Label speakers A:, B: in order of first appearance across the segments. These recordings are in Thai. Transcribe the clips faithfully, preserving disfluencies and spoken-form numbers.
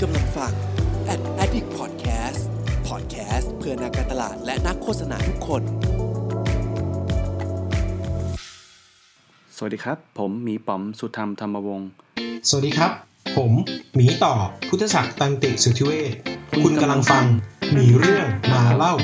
A: กำลังฟัง Ad Addict Podcast Podcast เพื่อนักการตลาดและนักโฆษณาทุกคน
B: สวัสดีครับผมหมีป๋อมสุธรรมธรรมวงศ์
C: สวัสดีครับผมหมีต่อพุทธศักดิ์ตันติสุทธิเวชคุณกำลังฟังมีเรื่องมาเล่า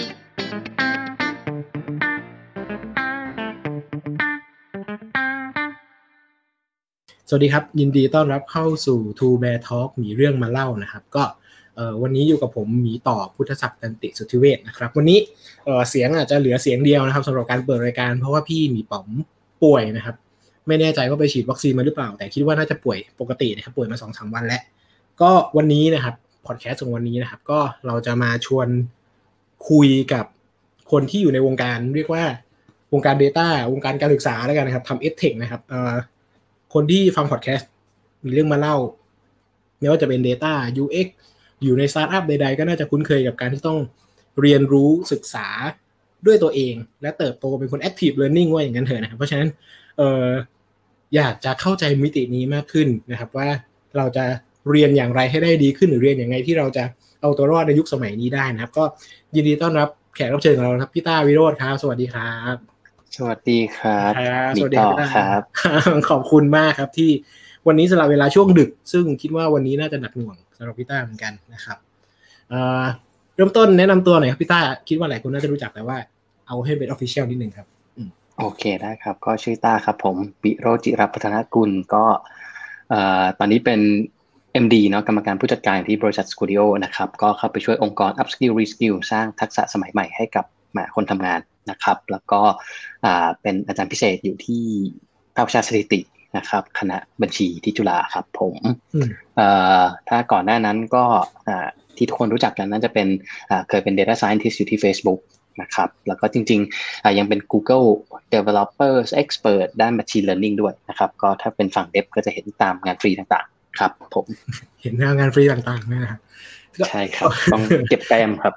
C: สวัสดีครับยินดีต้อนรับเข้าสู่ Two Bear Talk มีเรื่องมาเล่านะครับก็เอ่อวันนี้อยู่กับผมหมีต่อพุทธศักดิ์ตันติสุทธิเวชนะครับวันนี้เอ่อเสียงอาจจะเหลือเสียงเดียวนะครับสำหรับการเปิดรายการเพราะว่าพี่หมีป๋อมป่วยนะครับไม่แน่ใจว่าไปฉีดวัคซีนมาหรือเปล่าแต่คิดว่าน่าจะป่วยปกตินะครับป่วยมา สองถึงสาม วันแล้วก็วันนี้นะครับพอดแคสต์ของวันนี้นะครับก็เราจะมาชวนคุยกับคนที่อยู่ในวงการเรียกว่าวงการ Data วงการการศึกษาแล้วกันนะครับทำ EdTech นะครับเอ่อคนที่ฟังพอดแคสต์มีเรื่องมาเล่าไม่ว่าจะเป็น Data ยู เอ็กซ์ อยู่ในสตาร์ทอัพใดๆก็น่าจะคุ้นเคยกับการที่ต้องเรียนรู้ศึกษาด้วยตัวเองและเติบโตเป็นคน Active Learning ว่าอย่างนั้นเถอะนะครับเพราะฉะนั้นเอ่ออยากจะเข้าใจมิตินี้มากขึ้นนะครับว่าเราจะเรียนอย่างไรให้ได้ดีขึ้นหรือเรียนอย่างไรที่เราจะเอาตัวรอดในยุคสมัยนี้ได้นะครับก็ยินดีต้อนรับแขกรับเชิญของเราครับพี่ต้าวิโรจน์ครับสวัสดีครับ
D: สวัสดีครับ
C: สวัสดีครับขอบคุณมากครับที่วันนี้สละเวลาช่วงดึกซึ่งคิดว่าวันนี้น่าจะหนักหน่วงสำหรับพี่ต้าเหมือนกันนะครับเอ่อเริ่มต้นแนะนำตัวหน่อยครับพี่ต้าคิดว่าหลายคนน่าจะรู้จักแต่ว่าเอาให้เป็น official นิดนึงครับ
D: โอเคได้ครับก็ชื่อต้าครับผมวิโรจน์จิรพัฒนกุลก็เอ่อตอนนี้เป็น เอ็ม ดี เนาะกรรมการผู้จัดการที่บริษัท Studio นะครับก็เข้าไปช่วยองค์กร Upskill Reskill สร้างทักษะสมัยใหม่ให้กับคนทำงานนะครับแล้วก็อ่าเป็นอาจารย์พิเศษอยู่ที่ภาควิชาสถิตินะครับคณะบัญชีที่จุฬาครับผมเอ่อถ้าก่อนหน้านั้นก็อ่าที่ทุกคนรู้จักกันน่าจะเป็นอ่าเคยเป็น Data Scientist อยู่ที่ Facebook นะครับแล้วก็จริงๆอ่ายังเป็น Google Developers Expert ด้าน Machine Learning ด้วยนะครับก็ถ้าเป็นฝั่ง Dev ก็จะเห็นตามงานฟรีต่างๆครับผม
C: เห็นงานฟรีต่างๆเนี่ยนะครับ
D: ใช่ครับต้องเก็บแต้มครับ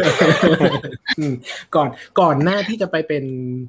C: ก่อนก่อนหน้าที่จะไปเป็น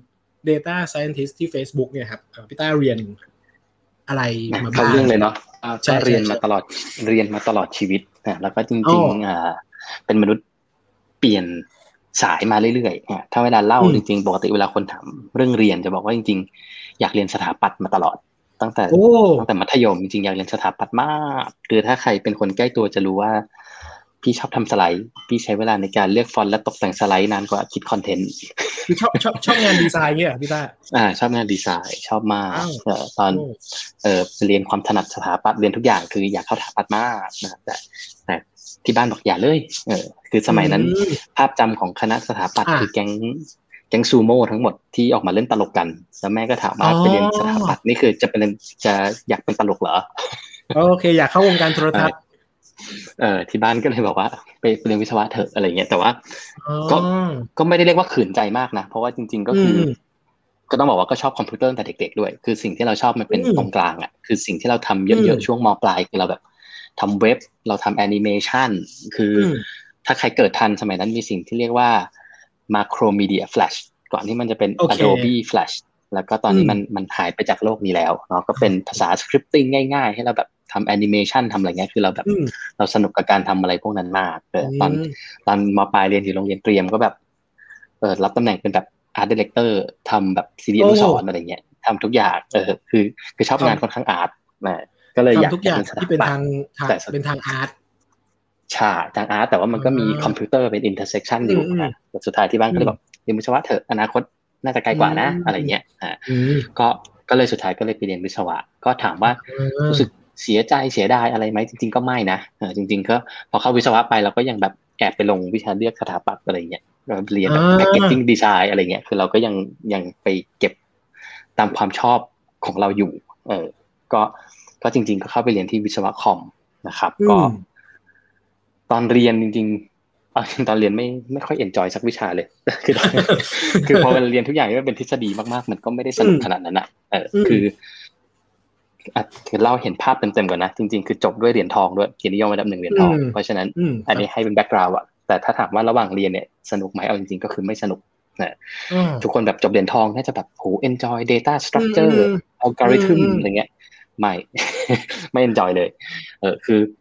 C: Data Scientist ที่ Facebook เนี่ยครับพี่ต้าเรียนอะไรมาบ้าง
D: เข้าเรื่องเลยเนาะก็เรียนมาตลอดเรียนมาตลอดชีวิตนะแล้วก็จริงๆอ่าเป็นมนุษย์เปลี่ยนสายมาเรื่อยๆถ้าเวลาเล่าจริงๆปกติเวลาคนถามเรื่องเรียนจะบอกว่าจริงๆอยากเรียนสถาปัตย์มาตลอดตั้งแต่ตั้งแต่มัธยมจริงๆอยากเรียนสถาปัตย์มากคือถ้าใครเป็นคนใกล้ตัวจะรู้ว่าพี่ชอบทำสไลด์พี่ใช้เวลาในการเลือกฟอนต์และตกแต่งสไลด์นานกว่าคิดคอนเทนต์
C: คือชอบชอบชอบงานดีไซน์เนี่ยพี่ต้า
D: อ่าชอบงานดีไซน์ชอบมากเอ่อตอนเอ่อเรียนความถนัดสถาปัตย์เรียนทุกอย่างคืออยากเข้าสถาปัตย์มากนะแต่แต่ที่บ้านบอกอย่าเลยเออคือสมัยนั้นภาพจำของคณะสถาปัตย์คือแก๊งแก๊งซูโม่ทั้งหมดที่ออกมาเล่นตลกกันแล้วแม่ก็ถามว่าไปเรียนสถาปัตย์นี่คือจะเป็นจะอยากเป็นตลกเหรอ
C: โอเคอยากเข้าวงการโทรทัศน์
D: เอ่อที่บ้านก็เลยบอกว่าไปเรียนวิศวะเถอะอะไรเงี้ยแต่ว่าก็ก็ไม่ได้เรียกว่าขืนใจมากนะเพราะว่าจริงๆก็คือก็ต้องบอกว่าก็ชอบคอมพิวเตอร์ตั้งแต่เด็กๆด้วยคือสิ่งที่เราชอบมันเป็นตรงกลางอ่ะคือสิ่งที่เราทำเยอะๆช่วงม.ปลายคือเราแบบทำเว็บเราทำแอนิเมชันคือถ้าใครเกิดทันสมัยนั้นมีสิ่งที่เรียกว่า Macromedia Flash ก่อนที่มันจะเป็น Adobe Flash แล้วก็ตอนนี้มันมันหายไปจากโลกนี้แล้วเนาะก็เป็นภาษาสคริปติ้งง่ายๆให้เราแบบทำแอนิเมชันทำอะไรเงี้ยคือเราแบบเราสนุกกับการทำอะไรพวกนั้นมากเออตอนตอนม.ปลายเรียนอยู่โรงเรียนเตรียมก็แบบเออรับตำแหน่งเป็นแบบอาร์ตดีเรคเตอร์ทำแบบซีดีอนุสรณ์อะไรเงี้ยทำทุกอย่างเออคือคือชอบงานค่อนข้างอาร์ตนะก็เลยอยาก
C: ทำทุกอย่างที่เป็นทางแต่เป็นทางอาร์ต
D: ใช่ทางอาร์ตแต่ว่ามันก็มีคอมพิวเตอร์เป็นอินเตอร์เซ็กชันอยู่นะแต่สุดท้ายที่บ้านก็เลยแบบเรียนวิศวะเถอะอนาคตน่าจะไกลกว่านะอะไรเงี้ยอ่าก็ก็เลยสุดท้ายก็เลยไปเรียนวิศวะก็ถามว่ารู้สึกเสียใจเสียดายอะไรไหมจริงๆก็ไม่นะเออจริงๆก็พอเข้าวิศวะไปเราก็ยังแบบแอบไปลงวิชาเลือกสถาปัตย์อะไรเงี้ยเรียนแบบแพคเกจจิ้งดีไซน์อะไรเงี้ยคือเราก็ยังยังไปเก็บตามความชอบของเราอยู่เออก็ก็จริงๆก็เข้าไปเรียนที่วิศวะคอมนะครับก็ตอนเรียนจริงๆตอนเรียนไม่ไม่ค่อยเอนจอยสักวิชาเลยคือคือพอเรียนทุกอย่างก็เป็นทฤษฎีมากๆมันก็ไม่ได้สนุกขนาดนั้นนะเออคืออ่ะคือเล่าเห็นภาพเต็มๆก่อนนะจริงๆคือจบด้วยเหรียญทองด้วยเกียรตินิยมอันดับหนึ่งเหรียญทองเพราะฉะนั้นอันนี้ให้เป็นแบ็คกราวด์อ่ะแต่ถ้าถามว่าระหว่างเรียนเนี่ยสนุกไหมเอาจริงๆก็คือไม่สนุกนะทุกคนแบบจบเหรียญทองน่าจะแบบโห enjoy data structure algorithm อะไรเงี้ยไม่ไม่ enjoy เลยเออคือ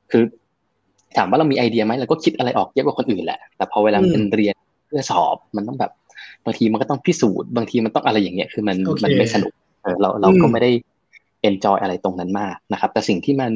D: คือถามว่าเรามีไอเดียไหมเราก็คิดอะไรออกเยอะกว่าคนอื่นแหละแต่พอเวลามันเป็นเรียนเพื่อสอบมันต้องแบบบางทีมันก็ต้องพิสูจน์บางทีมันต้องอะไรอย่างเงี้ยคือมันมันไม่สนุกเออเราเราก็ไม่ได้enjoy อะไรตรงนั้นมากนะครับแต่สิ่งที่มัน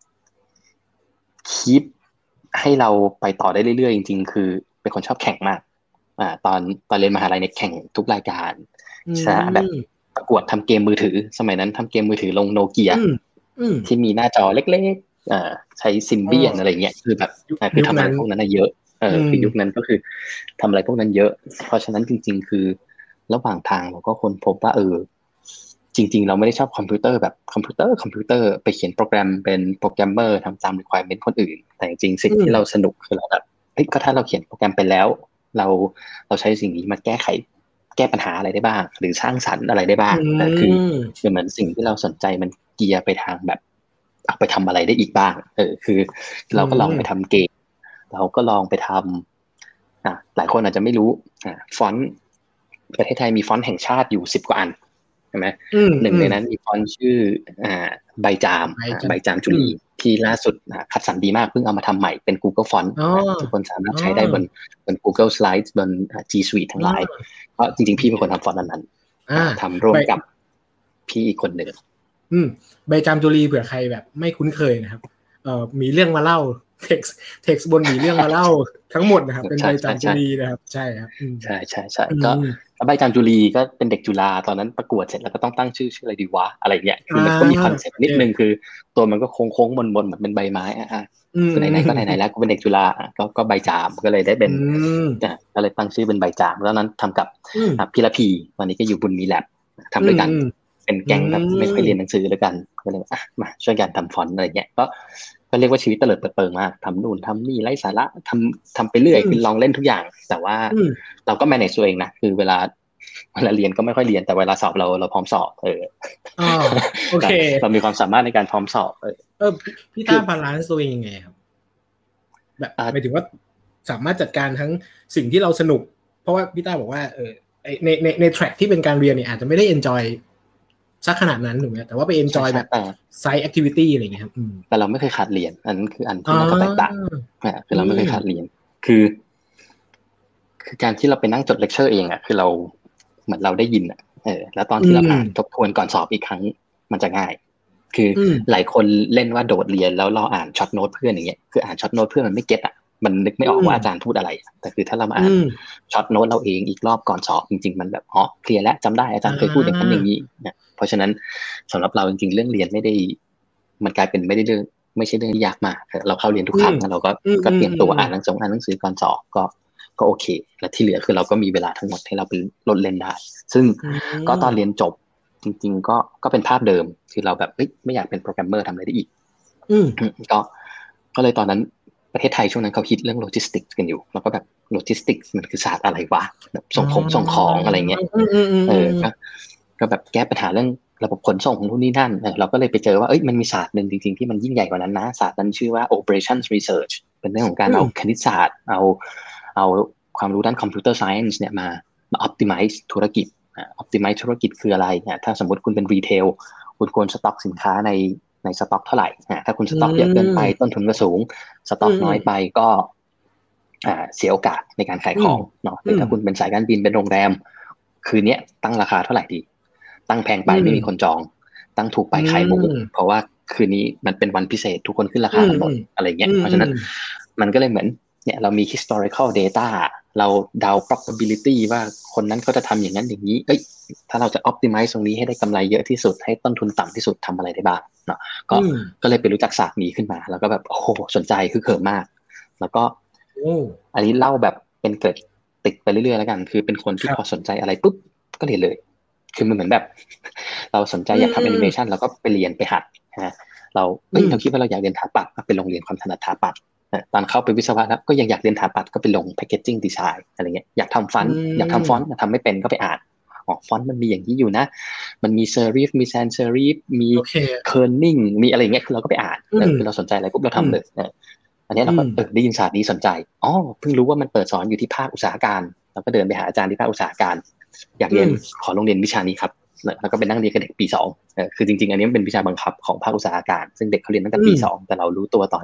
D: คีปให้เราไปต่อได้เรื่อยๆจริงๆคือเป็นคนชอบแข่งมากอ่าตอนตอนเรียนมหาลัยเนี่ยแข่งทุกรายการชนะแบบประกวดทำเกมมือถือสมัยนั้นทำเกมมือถือลงโนเกียที่มีหน้าจอเล็กๆอ่าใช้ซิมเบียนอะไรเงี้ยคือแบบคือทำอะไรพวกนั้นเยอะเออคือยุคนั้นก็คือทำอะไรพวกนั้นเยอะเพราะฉะนั้นจริงๆคือระหว่างทางเราก็ค้นพบว่าเออจริงๆเราไม่ได้ชอบคอมพิวเตอร์แบบคอมพิวเตอร์คอมพิวเตอร์ไปเขียนโปรแกรมเป็นโปรแกรมเมอร์ทำตาม requirement คนอื่นแต่จริงๆสิ่งที่เราสนุกคือเราแบบเฮ้ยก็ถ้าเราเขียนโปรแกรมไปแล้วเราเราใช้สิ่งนี้มาแก้ไขแก้ปัญหาอะไรได้บ้างหรือสร้างสรรค์อะไรได้บ้างแต่คือเหมือนสิ่งที่เราสนใจมันเกียร์ไปทางแบบเอาไปทำอะไรได้อีกบ้างเออคือเราก็ลองไปทำเกมเราก็ลองไปทำอ่ะหลายคนอาจจะไม่รู้อ่ะฟอนต์ประเทศไทยมีฟอนต์แห่งชาติอยู่สิบกว่าอันใช่ไหมหนึ่งในนั้นมีฟอนต์ชื่ออ่าใบจามใบจามจุลีที่ล่าสุดคัดสรรดีมากเพิ่งเอามาทำใหม่เป็น Google Font ทุกคนสามารถใช้ได้บนบน Google Slides บน G Suite ทั้งหลายเพราะจริงๆพี่เป็นคนทำฟอนต์นั้นทำร่วมกับพี่อีกคนหนึ่ง
C: อืมใบจามจุลีเผื่อใครแบบไม่คุ้นเคยนะครับเอ่อมีเรื่องมาเล่า text text บนมีเรื่องมาเล่าทั้งหมดนะครับเป็นใบจามจุลีนะครับใช่ครับ
D: ใช่ใช่ใช่ก็ใบจามจุลีก็เป็นเด็กจุฬาตอนนั้นประกวดเสร็จแล้วก็ต้องตั้งชื่อชื่ออะไรดีวะอะไรเงี้ยคือมันก็มีคอนเซ็ปต์นิดนึงคือตัวมันก็โค้งๆมนๆเหมือนเป็นใบไม้อ่ะคือไหนๆก็ไหนๆแล้วก็เป็นเด็กจุฬาก็ก็ใบจามก็เลยได้เป็นก็เลยตั้งชื่อเป็นใบจามแล้วนั้นทำกับพี่ละพีตอนนี้ก็อยู่บุญมีแลบทำด้วยกันเป็นแก๊งแบบไม่ค่อยเรียนหนังสือด้วยกันก็เลยอ่ะมาช่วยกันทำฟอนต์อะไรเงี้ยก็ก็เรียกว่าชีวิตเตลิดเปิดเปิงมากทำนู่นทำนี่ไร้สาระทำทำไปเรื่อยคือลองเล่นทุกอย่างแต่ว่าเราก็ manage ตัวเองนะคือเวลาเวลาเรียนก็ไม่ค่อยเรียนแต่เวลาสอบเราเราพร้อมสอบเออ
C: อ๋อโอเค
D: เรามีความสามารถในการพร้อมสอบเออ
C: เออพี่ต้าบาลานซ์ตัวเองยังไงครับแบบหมายถึงว่าสามารถจัดการทั้งสิ่งที่เราสนุกเพราะว่าพี่ต้าบอกว่าเออในในในแทร็กที่เป็นการเรียนเนี่ยอาจจะไม่ได้ enjoyสักขนาดนั้นถูกไหมแต่ว่าไป enjoy แบบ side activity อะไรอย่างเงี้ยครับ
D: แต่เราไม่เคยขาดเรียนอันนั้นคืออันที่น่าจะแตกต่างอ่าคือเราไม่เคยขาดเรียนคือคือการที่เราไปนั่งจดเลคเชอร์เองอ่ะคือเราเหมือนเราได้ยินอ่ะเออแล้วตอนที่เราอ่านทบทวนก่อนสอบอีกครั้งมันจะง่ายคือหลายคนเล่นว่าโดดเรียนแล้วเราอ่านช็อตโน้ตเพื่อนอย่างเงี้ยคืออ่านช็อตโน้ตเพื่อนมันไม่เก็ตอ่ะมันนึกไม่ออกว่าอาจารย์พูดอะไรแต่คือถ้าเรามาอ่านช็อตโน้ตเราเองอีกรอบก่อนสอบจริงๆมันแบบอ๋อเคลียร์แล้วจำได้อาจารย์เคยพูดอย่างนั้นอย่างนี้เนี่ยเพราะฉะนั้นสำหรับเราจริงๆเรื่องเรียนไม่ได้มันกลายเป็นไม่ได้เรื่องไม่ใช่เรื่องที่ยากมากเราเข้าเรียนทุกครั้งเราก็ก็เตรียมตัวอ่านหนังสืออ่านหนังสือก่อนสอบก็ก็โอเคและที่เหลือคือเราก็มีเวลาทั้งหมดให้เราไปลดเล่นได้ซึ่งก็ตอนเรียนจบจริงๆก็ก็เป็นภาพเดิมคือเราแบบไม่อยากเป็นโปรแกรมเมอร์ทำอะไรได้อีกก็ก็เลยตอนนั้นประเทศไทยช่วงนั้นเขาคิดเรื่องโลจิสติกส์กันอยู่แล้วก็แบบโลจิสติกส์มันคือศาสตร์อะไรวะแบบส่งของส่งของอะไรเงี้ยเออก็ก็แบบแก้ปัญหาเรื่องระบบขนส่งของทุนนี่นั่นเราก็เลยไปเจอว่าเอ้ยมันมีศาสตร์นึงจริงๆที่มันยิ่งใหญ่กว่านั้นนะศาสตร์นั้นชื่อว่า operations research เป็นเรื่องของการเอาคณิตศาสตร์เอาเอาความรู้ด้าน computer science เนี่ยมามา optimize ธุรกิจoptimize ธุรกิจคืออะไรเนี่ยถ้าสมมติคุณเป็นรีเทลคุณควรสต็อกสินค้าในในสต็อกเท่าไหร่ถ้าคุณสต็อกเยอะเกินไปต้นทุนก็สูงสต็อกน้อยไปก็อ่าเสียโอกาสในการขายของเนาะหรือถ้าคุณเป็นสายการบินเป็นโรงแรมคืนนี้ตั้งราคาเท่าไหร่ดีตั้งแพงไปไม่มีคนจองตั้งถูกไปขายหมูเพราะว่าคืนนี้มันเป็นวันพิเศษทุกคนขึ้นราคากันหมดอะไรเงี้ยเพราะฉะนั้นมันก็เลยเหมือนเนี่ยเรามี historical data เราเดา probability ว่าคนนั้นเขาจะทำอย่างนั้นอย่างนี้เอ้ยถ้าเราจะ optimize ตรงนี้ให้ได้กำไรเยอะที่สุดให้ต้นทุนต่ำที่สุดทำอะไรได้บ้างเนาะก็ก็เลยไปรู้จักศาสตร์นี้ขึ้นมาแล้วก็แบบโอ้โหสนใจคือเขิมมากแล้วก็อันนี้เล่าแบบเป็นเกิดติดไปเรื่อยๆแล้วกันคือเป็นคนที่พอสนใจอะไรปุ๊บก็เรียนเลยคือมันเหมือนแบบเราสนใจอยากทำแอนิเมชันเราก็ไปเรียนไปหัดนะเราเอ้ยเราคิดว่าเราอยากเรียนถาปัดก็ไปลงเรียนความถนัดถาปัดตอนเข้าไปวิศวะแล้วก็ยังอยากเรียนถาปัดก็ไปลง packaging design อะไรเงี้ยอยากทำฟอนต์อยากทำฟอนต์ทำไม่เป็นก็ไปอ่านอ๋อฟอนต์มันมีอย่างนี้อยู่นะมันมี serif มี sans serif มี kerning มีอะไรเงี้ยคือเราก็ไปอ่านคือเราสนใจอะไรปุ๊บเราทำเลยอันนี้เราก็เออได้ยินศาสตร์นี้สนใจอ๋อเพิ่งรู้ว่ามันเปิดสอนอยู่ที่ภาคอุตสาหการเราก็เดินไปหาอาจารย์ที่ภาคอุตสาหการอยากเรียนขอลงเรียนวิชานี้ครับแล้วก็ไปนั่งเรียนกับเด็กปีสองเออคือจริงๆอันนี้มันเป็นวิชาบังคับของภาคอุตสาหการซึ่งเด็กเขาเรียนตั้งแต่ปีสองแต่เรารู้ตัวตอนป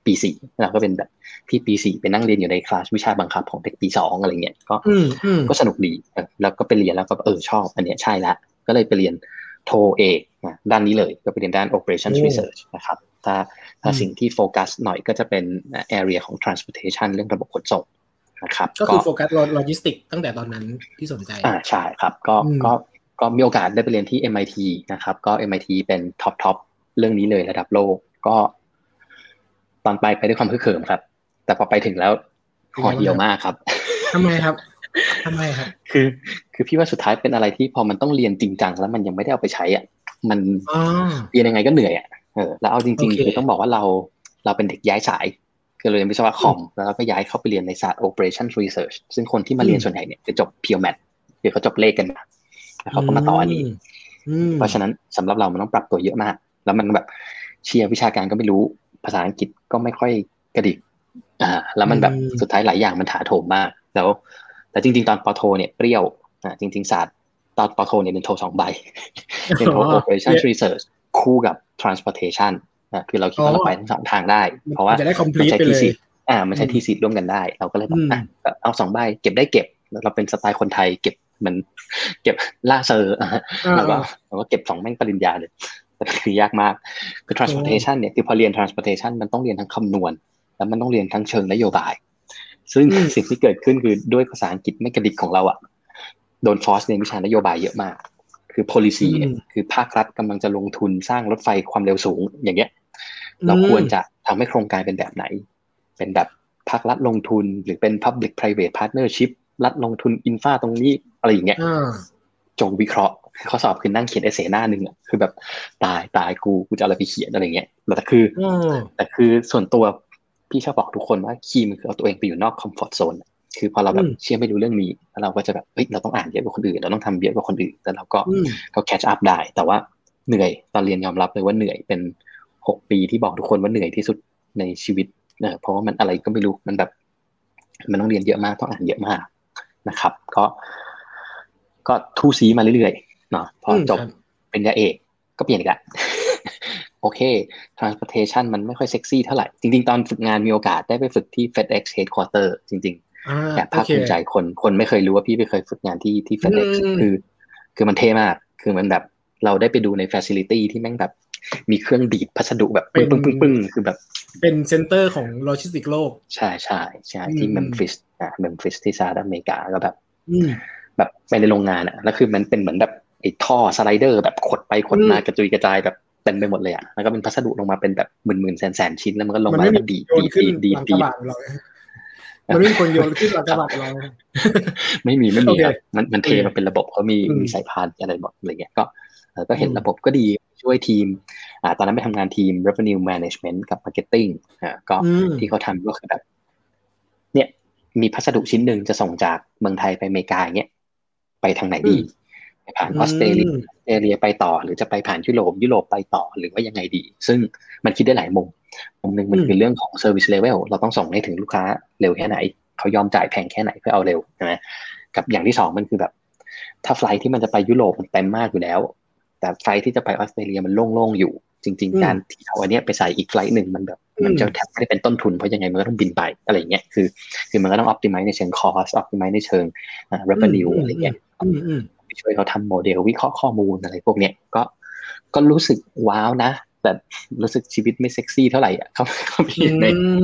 D: ปีสี่เราก็เป็นแบบที่ปีสี่ไปนั่งเรียนอยู่ในคลาสวิชาบังคับของเด็กปีสองอะไรเงี้ยก็ก็สนุกดีแล้วก็ไปเรียนแล้วก็เออชอบอันเนี้ยใช่ละก็เลยไปเรียนโทเอกด้านนี้เลยก็ไปเรียนด้าน operations research นะครับถ้าถ้าสิ่งที่โฟกัสหน่อยก็จะเป็น area ของ transportation เรื่องระบบขนส่งนะครับ
C: ก็คือโฟกัสโลจิสติกตั้งแต่ตอนนั้นที่สนใจ
D: อ่าใช่ครับก็ก็ก็มีโอกาสได้ไปเรียนที่ เอ็ม ไอ ที นะครับก็ เอ็ม ไอ ที เป็นท็อปท็อปเรื่องนี้เลยระดับโลกก็ตอนไปไปด้วยความคึกเขิมครับแต่พอไปถึงแล้วห่อเหี่ยวมากครับ
C: ทำไมครับทำไมครับ
D: คือคือพี่ว่าสุดท้ายเป็นอะไรที่พอมันต้องเรียนจริงจังแล้วมันยังไม่ได้เอาไปใช้อ่ะมันเรียนยังไงก็เหนื่อยอ่ะเออแล้วเอาจริงๆคือต้องบอกว่าเราเราเป็นเด็กย้ายสายคือเรียนวิศวะคอมแล้วก็ย้ายเข้าไปเรียนในศาสตร์ Operation Research ซึ่งคนที่มาเรียนส่วนใหญ่เนี่ยจะจบ Pure Math หรือเขาจบเลขกันมาแล้วเขาก็มาต่ออันนี้เพราะฉะนั้นสำหรับเรามันต้องปรับตัวเยอะมากแล้วมันแบบเชียร์วิชาการก็ไม่รู้ภาษาอังกฤษก็ไม่ค่อยกระดิกอ่าแล้วมันแบบสุดท้ายหลายอย่างมันถาโถมมากแล้วแต่จริงๆตอนปโทเนี่ยเปรี้ยวอ่าจริงๆศาสตร์ตอนปโทเนี่ยเป็นโทสองใบเป็นโท Operation Research คู่กับ Transportationอ่าคือเราคิดว่าเราไปทั้งสองทางได้เพราะว่า
C: มัน
D: ใช้
C: ทีสิ
D: อ่ามันใช้ทีสิร่วมกันได้เราก็เลยแบบอ่ะเอาสองใบเก็บได้เก็บเราเป็นสไตล์คนไทยเก็บมันเก็บล่าเซอร์แล้วก็เราก็เก็บสองแม่งปริญญาเลยแต่คือยากมากคือ transportation เนี่ยคือพอเรียน transportation มันต้องเรียนทั้งคำนวณแล้วมันต้องเรียนทั้งเชิงนโยบายซึ่งสิ่งที่เกิดขึ้นคือด้วยภาษาอังกฤษไม่กระดิกของเราอ่ะโดนฟอร์สเรียนวิชานโยบายเยอะมากคือ policy เนี่ยคือภาครัฐกำลังจะลงทุนสร้างรถไฟความเร็วสูงอย่างเงี้ยเราควรจะทำให้โครงการเป็นแบบไหนเป็นแบบภาครัฐลงทุนหรือเป็น public private partnership รัฐลงทุนอินฟราตรงนี้อะไรอย่างเงี้ยจงวิเคราะห์ข้อสอบคือนั่งเขียนเอเซ่หน้านึงอ่ะคือแบบตายตายกูกูจะอะไรไปเขียนอะไรเงี้ยแต่คือแต่คือส่วนตัวพี่ชอบบอกทุกคนว่าคีย์มันคือเอาตัวเองไปอยู่นอกคอมฟอร์ตโซนคือพอเราแบบเชื่อไม่รู้เรื่องนี้แล้วเราก็จะแบบเฮ้ยเราต้องอ่านเยอะกว่าคนอื่นเราต้องทำเยอะกว่าคนอื่นแล้วเราก็ก็แคชอัพได้แต่ว่าเหนื่อยตอนเรียนยอมรับเลยว่าเหนื่อยเป็นหกปีที่บอกทุกคนว่าเหนื่อยที่สุดในชีวิตเออเพราะว่ามันอะไรก็ไม่รู้มันแบบมันต้องเรียนเยอะมากต้องอ่านเยอะมากนะครับก็ก็ทูซีมาเรื่อยๆเนาะพอจบปริญญาเอกก็เปลี่ยนอีกแล้วโอเค transportation มันไม่ค่อยเซ็กซี่เท่าไหร่จริงๆตอนฝึกงานมีโอกาสได้ไปฝึกที่ FedEx Headquarter จริงๆแอบภาคภูมิใจคนคนไม่เคยรู้ว่าพี่ไปเคยฝึกงานที่ที่ FedEx คือคือมันเท่มากคือมันแบบเราได้ไปดูใน facility ที่แม่งแบบมีเครื่องดีดพัสดุแบบปึ้งปึ้งปึ้งปึ้งคือแบบ
C: เป็นเซ็นเตอร์ของโลจิสติกโลก
D: ใช่ใช่ใช่ที่เมมฟิสอ่าเมมฟิสที่สหรัฐอเมริกาก็แบบแบบไปในโรงงานอ่ะแล้วคือมันเป็นเหมือนแบบไอ้ท่อสไลเดอร์แบบขดไปขดมากระจุยกระจายแบบเต็มไปหมดเลยอ่ะแล้วก็เป็นพัสดุลงมาเป็นแบบหมื่นๆแสนๆชิ้นแล้วมันก็ลงมาแล้วดีดดีดดีดดีด
C: มันไม่มีคนโยนขึ้นหลังกระบะเรา
D: ไม่มีไม่มีครับมันมันเทมาเป็นระบบเขามีมีสายพานอะไรหมดอะไรเงี้ยก็ก็เห็นระบบก็ดีช่วยทีมอ่าตอนนั้นไปทำงานทีม revenue management กับ marketing อ่าก็ที่เขาทำก็คือแบบเนี่ยมีพัสดุชิ้นหนึ่งจะส่งจากเมืองไทยไปอเมริกาอย่างเงี้ยไปทางไหนดีไปผ่านออสเตรเลียออสเตรเลียไปต่อหรือจะไปผ่านยุโรปยุโรปไปต่อหรือว่ายังไงดีซึ่งมันคิดได้หลายมุมมุมนึงมันคือเรื่องของ service level เราต้องส่งให้ถึงลูกค้าเร็วแค่ไหนเขายอมจ่ายแพงแค่ไหนเพื่อเอาเร็วใช่ไหมกับอย่างที่สองมันคือแบบถ้าไฟล์ที่มันจะไปยุโรปมันเต็มมากอยู่แล้วแต่ไฟล์ที่จะไปออสเตรเลียมันโล่งๆอยู่จริงๆการที่เอาอันเนี้ยไปใส่อีกไฟล์หนึ่งมันแบบมันจะแทบไม่ได้เป็นต้นทุนเพราะยังไงมันก็ต้องบินไปอะไรเงี้ยคือคือมันก็ต้อง optimize ในเชิง cost optimize ในเชิง revenue อะไรเงี้ยช่วยเขาทำโมเดลวิเคราะห์ข้อมูลอะไรพวกเนี้ยก็ก็รู้สึกว้าวนะแต่รู้สึกชีวิตไม่เซ็กซี่เท่าไหร่อ่ะเขาเขาไปอยู่ใน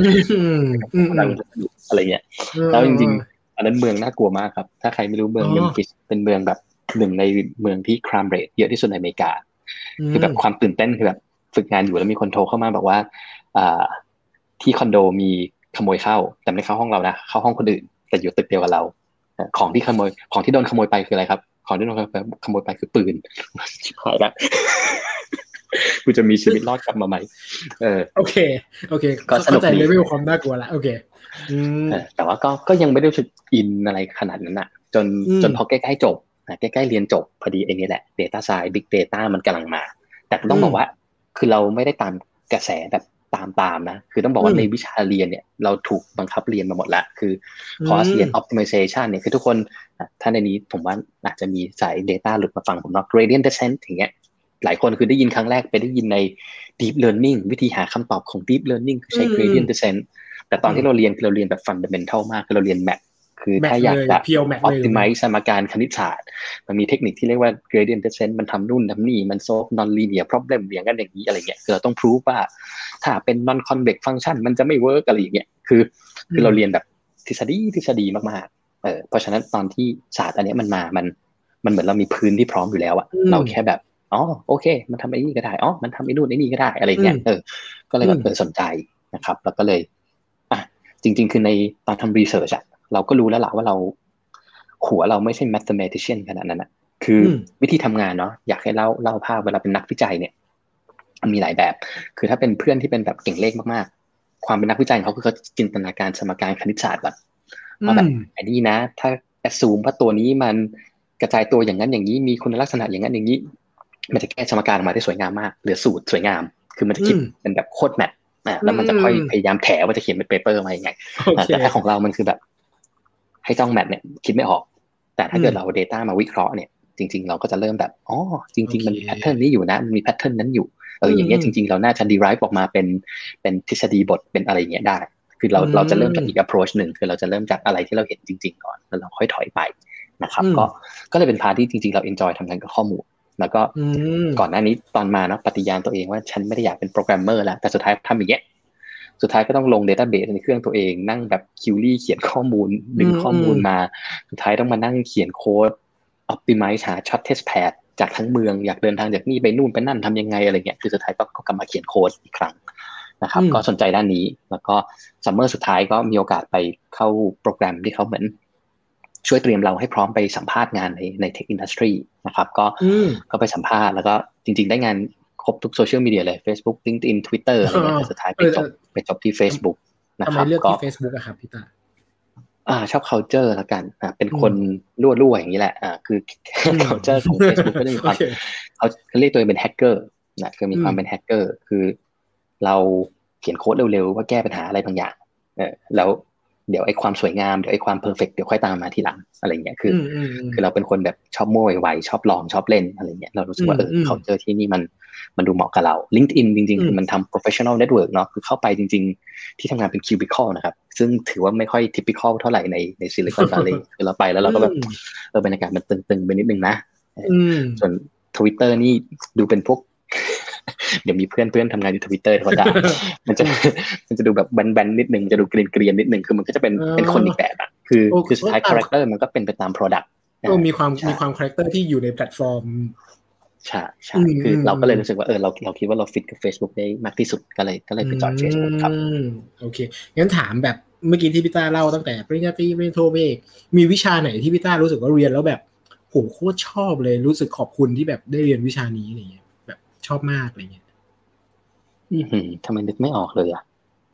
D: อะไรเงี้ยแล้วจริงๆอันนั้นเมืองน่ากลัวมากครับถ้าใครไม่รู้เมืองเมมฟิสเป็นเมืองแบบหนึ่งในเมืองที่ crime rate เยอะที่สุดในอเมริกาคือแบบความตื่นเต้นคือแบบฝึกงานอยู่แล้วมีคนโทรเข้ามาบอกว่าอ่าที่คอนโดมีขโมยเข้าแต่ไม่เข้าห้องเรานะเข้าห้องคนอื่นแต่อยู่ตึกเดียวกับเราของที่ขโมยของที่โดนขโมยไปคืออะไรครับของที่โดนขโมยไปคือปืนชิบหายละกูจะมีชีวิตรอดกลับมาใหม่เออ
C: โอเคโอเคก็เข้าใจเลเวลความน่ากลัวละโอเค
D: แต่ว่าก็ก็ยังไม่ได้รู้สึกอินอะไรขนาดนั้นน่ะจนจนพอใกล้ๆจบใกล้ๆเรียนจบพอดีไอ้นี่แหละ data science big data มันกำลังมาแต่ต้องบอกว่าคือเราไม่ได้ตามกระแสแบบตามตามนะคือต้องบอกว่าในวิชาเรียนเนี่ยเราถูกบังคับเรียนมาหมดละคือคอร์สเรียน optimization เนี่ยคือทุกคนถ้าในนี้ผมว่าอาจจะมีสาย data หลุดมาฟังผมเนาะ gradient descent อย่างเงี้ยหลายคนคือได้ยินครั้งแรกไปได้ยินใน deep learning วิธีหาคำตอบของ deep learning คือใช้ gradient descent แต่ตอนที่เราเรียนคือเราเรียนแบบ fundamental มากคือเราเรียน math คือถ้าอยากจะ optimize สมการคณิตศาสตร์มันมีเทคนิคที่เรียกว่า gradient descent มันทำนู่นทำนี่มัน solve non-linear problem อย่างนั้นอย่างนี้อะไรเงี้ยคือเราต้อง prove ว่าถ้าเป็น non-convex function มันจะไม่ work อะไรอย่างเงี้ยคือคือเราเรียนแบบทฤษฎีทฤษฎีมากๆเออเพราะฉะนั้นตอนที่ศาสตร์อันนี้มันมามันมันเหมือนเรามีพื้นที่พร้อมอยู่แล้วอะเราแค่แบบอ๋อโอเคมันทำไอ้นี่ก็ได้อ๋อมันทำไอ้นู่นไอ้นี่ก็ได้อะไรเงี้ยเออก็เลยแบบเออสนใจนะครับแล้วก็เลยอ่ะจริงๆคือในตอนทำรีเสิร์ชอะเราก็รู้แล้วล่ะว่าเราหัวเราไม่ใช่ mathematician ขนาดนั้นอะคือวิธีทำงานเนาะอยากให้เล่าเล่าภาพเวลาเป็นนักวิจัยเนี่ยมันมีหลายแบบคือถ้าเป็นเพื่อนที่เป็นแบบเก่งเลขมากๆความเป็นนักวิจัยเขาคือเขาจินตนาการสมการคณิตศาสตร์แบบว่าแบบไอ้นี่นะถ้า assume ว่าตัวนี้มันกระจายตัวอย่างนั้นอย่างนี้มีคุณลักษณะอย่างนั้นอย่างนี้มันจะแก้สมการออกมาได้สวยงามมากเหลือสูตรสวยงามคือมันจะคิดเป็นแบบโคตรแมทอ่ะแล้วมันจะค่อยพยายามแถว่าจะเขียนเป็นเปเปอร์มาอย่างไงแต่ถ้าของเรามันคือแบบให้จ้องแมทเนี่ยคิดไม่ออกแต่ถ้าเกิดเรา data มาวิเคราะห์เนี่ยจริงๆเราก็จะเริ่มแบบอ๋อจริงๆมันมีแพทเทิร์นนี้อยู่นะมันมีแพทเทิร์นนั้นอยู่เอออย่างเงี้ยจริงๆเราน่าจะ derive ออกมาเป็นเป็นทฤษฎีบทเป็นอะไรอย่างเงี้ยได้คือเราเราจะเริ่มจากอีก approach หนึ่งคือเราจะเริ่มจากอะไรที่เราเห็นจริงๆก่อนแล้วเราค่อยถอยไปนะครับก็ก็เลยเป็นพาร์ทที่จริงๆเรา enjoy ทำงานกับข้อมูลแล้วก็ก่อนหน้านี้ตอนมาเนาะปฏิญาณตัวเองว่าฉันไม่ได้อยากเป็นโปรแกรมเมอร์แล้วแต่สุดท้ายทำอย่างเงี้ยสุดท้ายก็ต้องลง database ในเครื่องตัวเองนั่งแบบคิวรี่เขียนข้อมูลดึงข้อมูลมาสุดท้ายต้องมานั่งเขียนโค้ด optimize หา shortest path จากทั้งเมืองอยากเดินทางจากนี่ไปนู่นไปนั่นทำยังไงอะไรเงี้ยคือสุดท้ายก็กลับมาเขียนโค้ดอีกครั้งนะครับก็สนใจด้านนี้แล้วก็ซัมเมอร์สุดท้ายก็มีโอกาสไปเข้าโปรแกรมที่เขาเหมือนช่วยเตรียมเราให้พร้อมไปสัมภาษณ์งานในในเทคอินดัสทรีนะครับก็ก็ไปสัมภาษณ์แล้วก็จริงๆได้งานครบทุกโซเชียลมีเดียเลย Facebook LinkedIn Twitter อะไรเงี้ยแต่สุดท้ายไปจบไปจบที่ Facebook นะครับ
C: ทำไมเลือกที่ Facebook อะครับพี่ตา
D: อ่าชอบ culture ละกันอ่าเป็นคนรั่วๆอย่างนี้แหละอ่าคือ culture ของ Facebook ก็จะมีความเขาเขาเรียกตัวเองเป็นแฮกเกอร์นะคือมีความเป็นแฮกเกอร์คือเราเขียนโค้ดเร็วๆว่าแก้ปัญหาอะไรบางอย่างเออแล้วเดี๋ยวไอ้ความสวยงามเดี๋ยวไอ้ความเพอร์เฟกต์เดี๋ยวค่อยตามมาทีหลังอะไรเงี้ยคือคือเราเป็นคนแบบชอบโม้ไวชอบลองชอบเล่นอะไรเงี้ยเรารู้สึกว่าเออ culture ที่นี่มันมันดูเหมาะกับเรา LinkedIn จริงๆคือมันทำ professional network เนาะคือเข้าไปจริงๆที่ทำงานเป็น cubicle นะครับซึ่งถือว่าไม่ค่อย typical เท่าไหร่ในใน Silicon Valley คือเราไปแล้วเราก็แบบเออบรรยากาศมันตึงๆไปนิดนึงนะส่วน Twitter นี่ดูเป็นพวกเดี๋ยวมีเพื่อนเพื่อนทำงานอยู่ Twitter เขาด่ามันจะมันจะดูแบบแบนๆนิดนึงจะดูเกรียนๆนิดนึงคือมันก็จะเป็นเป็นคนอีกแบบอ่ะคือคือสุดท้าย character มันก็เป็นไปตาม product
C: ก็มีความมีความ character ที่อยู่ในแพลตฟอร์ม
D: ใช่ใช่คือเราก็เลยรู้สึกว่าเออเราเราคิดว่าเราฟิตกับ Facebook ได้มากที่สุดก็เลยก็เลยไปจอย Facebook ครับ
C: โอเคงั้นถามแบบเมื่อกี้ที่พี่ต้าเล่าตั้งแต่ปริญญาตรีปริญญาโทเอกมีวิชาไหนที่พี่ต้ารู้สึกว่าเรียนแล้วแบบโหโคตรชอบเลยรู้สึกขอบคุณที่แบบได้เรียนวิชานี้อะไรเงี้ยแบบชอบมากอะไรเงี้ย
D: อืมทำไมนึกไม่ออกเลยอ่ะ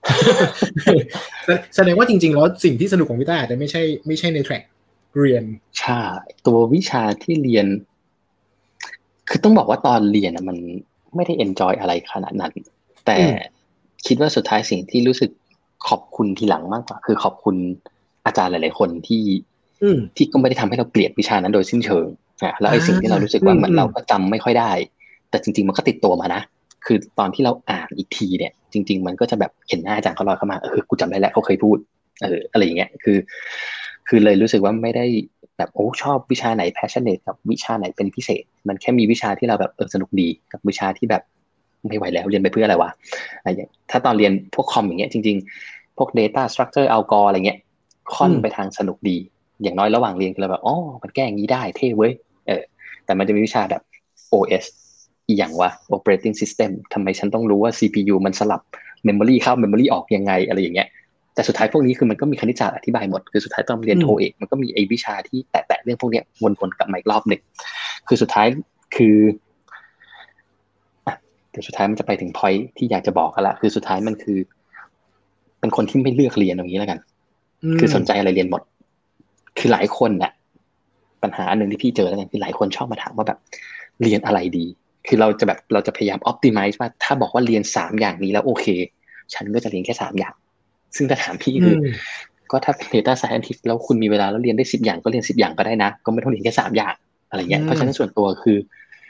C: แสดงว่าจริงๆแล้วสิ่งที่สนุกของพี่ต้าอาจจะไม่ใช่ไม่ใช่ในแทร็กเรียน
D: ใช่ตัววิชาที่เรียนคือต้องบอกว่าตอนเรียนอ่ะมันไม่ได้เอนจอยอะไรขนาดนั้นแต่คิดว่าสุดท้ายสิ่งที่รู้สึกขอบคุณทีหลังมากกว่าคือขอบคุณอาจารย์หลายๆคนที่ที่ก็ไม่ได้ทำให้เราเกลียดวิชานั้นโดยสิ้นเชิงอ่ะแล้วไอ้สิ่งที่เรารู้สึกว่าเหมือนเราก็จำไม่ค่อยได้แต่จริงๆมันก็ติดตัวมานะคือตอนที่เราอ่านอีกทีเนี่ยจริงๆมันก็จะแบบเห็นหน้าอาจารย์เขาลอยเข้ามาเออกูจำได้แล้วเขาเคยพูดเอออะไรอย่างเงี้ยคือคือเลยรู้สึกว่าไม่ได้แบบโอ้ชอบวิชาไหน passionate กับวิชาไหนเป็นพิเศษมันแค่มีวิชาที่เราแบบเออสนุกดีกับวิชาที่แบบไม่ไหวแล้วเรียนไปเพื่ออะไรวะอะไรอย่างถ้าตอนเรียนพวกคอมอย่างเงี้ยจริงๆพวก data structure algor อะไรเงี้ยค่อนไปทางสนุกดีอย่างน้อยระหว่างเรียนคือเราแบบอ๋อมันแก้อย่างนี้ได้เท่เว้ยเออแต่มันจะมีวิชาแบบ โอ เอส อีอย่างวะ operating system ทำไมฉันต้องรู้ว่า ซี พี ยู มันสลับ memory เข้า memory ออกยังไงอะไรอย่างเงี้ยแต่สุดท้ายพวกนี้คือมันก็มีคณิตศาสตร์อธิบายหมดคือสุดท้ายต้องเรียนโทเอกมันก็มีไอ้วิชาที่แตะๆเรื่องพวกนี้วนๆกลับมาอีกรอบหนึ่งคือสุดท้ายคือแต่สุดท้ายมันจะไปถึง point ที่อยากจะบอกกันละคือสุดท้ายมันคือเป็นคนที่ไม่เลือกเรียนอย่างนี้แล้วกันคือสนใจอะไรเรียนหมดคือหลายคนน่ะปัญหาอันนึงที่พี่เจอแล้วกันคือหลายคนชอบมาถามว่าแบบเรียนอะไรดีคือเราจะแบบเราจะพยายาม optimize ว่าถ้าบอกว่าเรียนสามอย่างนี้แล้วโอเคฉันก็จะเรียนแค่สามอย่างซึ่งถ้าถามพี่คือก็ถ้าเป็น data scientist แล้วคุณมีเวลาแล้วเรียนได้สิบอย่างก็เรียนสิบอย่างก็ได้นะก็ไม่ต้องเรียนแค่สามอย่างอะไรเงี้ยเพราะฉะนั้นส่วนตัวคือไป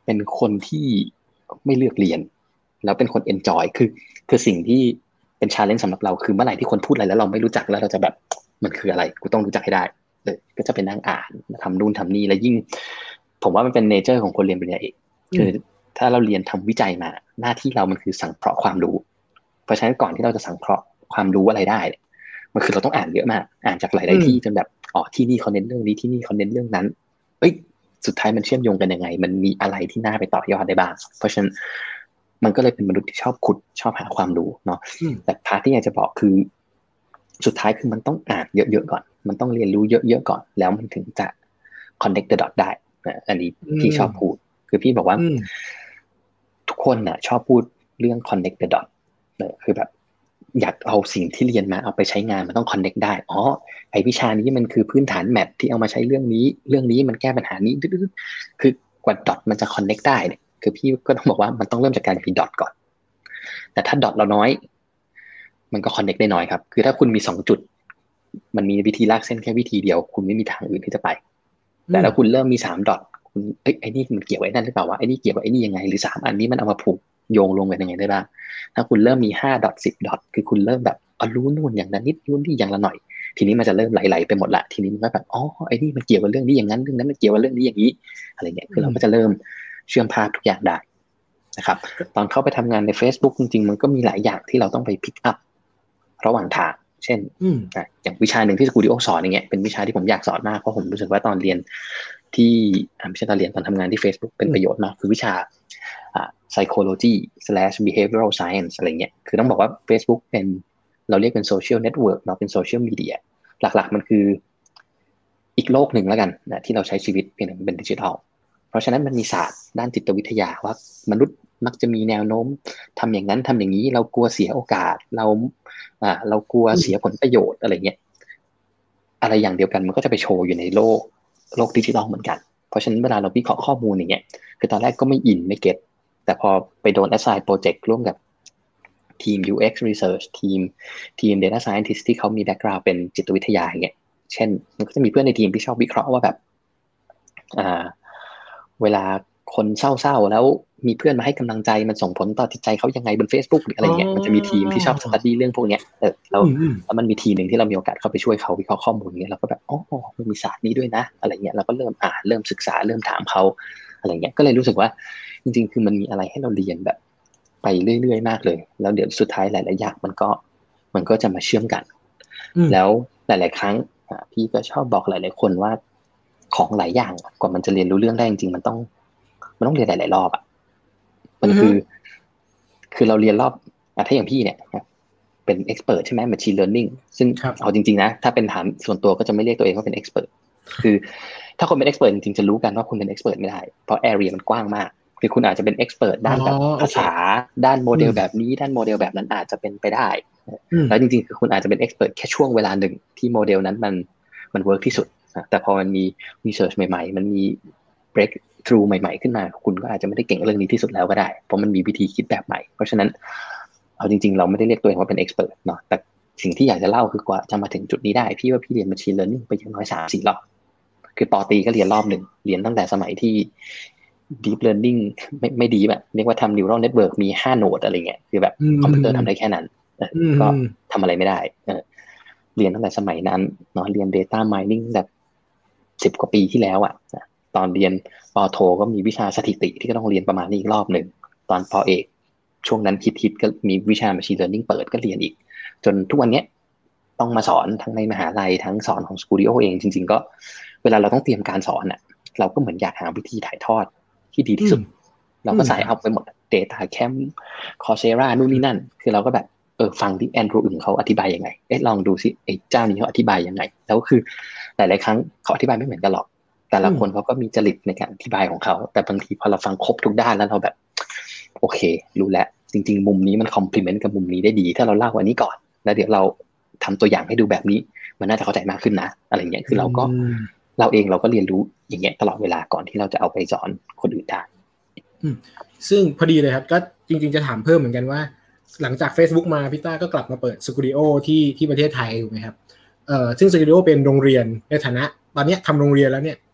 D: เป็นคนที่ไม่เลือกเรียนแล้วเป็นคน enjoy คือคือสิ่งที่เป็น challenge สำหรับเราคือเมื่อไหร่ที่คนพูดอะไรแล้วเราไม่รู้จักแล้วเราจะแบบมันคืออะไรกูต้องรู้จักให้ได้เออก็จะไปนั่งอ่านทำนู่นทำนี่แล้วยิ่งผมว่ามันเป็นเนเจอร์ของคนเรียนปริญญาเอกคือถ้าเราเรียนทำวิจัยมาหน้าที่เรามันคือสังเคราะห์ความรู้เพราะฉะนั้นก่อนที่เราจะสังเคราะห์ความรู้อะไรได้มันคือเราต้องอ่านเยอะมากอ่านจากหลายๆที่จนแบบอ๋อที่นี่เขาเน้นเรื่องนี้ที่นี่เขาเน้นเรื่องนั้นเอ้ยสุดท้ายมันเชื่อมโยงกันยังไงมันมีอะไรที่น่าไปต่อยอดได้บ้างเพราะฉะนั้นมันก็เลยเป็นมนุษย์ที่ชอบขุดชอบหาความรู้เนาะแต่พาร์ทที่อยากจะบอกคือสุดท้ายคือมันต้องอ่านเยอะๆก่อนมันต้องเรียนรู้เยอะๆก่อนแล้วมันถึงจะ connect the dot ได้อันนี้พี่ชอบพูดคือพี่บอกว่าทุกคนน่ะชอบพูดเรื่อง connect the dot คือแบบอยากเอาสิ่งที่เรียนมาเอาไปใช้งานมันต้อง connect ได้อ๋อไอวิชานี้มันคือพื้นฐานแมทที่เอามาใช้เรื่องนี้เรื่องนี้มันแก้ปัญหานี้คือกว่า dot มันจะ connect ได้เนี่ยคือพี่ก็ต้องบอกว่ามันต้องเริ่มจากการมี dot ก่อนแต่ถ้า dot เราน้อยมันก็ connect ได้น้อยครับคือถ้าคุณมีสองจุดมันมีวิธีลากเส้นแค่วิธีเดียวคุณไม่มีทางอื่นที่จะไปแต่ถ้าคุณเริ่มมีสาม dot คุณเอ้ยไอ้นี่มันเกี่ยวไอ้นั่นหรือเปล่าวะไอ้นี่เกี่ยวกับไอ้นี่ยังไงหรือสามอันนี้มันเอามาผูกโยงลงกันยังไงได้บ้างถ้าคุณเริ่มมีห้า dot สิบ dot คือคุณเริ่มแบบอ๋อรู้นู่นอย่างนั้นนิดรู้นี่อย่างละหน่อยทีนี้มันจะเริ่มไหลๆไปหมดละทีนี้มันก็แบบอ๋อไอ้นี่มันเกี่ยวกับเรื่องนี้อย่างนั้นเรื่องนั้นมันเกี่ยวกับเรื่องนี้อย่างนี้อะไรเงี้ยคือเราก็จะเริ่มเชื่อมภาพทุกอย่างได้นะครับตอนเข้าไปทำงานใน Facebook จริงๆมันก็มีหลายอย่างที่เราต้องไปพิกอัพระหว่างทางเช่นอย่างวิชาหนึ่งที่สกูดิโอสอนอย่างเงี้ยเป็นวิชาที่ผมอยากสอนมากเพราะผมรู้สึกว่าตอนเรียนที่ไม่ใช่ตอนเรียนตอนทำงานที่ Facebook เป็นประโยชน์มากคือวิชาอ่า psychology slash behavioral science อะไรเงี้ยคือต้องบอกว่า Facebook เป็นเราเรียกเป็น social network เราเป็น social media หลักๆมันคืออีกโลกหนึ่งแล้วกันนะที่เราใช้ชีวิตเพียงแต่เป็นดิจิทัลเพราะฉะนั้นมันมีศาสตร์ด้านจิตวิทยาว่ามนุษย์มักจะมีแนวโน้มทำอย่างนั้นทำอย่างนี้เรากลัวเสียโอกาสเราอ่าเรากลัวเสียผลประโยชน์อะไรเงี้ยอะไรอย่างเดียวกันมันก็จะไปโชว์อยู่ในโลกโลกดิจิทัลเหมือนกันเพราะฉะนั้นเวลาเราวิเคราะห์ข้อมูลอย่างเงี้ยคือตอนแรกก็ไม่อินไม่เก็ตแต่พอไปโดน assign project ร่วมกับทีม ยู เอ็กซ์ research ทีมทีม data scientist ที่เขามี background เป็นจิตวิทยาอย่างเงี้ยเช่นมันก็จะมีเพื่อนในทีมที่ชอบวิเคราะห์ว่าแบบอ่าเวลาคนเศร้าๆแล้วมีเพื่อนมาให้กำลังใจมันส่งผลต่อจิตใจเขายังไงบน Facebook หรืออะไรเงี้ยมันจะมีทีมที่ชอบสตัดดี้เรื่องพวกเนี้ยเออแล้วแล้วมันมีทีมนึงที่เรามีโอกาสเข้าไปช่วยเขาวิเคราะห์ข้อมูลเงี้ยเราก็แบบอ๋อมันมีศาสตร์นี้ด้วยนะอะไรเงี้ยเราก็เริ่มอ่านเริ่มศึกษาเริ่มถามเขาอะไรเงี้ยก็เลยรู้สึกว่าจริงๆคือมันมีอะไรให้เราเรียนแบบไปเรื่อยๆมากเลยแล้วเดี๋ยวสุดท้ายหลายๆอย่างมันก็มันก็จะมาเชื่อมกันแล้วหลายๆครั้งพี่ก็ชอบบอกหลายๆคนว่าของหลายอย่างกว่ามันจะเรียนรู้เรื่องได้จริงๆมันต้องมันต้องเรียนหลายๆรอบอ่ะมันคือคือเราเรียนรอบอ่ะถ้าอย่างพี่เนี่ยเป็น expert ใช่ไหม machine learning ซึ่งเอาจริงๆนะถ้าเป็นถามส่วนตัวก็จะไม่เรียกตัวเองว่าเป็น expert คือถ้าคนเป็น expert จริงๆจะรู้กันว่าคุณเป็น expert ไม่ได้เพราะ area มันกว้างมากคือคุณอาจจะเป็น expert ด้านแบบภาษาด้านโมเดลแบบนี้ด้านโมเดลแบบนั้นอาจจะเป็นไปได้แล้วจริงๆคือคุณอาจจะเป็น expert แค่ช่วงเวลาหนึ่งที่โมเดลนั้นมันมันเวิร์กที่สุดแต่พอมันมี research ใหม่ๆมันมี break through ใหม่ๆขึ้นมาคุณก็อาจจะไม่ได้เก่งเรื่องนี้ที่สุดแล้วก็ได้เพราะมันมีวิธีคิดแบบใหม่เพราะฉะนั้นเอาจริงๆเราไม่ได้เรียกตัวเองว่าเป็น expert เนาะแต่สิ่งที่อยากจะเล่าคือกว่าจะมาถึงจุดนี้ได้พี่ว่าพี่เรียน machine learning ไปอย่างน้อย สามสี่ รอบคือป.ตรีก็เรียนรอบหนึ่งเรียนตั้งแต่สมัยที่ deep learning ไม่ไม่ดีแบบเรียกว่าทำ neural network มีห้าโนดอะไรเงี้ยคือแบบคอมพิวเตอร์ทำได้แค่นั้นก็ทำอะไรไม่ได้เรียนตั้งแต่สมัยนั้นเนาะเรียน data mining แบบสิบกว่าปีที่แล้วอ่ะตอนเรียนป.โทก็มีวิชาสถิติที่ก็ต้องเรียนประมาณนี้อีกรอบหนึ่งตอนป.เอกช่วงนั้นฮิตๆก็มีวิชา machine learning เปิดก็เรียนอีกจนทุกวันนี้ต้องมาสอนทั้งในมหาลัยทั้งสอนของสตูดิโอเองจริงๆก็เวลาเราต้องเตรียมการสอนอ่ะเราก็เหมือนอยากหาวิธีถ่ายทอดที่ดีที่สุดเราก็ใส่เอาไปหมด Data Camp Coursera นู่นนี่นั่นคือเราก็แบบเออฟังที่แอนดรูว์อึ่งเขาอธิบายยังไงเอ๊ะลองดูซิไอ้เจ้านี้เขาอธิบายยังไงแล้วคือหลายๆครั้งเขาอธิบายไม่เหมือนกันหรอกแต่ละคนเขาก็มีจริตในการอธิบายของเขาแต่บางทีพอเราฟังครบทุกด้านแล้วเราแบบโอเครู้แล้วจริงๆมุมนี้มันคอมพลีเมนต์กับมุมนี้ได้ดีถ้าเราเล่าอันนี้ก่อนแล้วเดี๋ยวเราทำตัวอย่างให้ดูแบบนี้มันน่าจะเข้าใจมากขึ้นนะอะไรเงี้ยคือเราก็เราเองเราก็เรียนรู้อย่างเงี้ยตลอดเวลาก่อนที่เราจะเอาไปสอนคนอื่นได้
C: ซึ่งพอดีเลยครับก็จริงๆจะถามเพิ่มเหมือนกันว่าหลังจาก Facebook มาพี่ต้าก็กลับมาเปิดสตูดิโอที่ที่ประเทศไทยถูกไหมครับเอ่อซึ่งสตูดิโอเป็นโรงเรียนในฐานะตอนนี้ทำโรงเรียนแล้วเนี่ย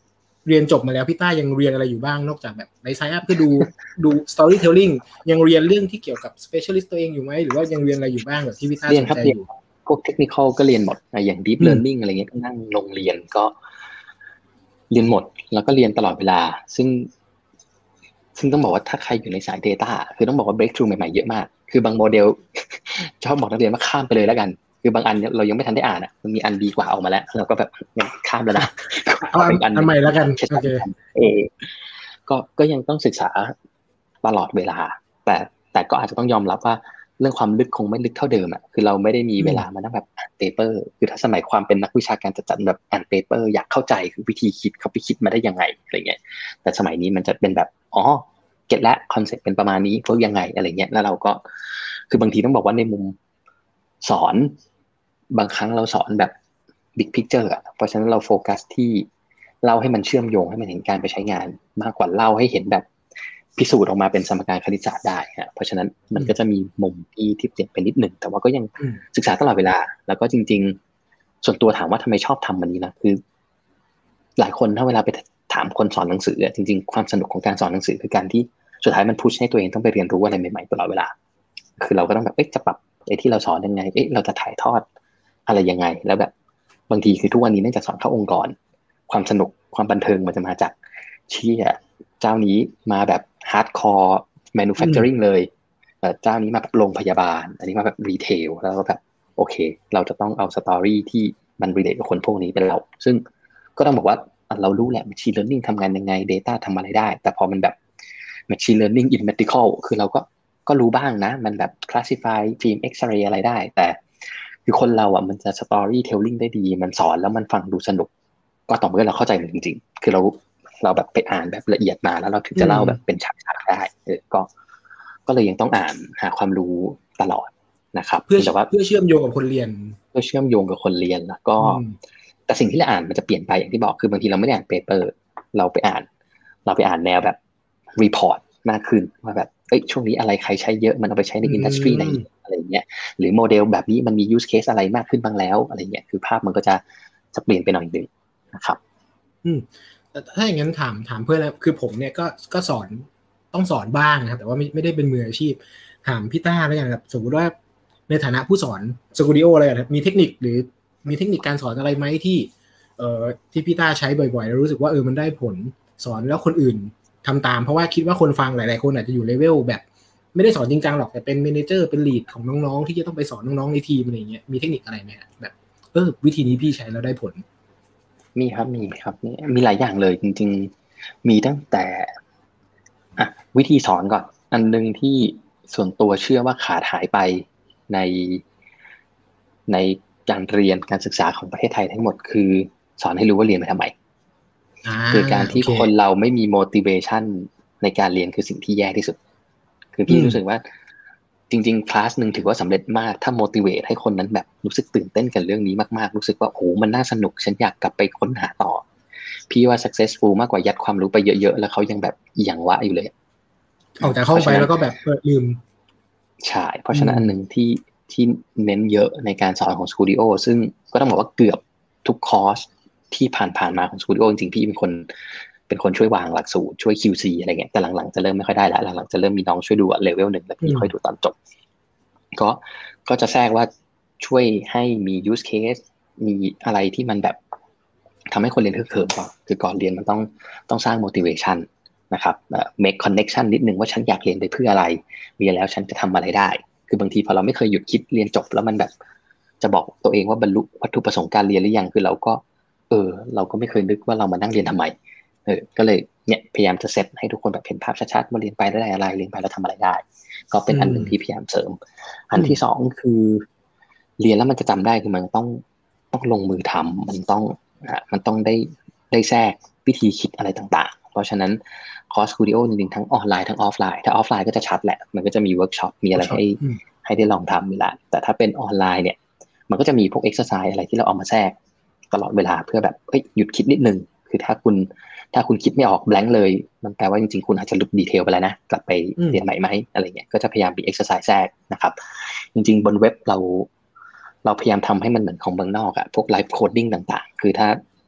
C: เรียนจบมาแล้วพี่ต้ายังเรียนอะไรอยู่บ้างนอกจากแบบในไซอัพเพื่อดูดู storytelling ยังเรียนเรื่องที่เกี่ยวกับ specialist ตัวเองอยู่ไหมหรือว่ายังเรียนอะไรอยู่บ้างแบบที่พี่ต้าสนใจอยู่
D: พวกเทคนิคอลก็เรียนหมดอย่าง deep learning อะไรเงี้ยก็นั่งลงเรียนก็เรียนหมดแล้วก็เรียนตลอดเวลาซึ่งซึ่งต้องบอกว่าถ้าใครอยู่ในสาย data คือต้องบอกว่า breakthrough ใหม่ๆเยอะมากคือบางโมเดลชอบบอกนักเรียนว่าข้ามไปเลยแล้วกันคือบางอันเรายังไม่ทันได้อ่านอ่ะมันมีอันดีกว่าออกมาแล้วเราก็แบบข้ามแล้วนะ
C: เอาอันใหม่แล้วกันโอเค
D: เออก็ก็ยังต้องศึกษาตลอดเวลาแต่แต่ก็อาจจะต้องยอมรับว่าเรื่องความลึกคงไม่ลึกเท่าเดิมอ่ะคือเราไม่ได้มีเวลามานั่งแบบอ่านเปเปอร์คือถ้าสมัยความเป็นนักวิชาการจัดๆแบบอ่านเปเปอร์อยากเข้าใจคือวิธีคิดเขาไปคิดมาได้ยังไงอะไรเงี้ยแต่สมัยนี้มันจะเป็นแบบอ๋อเก็ทแล้วคอนเซ็ปต์เป็นประมาณนี้เวิร์กยังไงอะไรเงี้ยแล้วเราก็คือบางทีต้องบอกว่าในมุมสอนบางครั้งเราสอนแบบ big picture อ่ะเพราะฉะนั้นเราโฟกัสที่เล่าให้มันเชื่อมโยงให้มันเห็นการไปใช้งานมากกว่าเล่าให้เห็นแบบพิสูจน์ออกมาเป็นสมการคณิตศาสตร์ได้ฮะเพราะฉะนั้นมันก็จะมีมุมที่ที่เปลี่ยนไปนิดหนึ่งแต่ว่าก็ยังศึกษาตลอดเวลาแล้วก็จริงๆส่วนตัวถามว่าทำไมชอบทำมันนี้นะคือหลายคนถ้าเวลาไปถามคนสอนหนังสือจริงๆความสนุกของการสอนหนังสือคือการที่สุดท้ายมันพุชให้ตัวเองต้องไปเรียนรู้อะไรใหม่ๆตลอดเวลาคือเราก็ต้องแบบเอ๊ะจะปรับไอ้ที่เราสอนยังไงเอ๊ะเราจะถ่ายทอดอะไรยังไงแล้วแบบบางทีคือทุกวันนี้เนื่องจากสอนเข้าองค์กรความสนุกความบันเทิงมันจะมาจากเชี่ยเจ้านี้มาแบบฮาร์ดคอร์ manufacturing เลยเจ้านี้มาแบบโรงพยาบาลอันนี้มาแบบรีเทลแล้วก็แบบโอเคเราจะต้องเอาสตอรี่ที่มันรีเลทกับคนพวกนี้เป็นเราซึ่งก็ต้องบอกว่าเรารู้แหละ machine learning ทำงานยังไง data ทำอะไรได้แต่พอมันแบบ machine learning in medical คือเราก็ก็รู้บ้างนะมันแบบ classify ฟิล์ม X-ray อะไรได้แต่คือคนเราอ่ะมันจะ storytelling ได้ดีมันสอนแล้วมันฟังดูสนุกก็ต่อเมื่อเราเข้าใจมันจริงๆคือเราเราแบบไปอ่านแบบละเอียดมาแล้วเราถึงจะเล่าแบบเป็นฉากๆได้เออก็ก็เลยยังต้องอ่านหาความรู้ตลอดนะครับ
C: เพื่อแต่ว่าเพื่อเชื่อมโยงกับคนเรียน
D: เพื่อเชื่อมโยงกับคนเรียนแล้วก็แต่สิ่งที่เราอ่านมันจะเปลี่ยนไปอย่างที่บอกคือบางทีเราไม่ได้อ่านเปเปอร์เราไปอ่านเราไปอ่านแนวแบบรีพอร์ตมากขึ้นว่าแบบเอ้ยช่วงนี้อะไรใครใช้เยอะมันเอาไปใช้ในอินดัสทรีไหนอะไรเงี้ยหรือโมเดลแบบนี้มันมียูสเคสอะไรมากขึ้นบ้างแล้วอะไรเงี้ยคือภาพมันก็จะจะเปลี่ยนไปหน่อยนึงนะครับ
C: อืมถ้าอย่างนั้นถามถามเพื่อนแล้วคือผมเนี่ยก็ก็สอนต้องสอนบ้างนะครับแต่ว่าไม่ไม่ได้เป็นมืออาชีพถามพี่ต้าแล้วกันครับสมมติว่าในฐานะผู้สอนสตูดิโออะไรครับมีเทคนิคหรือมีเทคนิคการสอนอะไรไหมที่เอ่อที่พี่ต้าใช้บ่อยๆแล้วรู้สึกว่าเออมันได้ผลสอนแล้วคนอื่นทำตามเพราะว่าคิดว่าคนฟังหลายๆคนอาจจะอยู่เลเวลแบบไม่ได้สอนจริงจังหรอกแต่เป็นเมเนเจอร์เป็นลีดของน้องๆที่จะต้องไปสอนน้องๆในทีมอะไรอย่างเงี้ยมีเทคนิคอะไรไหมแบบเออวิธีนี้พี่ใช้แล้วได้ผล
D: มีครับมีครับมีมีหลายอย่างเลยจริงๆมีตั้งแต่อ่ะวิธีสอนก่อนอันนึงที่ส่วนตัวเชื่อว่าขาดหายไปในในการเรียนการศึกษาของประเทศไทยทั้งหมดคือสอนให้รู้ว่าเรียนไปทำไมคือการที่คนเราไม่มี motivation ในการเรียนคือสิ่งที่แย่ที่สุดคือพี่รู้สึกว่าจริงๆคลาสนึงถือว่าสำเร็จมากถ้า motivate ให้คนนั้นแบบรู้สึกตื่นเต้นกับเรื่องนี้มากๆรู้สึกว่าโอ้มันน่าสนุกฉันอยากกลับไปค้นหาต่อพี่ว่า successful มากกว่ายัดความรู้ไปเยอะๆแล้วเขายังแบบอย่างวะอยู่เลย
C: ออกจากห้องไปแล้วก็แบบลืม
D: ใช่เพราะฉะนั้นอันนึงที่ที่เน้นเยอะในการสอนของสตูดิโอซึ่งก็ต้องบอกว่าเกือบทุกคอร์สที่ผ่านๆมาของสตูดิโอจริงๆพี่เป็นคนเป็นคนช่วยวางหลักสูตรช่วย คิว ซี อะไรเงี้ยแต่หลังๆจะเริ่มไม่ค่อยได้แล้วหลังๆจะเริ่มมีน้องช่วยดูเลเวลหนึ่งแล้วพี่ค่อยดูตอนจบก็ก็จะแทรกว่าช่วยให้มี use case มีอะไรที่มันแบบทำให้คนเรียนฮึกเหิมก่อนคือก่อนเรียนมันต้องต้องสร้าง motivation นะครับ make connection นิดนึงว่าฉันอยากเรียนไปเพื่ออะไรเรียนแล้วฉันจะทำอะไรได้คือบางทีพอเราไม่เคยหยุดคิดเรียนจบแล้วมันแบบจะบอกตัวเองว่าบรรลุวัตถุประสงค์การเรียนหรือยังคือเราก็เออเราก็ไม่เคยนึกว่าเรามานั่งเรียนทำไมเออก็เลยเนี่ยพยายามจะเซตให้ทุกคนแบบเห็นภาพชัดๆว่าเรียนไปแล้วได้อะไรเรียนไปแล้วทำอะไรได้ก็เป็นอันหนึ่งที่พยายามเสริมอันที่สองคือเรียนแล้วมันจะจำได้คือมันต้องต้องลงมือทำมันต้องอ่ะมันต้องได้ได้แทรกวิธีคิดอะไรต่างๆเพราะฉะนั้นคอร์สสตูดิโอจริงๆทั้งออนไลน์ทั้งออฟไลน์ถ้าออฟไลน์ก็จะชัดแหละมันก็จะมีเวิร์กช็อปมีอะไรให้ให้ได้ลองทำอยู่แล้วแต่ถ้าเป็นออนไลน์เนี่ยมันก็จะมีพวกเอ็กซ์ไซส์อะไรที่เราเอามาแทรกตลอดเวลาเพื่อแบบเฮ้ยหยุดคิดนิดนึงคือถ้าคุณถ้าคุณคิดไม่ออกแบงค์เลยมันแปลว่าจริงๆคุณอาจจะหลุดดีเทลไปแล้วนะกลับไปเรียนใหม่ไหมอะไรเงี้ยก็จะพยายามมีเอ็กซ์ไซส์แทรกนะครับจริงๆบนเว็บเราเราพยายามทำให้มันเหมือนของเมืองนอกอะพวกไลฟ์โคดดิ้งต่างๆคือถ้า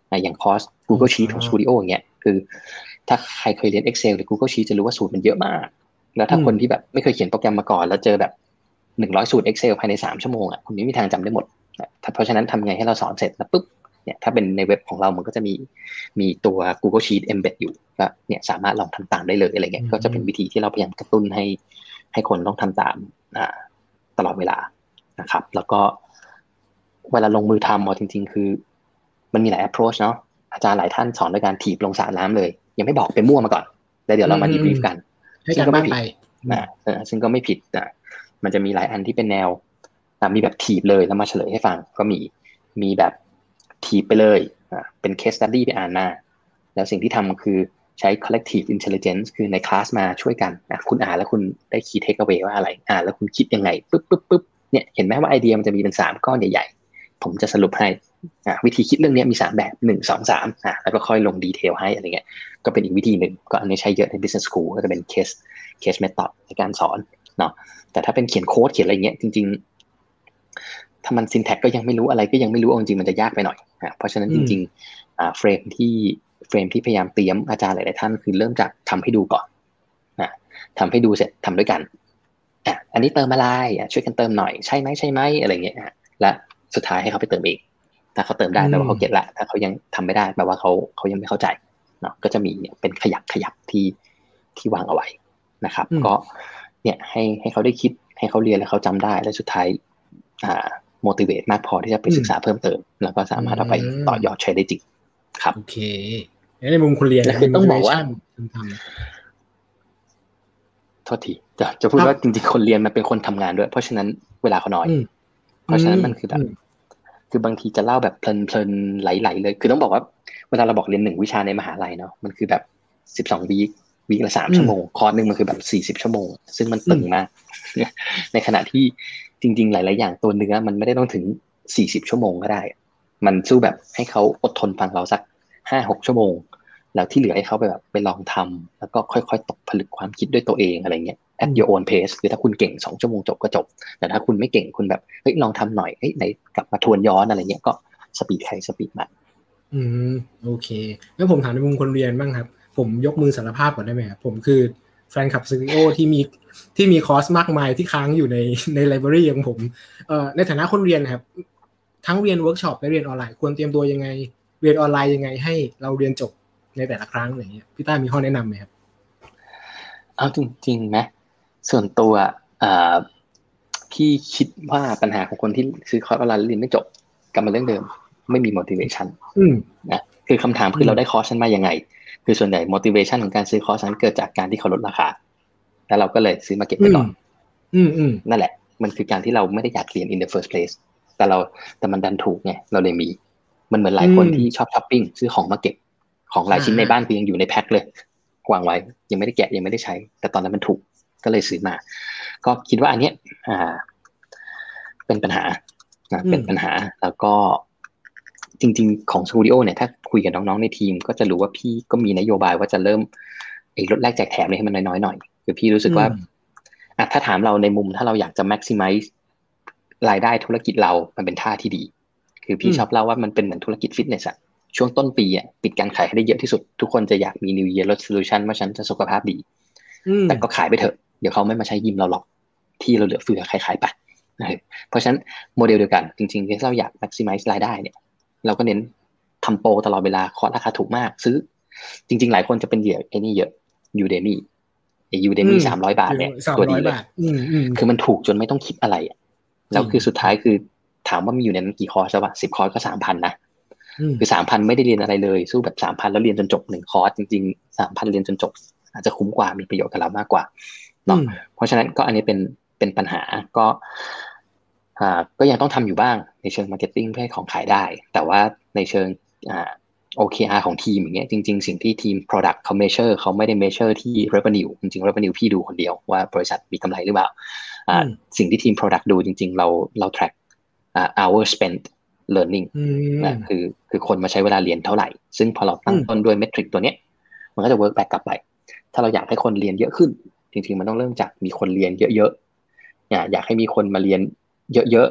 D: อย่างคอร์ส Google Sheet ของ Studio อย่างเงี้ยคือถ้าใครเคยเรียน Excel หรือ Google Sheet จะรู้ว่าสูตรมันเยอะมากแล้วถ้าคนที่แบบไม่เคยเขียนโปรแกรมมาก่อนแล้วเจอแบบหนึ่งร้อยสูตร Excel ภายในสามชั่วโมงอ่ะคุณไม่มีทางจำได้หมดเพราะฉะนั้นทำไงให้เราสอนเสร็จแล้วปุ๊บเนี่ยถ้าเป็นในเว็บของเรามันก็จะมีมีตัว Google Sheet embed อยู่ก็เนี่ยสามารถลองทำตามได้เลยอะไรเงี้ยก็จะเป็นวิธีที่เราพยายามกระตุ้นให้ให้คนต้องทำตามอ่าตลอดเวลานะครับแล้วก็เวลาลงมือทำเอาจริงๆคือมันมีหลาย approach เนาะอาจารย์หลายท่านสอนด้วยการถีบลงสระน้ำเลยยังไม่บอกไปมั่วมาก่อนแล้วเดี๋ยวเรามา debrief กัน
C: ซึ่งก็ไม่ผิด
D: นะซึ่งก็ไม่ผิดนะมันจะมีหลายอันที่เป็นแนวมีแบบถีบเลยแล้วมาเฉลยให้ฟังก็มีมีแบบถีบไปเลยเป็น case study ไปอ่านหน้าแล้วสิ่งที่ทำคือใช้ collective intelligence คือในคลาสมาช่วยกันนะคุณอ่านแล้วคุณได้ key takeaway ว่าอะไรอ่านแล้วคุณคิดยังไงปึ๊บปึ๊บปึ๊บเนี่ยเห็นไหมว่าไอเดียมันจะมีเป็นสามก้อนใหญ่ๆผมจะสรุปให้วิธีคิดเรื่องนี้มีสามแบบหนึ่ง สอง สามอ่ะแล้วก็ค่อยลงดีเทลให้อะไรเงี้ยก็เป็นอีกวิธีหนึ่งก็อันนี้ใช้เยอะใน business school ก็จะเป็น case case method ในการสอนเนาะแต่ถ้าเป็นเขียนโค้ดเขียนอะไรเงี้ยจริงๆถ้ามัน syntax ก็ยังไม่รู้อะไรก็ยังไม่รู้จริงๆมันจะยากไปหน่อยนะเพราะฉะนั้นจริงๆอ่าเฟรมที่เฟรมที่พยายามเตรียมอาจารย์หลายๆท่านคือเริ่มจากทำให้ดูก่อนนะทำให้ดูเสร็จทำด้วยกันอ่ะอันนี้เติมอะไรอ่ะช่วยกันเติมหน่อยใช่ไหมใช่ไหมอะไรเงี้ยและสุดท้ายให้เขาไปเติมเองถ้าเขาเติมได้แปลว่าเขาเก็ตละถ้าเขายังทำไม่ได้แปลว่าเขาเขายังไม่เข้าใจเนาะก็จะมีเนี่ยเป็นขยักขยักที่ที่วางเอาไว้นะครับก็เนี่ยให้ให้เขาได้คิดให้เขาเรียนแล้วเขาจำได้แล้วสุดท้ายอ่า motivate มากพอที่จะไปศึกษาเพิ่มเติมแล้วก็สามารถเอาไปต่อยอดใช้ได้จริงครับ
C: โอเคในมุมคนเรียน
D: คือต้องบอกว่าโทษทีจะจะพูดว่าจริงๆคนเรียนมันเป็นคนทำงานด้วยเพราะฉะนั้นเวลาเขาน้อยเพราะฉะนั้นมันคือแบบคือบางทีจะเล่าแบบเพลินๆไหลๆเลยคือต้องบอกว่าเวลาเราบอกเรียนหนึ่งวิชาในมหาลัยเนาะมันคือแบบสิบสองวีควีคละสามชั่วโมงคอร์สนึงมันคือแบบสี่สิบชั่วโมงซึ่งมันตึงมากในขณะที่จริงๆหลายๆอย่างตัวเนื้อมันไม่ได้ต้องถึงสี่สิบชั่วโมงก็ได้มันสู้แบบให้เขาอดทนฟังเราสัก ห้าหก ชั่วโมงแล้วที่เหลือให้เขาไปแบบไปลองทำแล้วก็ค่อยๆตกผลึกความคิดด้วยตัวเองอะไรเงี้ย at your own pace คือถ้าคุณเก่งสองชั่วโมงจบก็จบแต่ถ้าคุณไม่เก่งคุณแบบเฮ้ยลองทำหน่อยเฮ้ยไหนกลับมาทวนย้อนอะไรเงี้ยก็สปีดใครสปีดมัน
C: อืมโอเคงั้นผมถามในมุมคนเรียนบ้างครับผมยกมือสารภาพก่อนได้ไหมครับผมคือแฟนคลับ Studio ที่มีที่มีคอร์สมากมายที่ค้างอยู่ในในไลบรารีของผมเอ่อในฐานะคนเรียนครับทั้งเรียนเวิร์กช็อปและเรียนออนไลน์ควรเตรียมตัวยังไงเรียนออนไลน์ยังไงให้เราเรียนจบในแต่ละครั้งอย่างเงี้ยพี่ต้ามีข้อแนะนำไหมครับ
D: เอาจริงๆนะส่วนตัวอ่าพี่คิดว่าปัญหาของคนที่ซื้อคอร์สออนไลน์เรียนไม่จบกลับมาเรื่องเดิมไม่มี motivation นะคือคำถามคือเราได้คอร์สนั้นมายังไงคือส่วนใหญ่ motivation ของการซื้อคอร์สนั้นเกิดจากการที่เขาลดราคาแล้วเราก็เลยซื้อมาเก็บไว้ก่อนนั่นแหละมันคือการที่เราไม่ได้อยากเรียน in the first place แต่เราแต่มันดันถูกไงเราเลยมีมันเหมือนหลายคนที่ชอบช้อปปิ้งซื้อของมาเก็บของหลายชิ้นในบ้านคือยังอยู่ในแพ็คเลย วางไว้ยังไม่ได้แกะยังไม่ได้ใช้แต่ตอนนั้นมันถูกก็เลยซื้อมาก็คิดว่าอันเนี้ยอ่าเป็นปัญหานะเป็นปัญหาแล้วก็จริงๆของสตูดิโอเนี่ยถ้าคุยกับน้องๆในทีมก็จะรู้ว่าพี่ก็มีนโยบายว่าจะเริ่มไอ้ลดแลกแจกแถมให้มันน้อยๆหน่อยคือพี่รู้สึกว่าอ่ะถ้าถามเราในมุมถ้าเราอยากจะ maximize รายได้ธุรกิจเรามันเป็นท่าที่ดีคือพี่ชอบเล่าว่ามันเป็นเหมือนธุรกิจฟิตเนสอะช่วงต้นปีอ่ะปิดการขายให้ได้เยอะที่สุดทุกคนจะอยากมี New Year Resolution ว่าฉันจะสุขภาพดีแต่ก็ขายไปเถอะเดี๋ยวเขาไม่มาใช้ยิมเราหรอกที่เราเหลือเฟือขายๆไปเพราะฉะนั้นโมเดลเดียวกันจริงๆถ้าเราอยาก maximize รายได้เนี่ยเราก็เน้นทำโปรตลอดเวลาคอร์สราคาถูกมากซื้อจริงๆหลายคนจะเป็นเหยื่อไอ้นี่เยอะ Udemy ไอ้ Udemy สามร้อยบาทเนี่ยตัวดีเลยคือมันถูกจนไม่ต้องคิดอะไรแล้วคือสุดท้ายคือถามว่ามีอยู่ในนั้นกี่คอร์สแล้ววะสิบคอร์สก็ สามพัน นะคือ สามพัน ไม่ได้เรียนอะไรเลยสู้แบบ สามพัน แล้วเรียนจนจบหนึ่งคอร์สจริงๆ สามพัน เรียนจนจบอาจจะคุ้มกว่ามีประโยชน์กับเรามากกว่าเนาะเพราะฉะนั้นก็อันนี้เป็นเป็นปัญหาก็อ่าก็ยังต้องทำอยู่บ้างในเชิงมาร์เก็ตติ้งเพื่อให้ของขายได้แต่ว่าในเชิงอ่า โอ เค อาร์ ของทีมอย่างเงี้ยจริงๆสิ่งที่ทีม product เขา measure เขาไม่ได้ measure ที่ revenue จริงๆ revenue พี่ดูคนเดียวว่าบริษัทมีกำไรหรือเปล่าอ่าสิ่งที่ทีม product ดูจริงๆเราเรา track อ่า hour spent learning นะคือคือคนมาใช้เวลาเรียนเท่าไหร่ซึ่งพอเราตั้งต้นด้วยเมทริกตัวเนี้ยมันก็จะ work back กลับไปถ้าเราอยากให้คนเรียนเยอะขึ้นจริงๆมันต้องเริ่มจากมีคนเรียนเยอะๆอยากอยากให้มีคนมาเรียนเยอะ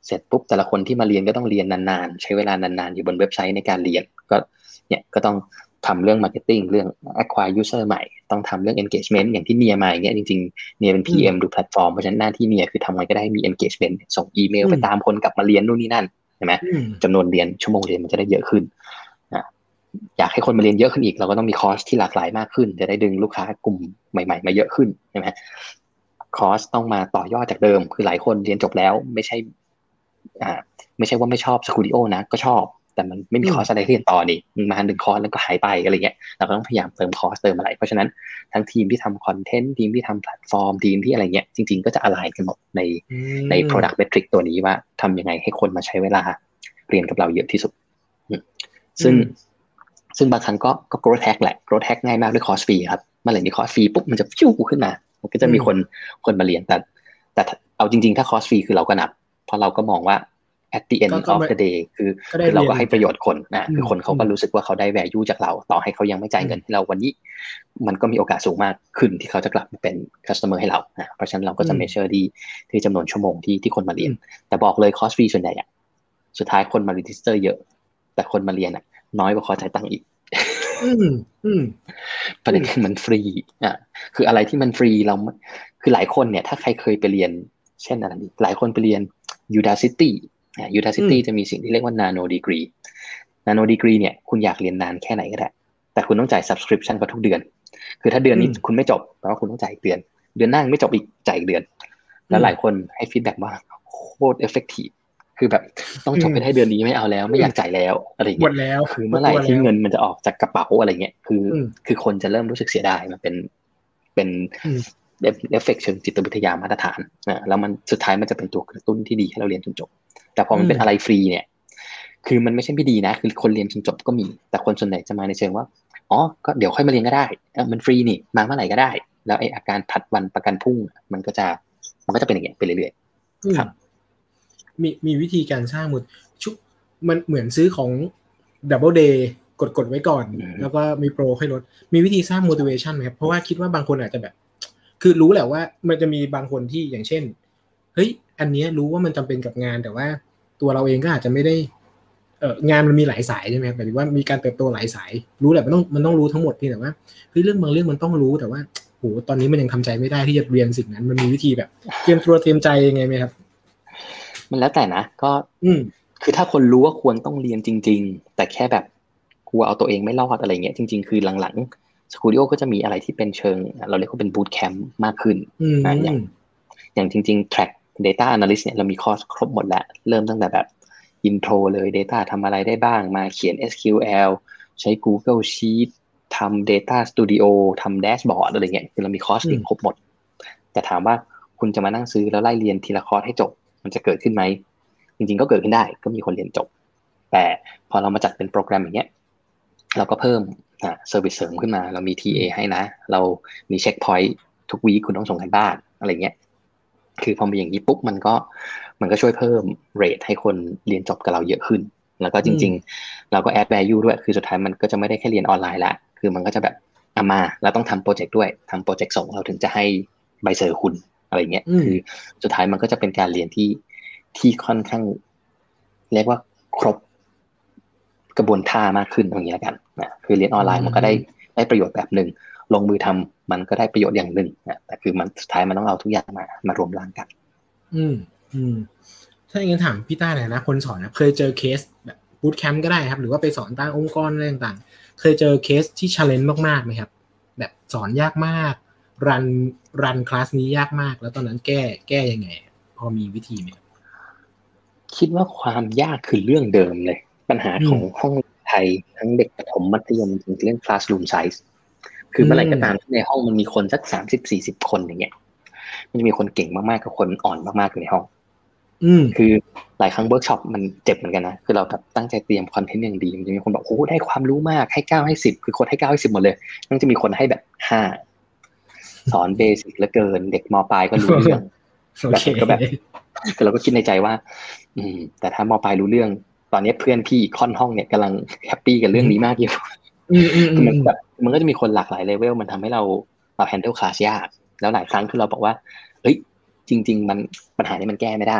D: เสร็จปุ๊บแต่ละคนที่มาเรียนก็ต้องเรียนนานๆใช้เวลานานๆอยู่บนเว็บไซต์ในการเรียนก็เนี่ยก็ต้องทำเรื่อง marketing เรื่อง acquire user ใหม่ต้องทำเรื่อง engagement อย่างที่เนียมาอย่างเงี้ยจริงๆเนียเป็น พี เอ็ม ดูแพลตฟอร์มเพราะฉะนั้นหน้าที่เนียคือทำไงก็ได้มี engagement ส่งอีเมลไปตามคนกลับมาเรียนนู่นนี่นั่นใช่ไหมจำนวนเรียนชั่วโมงเรียนมันจะได้เยอะขึ้นอยากให้คนมาเรียนเยอะขึ้นอีกเราก็ต้องมีคอร์สที่หลากหลายมากขึ้นจะได้ดึงลูกค้ากลุ่มใหม่ๆมาเยอะขึ้นใช่ไหมคอร์สต้องมาต่อยอดจากเดิมคือหลายคนเรียนจบแล้วไม่ใช่อ่าไม่ใช่ว่าไม่ชอบสตูดิโอนะก็ชอบแต่มันไม่มีคอร์สอะไรเรียนต่อนี่มาหนึ่งคอร์สแล้วก็หายไปอะไรเงี้ยเราก็ต้องพยายามเติมคอร์สเติมอะไรเพราะฉะนั้นทั้งทีมที่ทำคอนเทนต์ทีมที่ทำแพลตฟอร์มทีมที่อะไรเงี้ยจริงๆก็จะอไลน์กันหมดในใน product metric ตัวนี้ว่าทำยังไงให้คนมาใช้เวลาเรียนกับเราเยอะที่สุดซึ่งซึ่งบางครั้งก็ก็ growth hack แหละ growth hack ง่ายมากด้วยคอร์สฟรีครับเมื่อไหร่มีคอร์สฟรีปุ๊บมันจะฟิวขึ้นมามันก็จะมีคนคนมาเรียนแต่แต่เอาจริงๆถ้าคอร์สฟรีคือเราก็นับเพราะเราก็มองว่า at the end of the day คือคือเราก็ให้ประโยชน์คนนะคือคนเขาก็รู้สึกว่าเขาได้ value จากเราต่อให้เขายังไม่จ่ายเงินให้เราวันนี้มันก็มีโอกาสสูงมากขึ้นที่เขาจะกลับมาเป็น customer ให้เรานะเพราะฉะนั้นเราก็จะ measure ที่ที่จำนวนชั่วโมงที่ที่คนมาเรียนแต่บอกเลยคอร์สฟรีส่วนใหญ่อะสุดท้ายคนมา register เยอะแต่คนมาเรียนอะน้อยกว่าคอร์สจ่ายตังค์อีก
C: อืมอืม
D: ประเด็นคือมันฟรีอ่ะคืออะไรที่มันฟรีเราคือหลายคนเนี่ยถ้าใครเคยไปเรียนเช่นอะไรหลายคนไปเรียน Udacity อ่ะ Udacity จะมีสิ่งที่เรียกว่า Nano Degree Nano Degree เนี่ยคุณอยากเรียนนานแค่ไหนก็ได้แต่คุณต้องจ่าย subscription ก็ทุกเดือนคือถ้าเดือนนี้คุณไม่จบแปลว่าคุณต้องจ่ายอีกเดือนเดือนหน้าไม่จบอีกจ่ายอีกเดือนแล้วหลายคนให้ฟีดแบ็กว่าโคตร effectiveคือแบบต้องจบไปได้เดือนนี้ไม่เอาแล้วไม่อยากจ่ายแล้วอะไรอย่างเงี้ย
C: หมดแล้ว
D: คือเมื่อไหร่ที่เงินมันจะออกจากกระเป๋าอะไรเงี้ยคือคือคนจะเริ่มรู้สึกเสียดายมันเป็นเป็นเอฟเฟกต์เชิงจิตวิทยามาตรฐานนะแล้วมันสุดท้ายมันจะเป็นตัวกระตุ้นที่ดีให้เราเรียนจนจบแต่พอมันเป็นอะไรฟรีเนี่ยคือมันไม่ใช่ไม่ดีนะคือคนเรียนจนจบก็มีแต่คนส่วนใหญ่จะมาในเชิงว่าอ๋อก็เดี๋ยวค่อยมาเรียนก็ได้มันฟรีนี่มาเมื่อไหร่ก็ได้แล้วไอ้อาการผัดวันประกันพรุ่งมันก็จะมันก็จะเป็นอย่างเงี้ยไปเรื่อยๆครับ
C: มีมีวิธีการสร้างมูลชุบมันเหมือนซื้อของ Double Day กดกดไว้ก่อนแล้วก็มีโปรให้ลดมีวิธีสร้าง motivation ไหมครับเพราะว่าคิดว่าบางคนอาจจะแบบคือรู้แหละว่ามันจะมีบางคนที่อย่างเช่นเฮ้ยอันนี้รู้ว่ามันจำเป็นกับงานแต่ว่าตัวเราเองก็อาจจะไม่ได้เอ่องานมันมีหลายสายใช่ไหมครับหมายถึงว่ามีการเติบโตหลายสายรู้แหละมันต้องมันต้องรู้ทั้งหมดพี่แต่ว่าเฮ้ยเรื่องบางเรื่องมันต้องรู้แต่ว่าโหตอนนี้มันยังทำใจไม่ได้ที่จะเรียนสิ่งนั้นมันมีวิธีแบบเตรียมตัวเตรียมใจยังไงไหมครับ
D: มันแล้วแต่นะก็คือถ้าคนรู้ว่าควรต้องเรียนจริงๆแต่แค่แบบกลัวเอาตัวเองไม่รอดอะไรเงี้ยจริงๆคือหลังๆสตูดิโอก็จะมีอะไรที่เป็นเชิงเราเรียกว่าเป็นบูตแคมป์มากขึ้นนะอย่างอย่างจริงๆ track data analyst เนี่ยเรามีคอร์สครบหมดแล้วเริ่มตั้งแต่แบบ intro เลย data ทำอะไรได้บ้างมาเขียน เอส คิว แอล ใช้ Google Sheet ทำ data studio ทำ dashboard อะไรเงี้ยคือเรามีคอร์สครบหมดแต่ถามว่าคุณจะมานั่งซื้อแล้วไล่เรียนทีละคอร์สให้จบมันจะเกิดขึ้นไหมจริงๆก็เกิดขึ้นได้ก็มีคนเรียนจบแต่พอเรามาจัดเป็นโปรแกรมอย่างเงี้ยเราก็เพิ่มอ่าเซอร์วิสเสริมขึ้นมาเรามี ที เอ ให้นะเรามีเช็คพอยต์ทุกวีคคุณต้องส่งกันบ้านอะไรเงี้ยคือพอมีอย่างนี้ปุ๊บมันก็มันก็ช่วยเพิ่มเรทให้คนเรียนจบกับเราเยอะขึ้นแล้วก็จริงๆเราก็แอด value ด้วยคือสุดท้ายมันก็จะไม่ได้แค่เรียนออนไลน์ละคือมันก็จะแบบเอามาแล้วต้องทำโปรเจกต์ด้วยทำโปรเจกต์ส่งเราถึงจะให้ใบเซอร์คุณอะไรเงี้ยคือสุดท้ายมันก็จะเป็นการเรียนที่ที่ค่อนข้างเรียกว่าครบกระบวนท่ามากขึ้นอย่างนี้แล้วกันนะคือเรียนออนไลน์มันก็ได้ได้ประโยชน์แบบนึงลงมือทำมันก็ได้ประโยชน์อย่างนึงนะแต่คือมันสุดท้ายมันต้องเอาทุกอย่างมามารวมร่างกัน
C: อืมอืมถ้าอย่างนั้นถามพี่ต้าหน่อยนะคนสอนนะเคยเจอเคสแบบบูตแคมป์ก็ได้ครับหรือว่าไปสอนตามองค์กรอะไรต่างๆเคยเจอเคสที่ challenge มากๆไหมครับแบบสอนยากมากรันรันคลาสนี้ยากมากแล้วตอนนั้นแก้แก้ยังไงพอมีวิธีไหม
D: คิดว่าความยากคือเรื่องเดิมเลยปัญหาของห้องไทยทั้งเด็กประถมมัธยมถึงเรื่อง classroom size คือเมื่อไหร่ก็ตามที่ในห้องมันมีคนสักสามสิบสี่สิบคนอย่างเงี้ยมันจะมีคนเก่งมากๆกับคนอ่อนมากๆอยู่ในห้องคือหลายครั้งเวิร์กช็อปมันเจ็บเหมือนกันนะคือเราแบบตั้งใจเตรียมคอนเทนต์อย่างดีมันจะมีคนบอกโอ้ได้ความรู้มากให้เก้าให้สิบคือคนให้เก้าให้สิบหมดเลยมันจะมีคนให้แบบห้าสอนเบสิกเหลือเกินเด็กม.ปลายก็รู้เรื่องแบบก็แบบเราก็คิดในใจว่าอืมแต่ถ้าม.ปลายรู้เรื่องตอนนี้เพื่อนพี่ค่อนห้องเนี่ยกำลังแฮปปี้กับเรื่องนี้มากอยู่คือมันแบบมันก็จะมีคนหลากหลายเลเวลมันทำให้เราเราแฮนเดิลคลาสยากแล้วหลายครั้งคือเราบอกว่าเฮ้ยจริงๆมันปัญหานี้มันแก้ไม่ได้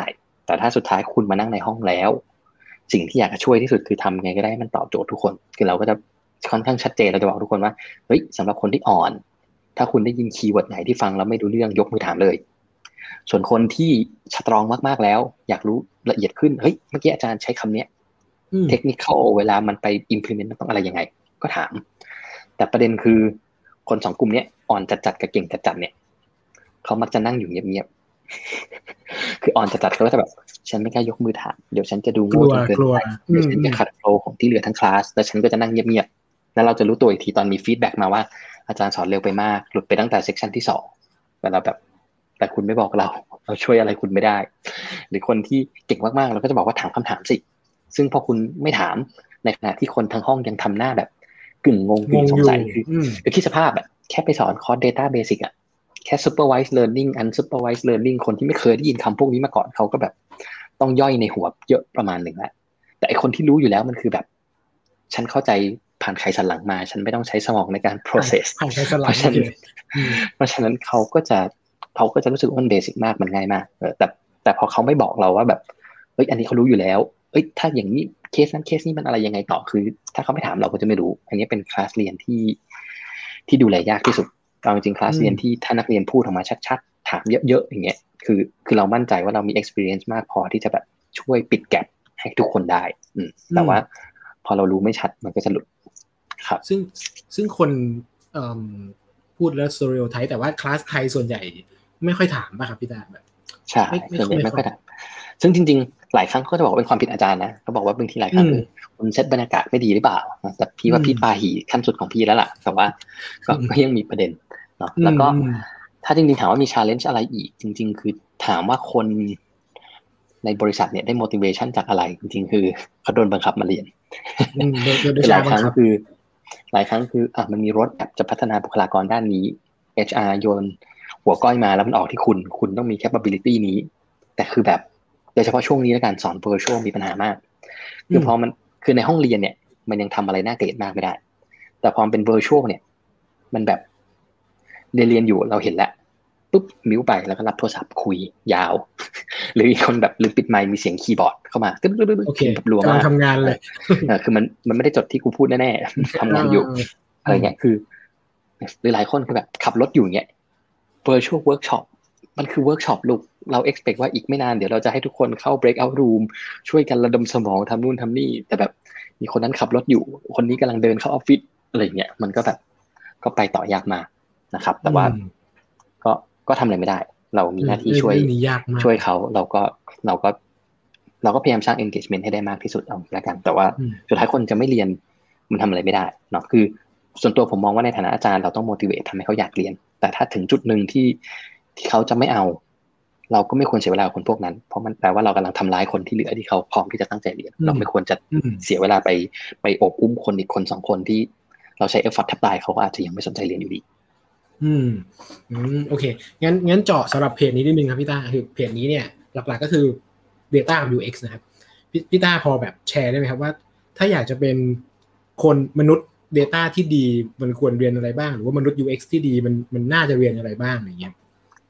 D: แต่ถ้าสุดท้ายคุณมานั่งในห้องแล้วสิ่งที่อยากจะช่วยที่สุดคือทำไงก็ได้มันตอบโจทย์ทุกคนคือเราก็จะค่อนข้างชัดเจนเราจะบอกทุกคนว่าเฮ้ยสำหรับคนที่อ่อนถ้าคุณได้ยินคีย์เวิร์ดไหนที่ฟังแล้วไม่รู้เรื่องยกมือถามเลยส่วนคนที่สตรองมากๆแล้วอยากรู้ละเอียดขึ้นเฮ้ยเมื่อกี้อาจารย์ใช้คำนี้เทคนิคเขาเวลามันไป implement มันต้องอะไรยังไงก็ถามแต่ประเด็นคือคนสองกลุ่มนี้อ่อนจัดๆกับเก่งจัดๆเนี่ยเขามักจะนั่งอยู่เงียบๆคืออ่อนจัดๆเขาก็จะแบบฉันไม่กล้ายกมือถามเดี๋ยวฉันจะดูโง่จนเกินไปเดี๋ยวฉันจะขัดโฟลว์ของที่เหลือทั้งคลาสแล้วฉันก็จะนั่งเงียบๆแล้วเราจะรู้ตัวอีกทีตอนมีฟีดแบ็กมาว่าอาจารย์สอนเร็วไปมากหลุดไปตั้งแต่เซกชันที่สองเวลาแบบแต่คุณไม่บอกเราเราช่วยอะไรคุณไม่ได้หรือคนที่เก่งมากๆเราก็จะบอกว่าถามคำถามสิซึ่งพอคุณไม่ถามในขณะที่คนทั้งห้องยังทำหน้าแบบกึ่งงงกึ่งสงสัยคือคือคิดสภาพแบบแค่ไปสอนคอร์ส data basic อ่ะแค่ supervised learning unsupervised learning คนที่ไม่เคยได้ยินคำพวกนี้มาก่อนเขาก็แบบต้องย่อยในหัวเยอะประมาณหนึ่งแล้วแต่ไอคนที่รู้อยู่แล้วมันคือแบบฉันเข้าใจผ่านไขสันหลังมาฉันไม่ต้องใช้สมองในการ process
C: ผ่านไขสันหลังเลย
D: เพราะฉะนั้นเขาก็จะเขาก็จะรู้สึกว่ามันเบสิกมากมันง่ายมากแต่แต่พอเขาไม่บอกเราว่าแบบเฮ้ยอันนี้เขารู้อยู่แล้วเอ้ยถ้าอย่างนี้เคสนั้นเคสนี้มันอะไรยังไงต่อคือถ้าเขาไม่ถามเราก็จะไม่รู้อันนี้เป็นคลาสเรียนที่ที่ดูแลยากที่สุดเอาจริงคลาสเรียนที่ถ้านักเรียนพูดออกมาชัดๆถามเยอะๆอย่างเงี้ยคือคือเรามั่นใจว่าเรามี experience มากพอที่จะแบบช่วยปิดแกปให้ทุกคนได้อืมแต่ว่าพอเรารู้ไม่ชัดมันก็จะหลุดครับ
C: ซึ่งซึ่งคนเอ่อพูดแล้ว stereotype แต่ว่าคลาสไทยส่วนใหญ่ไม่ค่อยถามป่ะครับพี่ตาแบบ
D: ใช่ส่วนใหญ่ไม่ค่อยถามซึ่งจริงๆหลายครั้งเขาจะบอกว่าเป็นความผิดอาจารย์นะเขาบอกว่าบางทีหลายครั้งคือคุณเซตบรรยากาศไม่ดีหรือเปล่าแต่พี่ว่าพี่ปาหีขั้นสุดของพี่แล้วล่ะแต่ว่าก็ยังมีประเด็นเนาะแล้วก็ถ้าจริงๆถามว่ามี challenge อะไรอีกจริงๆคือถามว่าคนในบริษัทเนี่ยได้ motivation จากอะไรจริงๆคือเขาโดนบังคับมาเรียนหลายครั้งคือหลายครั้งคืออ่ะมันมีรถแอปจะพัฒนาบุคลากรด้านนี้ เอช อาร์ โยนหัวก้อยมาแล้วมันออกที่คุณคุณต้องมี capability นี้แต่คือแบบโดยเฉพาะช่วงนี้แล้วกันสอน virtual มีปัญหามากคือพอมันคือในห้องเรียนเนี่ยมันยังทำอะไรน่าเกลียดมากไม่ได้แต่พอมันเป็น virtual เนี่ยมันแบบเรียนเรียนอยู่เราเห็นแล้วปุ๊บมิ้วไปแล้วก็รับโทรศัพท์คุยยาวหรืออีกคนแบบลืมปิดไมค์มีเสียงคีย์บอร์ดเข้ามาตึ๊ดๆๆแบบรัวมาก
C: ทำงานเลย
D: คือมันมันไม่ได้จดที่กูพูดแน่ๆทำงานอยู่อะไรเงี้ยคือหรือหลายคนคือแบบขับรถอยู่เงี้ย virtual workshop มันคือ workshop ลูกเรา expect ว่าอีกไม่นานเดี๋ยวเราจะให้ทุกคนเข้า breakout room ช่วยกันระดมสมองทำนู่นทำนี่แต่แบบมีคนนั้นขับรถอยู่คนนี้กำลังเดินเข้าออฟฟิศอะไรเงี้ยมันก็แบบก็ไปต่อยากมากนะครับแต่ว่าก็ก็ทำอะไรไม่ได้เรามีหน้าที่ช่วยช่วยเขาเราก็เราก็เราก็พยายามสร้าง engagement ให้ได้มากที่สุดเอาละกันแต่ว่าสุดท้ายคนจะไม่เรียนมันทำอะไรไม่ได้เนาะคือส่วนตัวผมมองว่าในฐานะอาจารย์เราต้อง motivate ทำให้เขาอยากเรียนแต่ถ้าถึงจุดหนึ่งที่ที่เขาจะไม่เอาเราก็ไม่ควรเสียเวลาคนพวกนั้นเพราะมันแปลว่าเรากำลังทำร้ายคนที่เหลือที่เขาพร้อมที่จะตั้งใจเรียนเราไม่ควรจะเสียเวลาไปไปโอบอุ้มคนอีกคนสองคนที่เราใช้ effort แทบตายเขาก็อาจจะยังไม่สนใจเรียนอยู่ดี
C: อืมอืมโอเคงั้นงั้นเจาะสำหรับเพจนี้นิดนึงครับพี่ต้าคือเพจนี้เนี่ยหลักๆก็คือ Data กับ ยู เอ็กซ์ นะครับพี่พี่ต้าพอแบบแชร์ได้ไหมครับว่าถ้าอยากจะเป็นคนมนุษย์ Data ที่ดีมันควรเรียนอะไรบ้างหรือว่ามนุษย์ ยู เอ็กซ์ ที่ดีมันมันน่าจะเรียนอะไรบ้างอย่างเงี้ย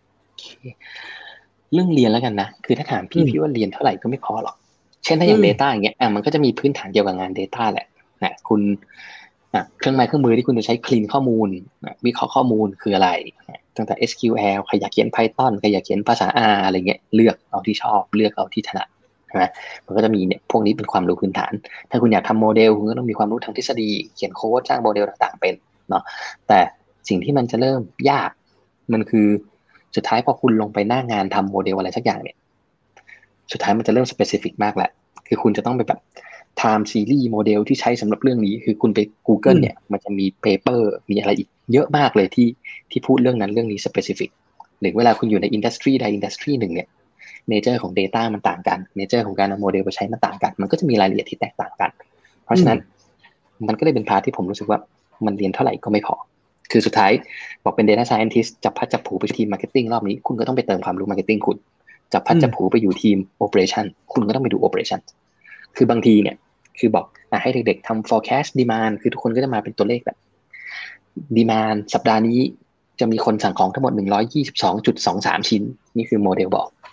D: เรื่องเรียนแล้วกันนะคือถ้าถามพี่พี่ว่าเรียนเท่าไหร่ก็ไม่พอหรอกเช่นถ้าอย่าง Data อย่างเงี้ยอ่ะมันก็จะมีพื้นฐานเกี่ยวกับงาน Data แหละนะคุณเครื่องไม้เครื่องมือที่คุณจะใช้คลีนข้อมูลวิเคราะห์ข้อมูลคืออะไรตั้งแต่ เอส คิว แอล ใครอยากเขียน Python ใครอยากเขียนภาษา R อะไรเงี้ยเลือกเอาที่ชอบเลือกเอาที่ถนัดใช่ไหมมันก็จะมีเนี่ยพวกนี้เป็นความรู้พื้นฐานถ้าคุณอยากทำโมเดลคุณก็ต้องมีความรู้ทางทฤษฎีเขียนโค้ดสร้างโมเดลต่างๆเป็นเนาะแต่สิ่งที่มันจะเริ่มยากมันคือสุดท้ายพอคุณลงไปหน้างานทำโมเดลอะไรสักอย่างเนี่ยสุดท้ายมันจะเริ่ม specific มากแหละคือคุณจะต้องไปแบบtime series โมเดลที่ใช้สำหรับเรื่องนี้คือคุณไป Google เนี่ยมันจะมีเปเปอร์มีอะไรอีกเยอะมากเลยที่ที่พูดเรื่องนั้นเรื่องนี้ specific หรือเวลาคุณอยู่ใน industry ใด industry หนึ่งเนี่ย nature ของ data มันต่างกัน nature ของการเอาโมเดลไปใช้มันต่างกันมันก็จะมีรายละเอียดที่แตกต่างกันเพราะฉะนั้นมันก็เลยเป็นพาร์ทที่ผมรู้สึกว่ามันเรียนเท่าไหร่ก็ไม่พอคือสุดท้ายบอกเป็น data scientist จับพัดจับผูไปทีม marketing รอบนี้คุณก็ต้องไปเติมความรู้ marketing คุณจับพัดจับผูไปอยู่ทีม operation คุณก็ต้องไปดู operation คือบางทีเนี่ยคือบอกอ่ะให้เด็กๆทำ forecast demand คือทุกคนก็จะมาเป็นตัวเลขแบบ demand สัปดาห์นี้จะมีคนสั่งของทั้งหมด หนึ่งร้อยยี่สิบสองจุดสองสาม ชิ้นนี่คือโมเดลบอก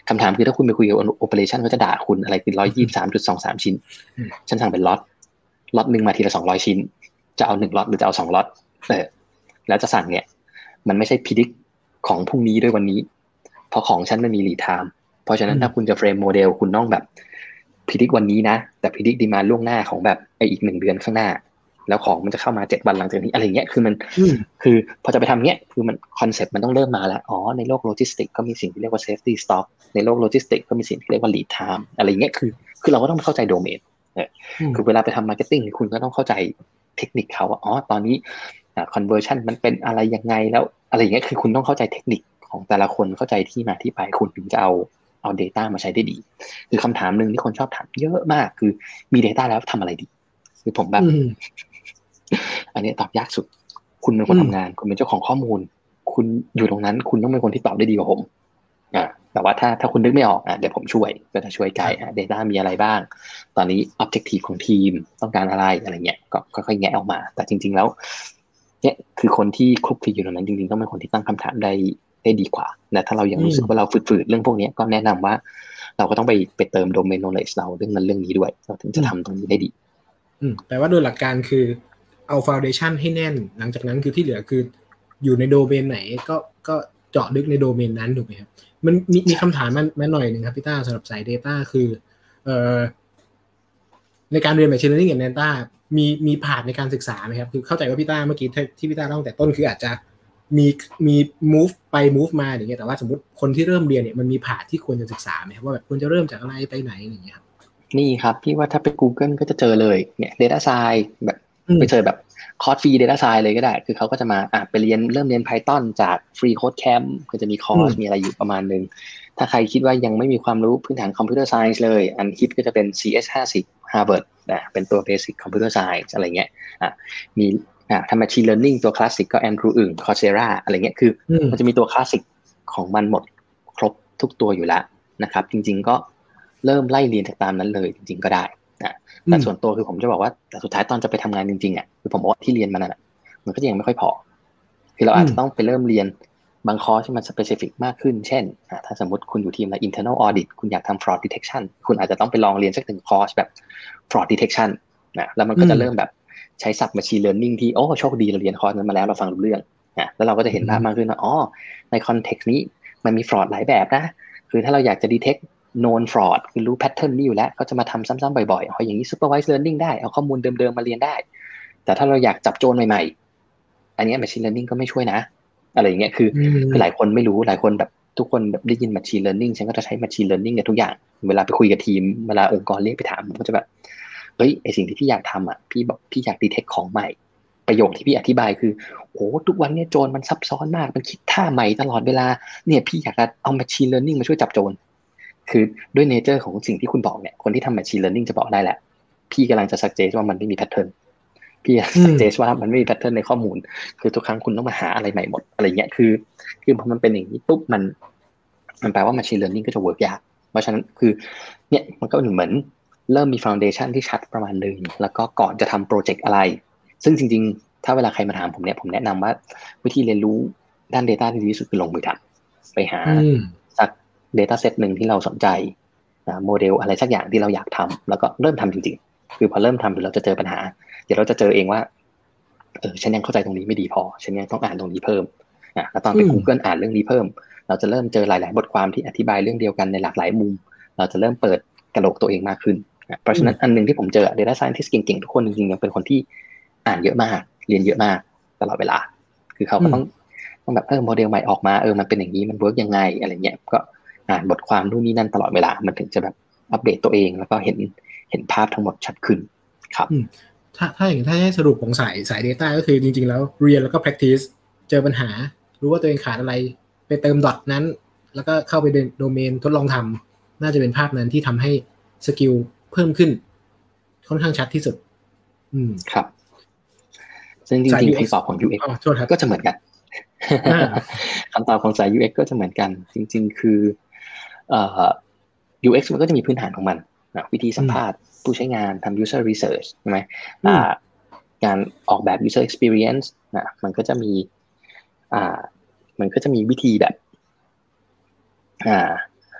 D: คำถามคือถ้าคุณไปคุยกับโอเปอเรชั่นเขาจะด่าคุณอะไรคือ หนึ่งร้อยยี่สิบสามจุดสองสาม ชิ้นฉันสั่งเป็นล็อตล็อตนึงมาทีละสองร้อยชิ้นจะเอาหนึ่งล็อตหรือจะเอาสองล็อตเออแล้วจะสั่งเนี่ยมันไม่ใช่พิดิกของพรุ่งนี้ด้วยวันนี้เพราะของฉันมันมีลีดไทม์เพราะฉะนั้นถ้าคุณจะเฟรมโมเดลคุณต้องแบบพิดิกวันนี้นะแต่พิดิกดีมาล่วงหน้าของแบบไออีกหนึ่งเดือนข้างหน้าแล้วของมันจะเข้ามาเจ็ดวันหลังจากนี้อะไรเงี้ยคือมันคือพอจะไปทำเงี้ยคือมันคอนเซ็ปต์มันต้องเริ่มมาแล้วอ๋อในโลกโลจิสติกก็มีสิ่งที่เรียกว่า safety stock ในโลกโลจิสติกก็มีสิ่งที่เรียกว่า lead time อะไรเงี้ยคือคือเราก็ต้องเข้าใจโดเมนคือเวลาไปทำมาร์เก็ตติ้งคุณก็ต้องเข้าใจเทคนิคเขาว่าอ๋อตอนนี้อ่า conversion มันเป็นอะไรยังไงแล้วอะไรเงี้ยคือคุณต้องเข้าใจเทคนิคของแต่ละคนเข้าใจที่มาที่ไปคุณถึงจะเอาเอา data มาใช้ได้ดีคือคำถามนึงที่คนชอบถามเยอะมากคือมี data แล้วทำอะไรดีคือผมแบบอันนี้ตอบยากสุดคุณเป็นคนทำงานคุณเป็นเจ้าของข้อมูลคุณอยู่ตรงนั้นคุณต้องเป็นคนที่ตอบได้ดีกว่าผมอ่าแต่ว่าถ้าถ้าคุณนึกไม่ออกอ่ะเดี๋ยวผมช่วยก็จะช่วยไกด์อ่ะ data มีอะไรบ้างตอนนี้ objective ของทีมต้องการอะไรอะไรเงี้ยก็ค่อยๆแงะออกมาแต่จริงๆแล้วเนี่ยคือคนที่คลุกคลีอยู่ตรงนั้นจริงๆต้องเป็นคนที่ตั้งคำถามได้ได้ดีกว่าและถ้าเรายังรู้สึกว่าเราฝืดๆเรื่องพวกนี้ก็แนะนำว่าเราก็ต้องไปไปเติม domain knowledge เราเรื่องนั้นเรื่องนี้ด้วยเราถึงจะทำตรงนี้ได้ดี
C: อืมแต่ว่าโดยหลักการคือเอา foundation ให้แน่นหลังจากนั้นคือที่เหลือคืออยู่ในโดเมนไหนก็ก็เจาะลึกในโดเมนนั้นถูกไหมครับมันมีมีคำถามมาหน่อยหนึ่งครับพี่ต้าสำหรับสาย data คือเอ่อในการเรียน machine learning กับ data มีมีผ่านในการศึกษาไหมครับคือเข้าใจว่าพี่ต้าเมื่อกี้ที่พี่ต้าเล่าตั้งแต่ต้นคืออาจจะมีมี move ไป move มาอย่างเงี้ยแต่ว่าสมมติคนที่เริ่มเรียนเนี่ยมันมีผ่านที่ควรจะศึกษาไหมครับว่าแบบควรจะเริ่มจากอะไรไปไหนอย่างเงี้ยครับ
D: นี่ครับพี่ว่าถ้าไป Google ก็จะเจอเลยเนี่ย data science แบบไปเจอแบบคอร์สฟรี data science เลยก็ได้คือเขาก็จะมาอ่ะไปเรียนเริ่มเรียน Python จาก Free Code Camp ก็จะมีคอร์สมีอะไรอยู่ประมาณนึงถ้าใครคิดว่ายังไม่มีความรู้พื้นฐาน Computer Science เลยอันฮิตก็จะเป็น ซี เอส ห้าสิบ Harvard นะเป็นตัว Basic Computer Science อะไรเงี้ยอ่ะมีอ่ะทำ Machine Learning ตัวคลาสสิกก็ Andrew Ng Coursera อะไรเงี้ยคือมันจะมีตัวคลาสสิกของมันหมดครบทุกตัวอยู่แล้วนะครับจริงๆก็เริ่มไล่เรียนจากตามนั้นเลยจริงๆก็ได้นะแต่ส่วนตัวคือผมจะบอกว่าแต่สุดท้ายตอนจะไปทำงานจริงๆอ่ะคือผมบอกว่าที่เรียนมานั่นอ่ะมันก็ยังไม่ค่อยพอคือเราอาจจะต้องไปเริ่มเรียนบางคอร์สที่มัน specific มากขึ้นเช่นถ้าสมมติคุณอยู่ทีมอะไร internal audit คุณอยากทำ fraud detection คุณอาจจะต้องไปลองเรียนสักหนึ่งคอร์สแบบ fraud detection นะแล้วมันก็จะเริ่มแบบใช้ศัพท์ machine learning ที่โอ้โชคดีเราเรียนคอร์สนั้นมาแล้วเราฟังรู้เรื่องนะแล้วเราก็จะเห็นภาพมากขึ้นว่าอ๋อใน context นี้มันมี fraud หลายแบบนะคือถ้าเราอยากจะ detect known fraud คือรู้ pattern นี่อยู่แล้วก็จะมาทำซ้ำๆบ่อยๆเอาอย่างนี้ supervised learning ได้เอาข้อมูลเดิมๆมาเรียนได้แต่ถ้าเราอยากจับโจรใหม่ๆอันนี้ machine learning ก็ไม่ช่วยนะอะไรอย่างเงี้ยคือคือหลายคนไม่รู้หลายคนแบบทุกคนแบบได้ยิน machine learning ฉันก็จะใช้ machine learning กับทุกอย่างเวลาไปคุยกับทีมเวลาองค์กรเรียกไปถามผมก็จะแบบเฮ้ยไอสิ่งที่พี่อยากทำอ่ะพี่บอกพี่อยาก detect ของใหม่ประโยคที่พี่อธิบายคือโอ้ทุกวันนี้โจรมันซับซ้อนมากมันคิดท่าใหม่ตลอดเวลาเนี่ยพี่อยากจะเอา machine learning มาช่วยจับโจรคือด้วยเนเจอร์ของสิ่งที่คุณบอกเนี่ยคนที่ทำ machine learning จะบอกได้แหละพี่กำลังจะ suggest ว่ามันไม่มี pattern พี่ suggest ว่ามันไม่มี pattern ในข้อมูลคือทุกครั้งคุณต้องมาหาอะไรใหม่หมดอะไรเงี้ยคือคือพอมันเป็นอย่างนี้ปุ๊บมันมันแปลว่า machine learning ก็จะ work ยากเพราะฉะนั้นคือเนี่ยมันก็เหมือนเริ่มมี foundation ที่ชัดประมาณนึงแล้วก็ก่อนจะทำโปรเจกต์อะไรซึ่งจริงๆถ้าเวลาใครมาถามผมเนี่ยผมแนะนำว่าวิธีเรียนรู้ด้าน data ที่ดีที่สุดคือลงมือทำไปหาสัก data set หนึ่งที่เราสนใจโมเดลอะไรสักอย่างที่เราอยากทำแล้วก็เริ่มทำจริงๆคือพอเริ่มทำเดี๋ยวเราจะเจอปัญหาเดี๋ยวเราจะเจอเองว่าเออฉันยังเข้าใจตรงนี้ไม่ดีพอฉันยังต้องอ่านตรงนี้เพิ่มอ่ะแล้วตอนไป Google อ่านเรื่องนี้เพิ่มเราจะเริ่มเจอหลายๆบทความที่อธิบายเรื่องเดียวกันในหลากหลายมุมเราจะเริ่มเปิดกระโหลกตัวเองมากขึ้นเพราะฉะนั้นอันนึงที่ผมเจอ data scientist เก่งๆทุกคนจริงๆยังเป็นคนที่อ่านเยอะมากเรียนเยอะมากตลอดเวลาคือเขาก็ต้องต้องแบบเออโมเดลใหม่ออกมาเออมันเป็นอย่างนี้มันเวิร์กยังไงอะไรเงี้ยก็อ่านบทความนู่นนี่นั่นตลอดเวลามันถึงจะแบบอัปเดตตัวเองแล้วก็เห็นเห็นภาพทั้งหมดชัดขึ้นครับ
C: ถ้าถ้าอย่างถ้าให้สรุปของสายสาย data ก็คือจริงๆแล้วเรียนแล้วก็ practice เจอปัญหารู้ว่าตัวเองขาดอะไรไปเติมดอทนั้นแล้วก็เข้าไปโดเมนทดลองทำน่าจะเป็นภาพนั้นที่ทำให้สกิลเพิ่มขึ้นค่อนข้างชัดที่สุดอืม
D: ครับซึ่งจริงๆคำตอบของ ยู เอ็กซ์ ก็จะเหมือนกันคำตอบของสาย ยู เอ็กซ์ ก็จะเหมือนกันจริงๆคือเอ่อ ยู เอ็กซ์ มันก็จะมีพื้นฐานของมันนะวิธีสัมภาษณ์ผู้ใช้งานทำ user research ใช่ไหมอ่าการออกแบบ user experience นะมันก็จะมีอ่ามันก็จะมีวิธีแบบอ่า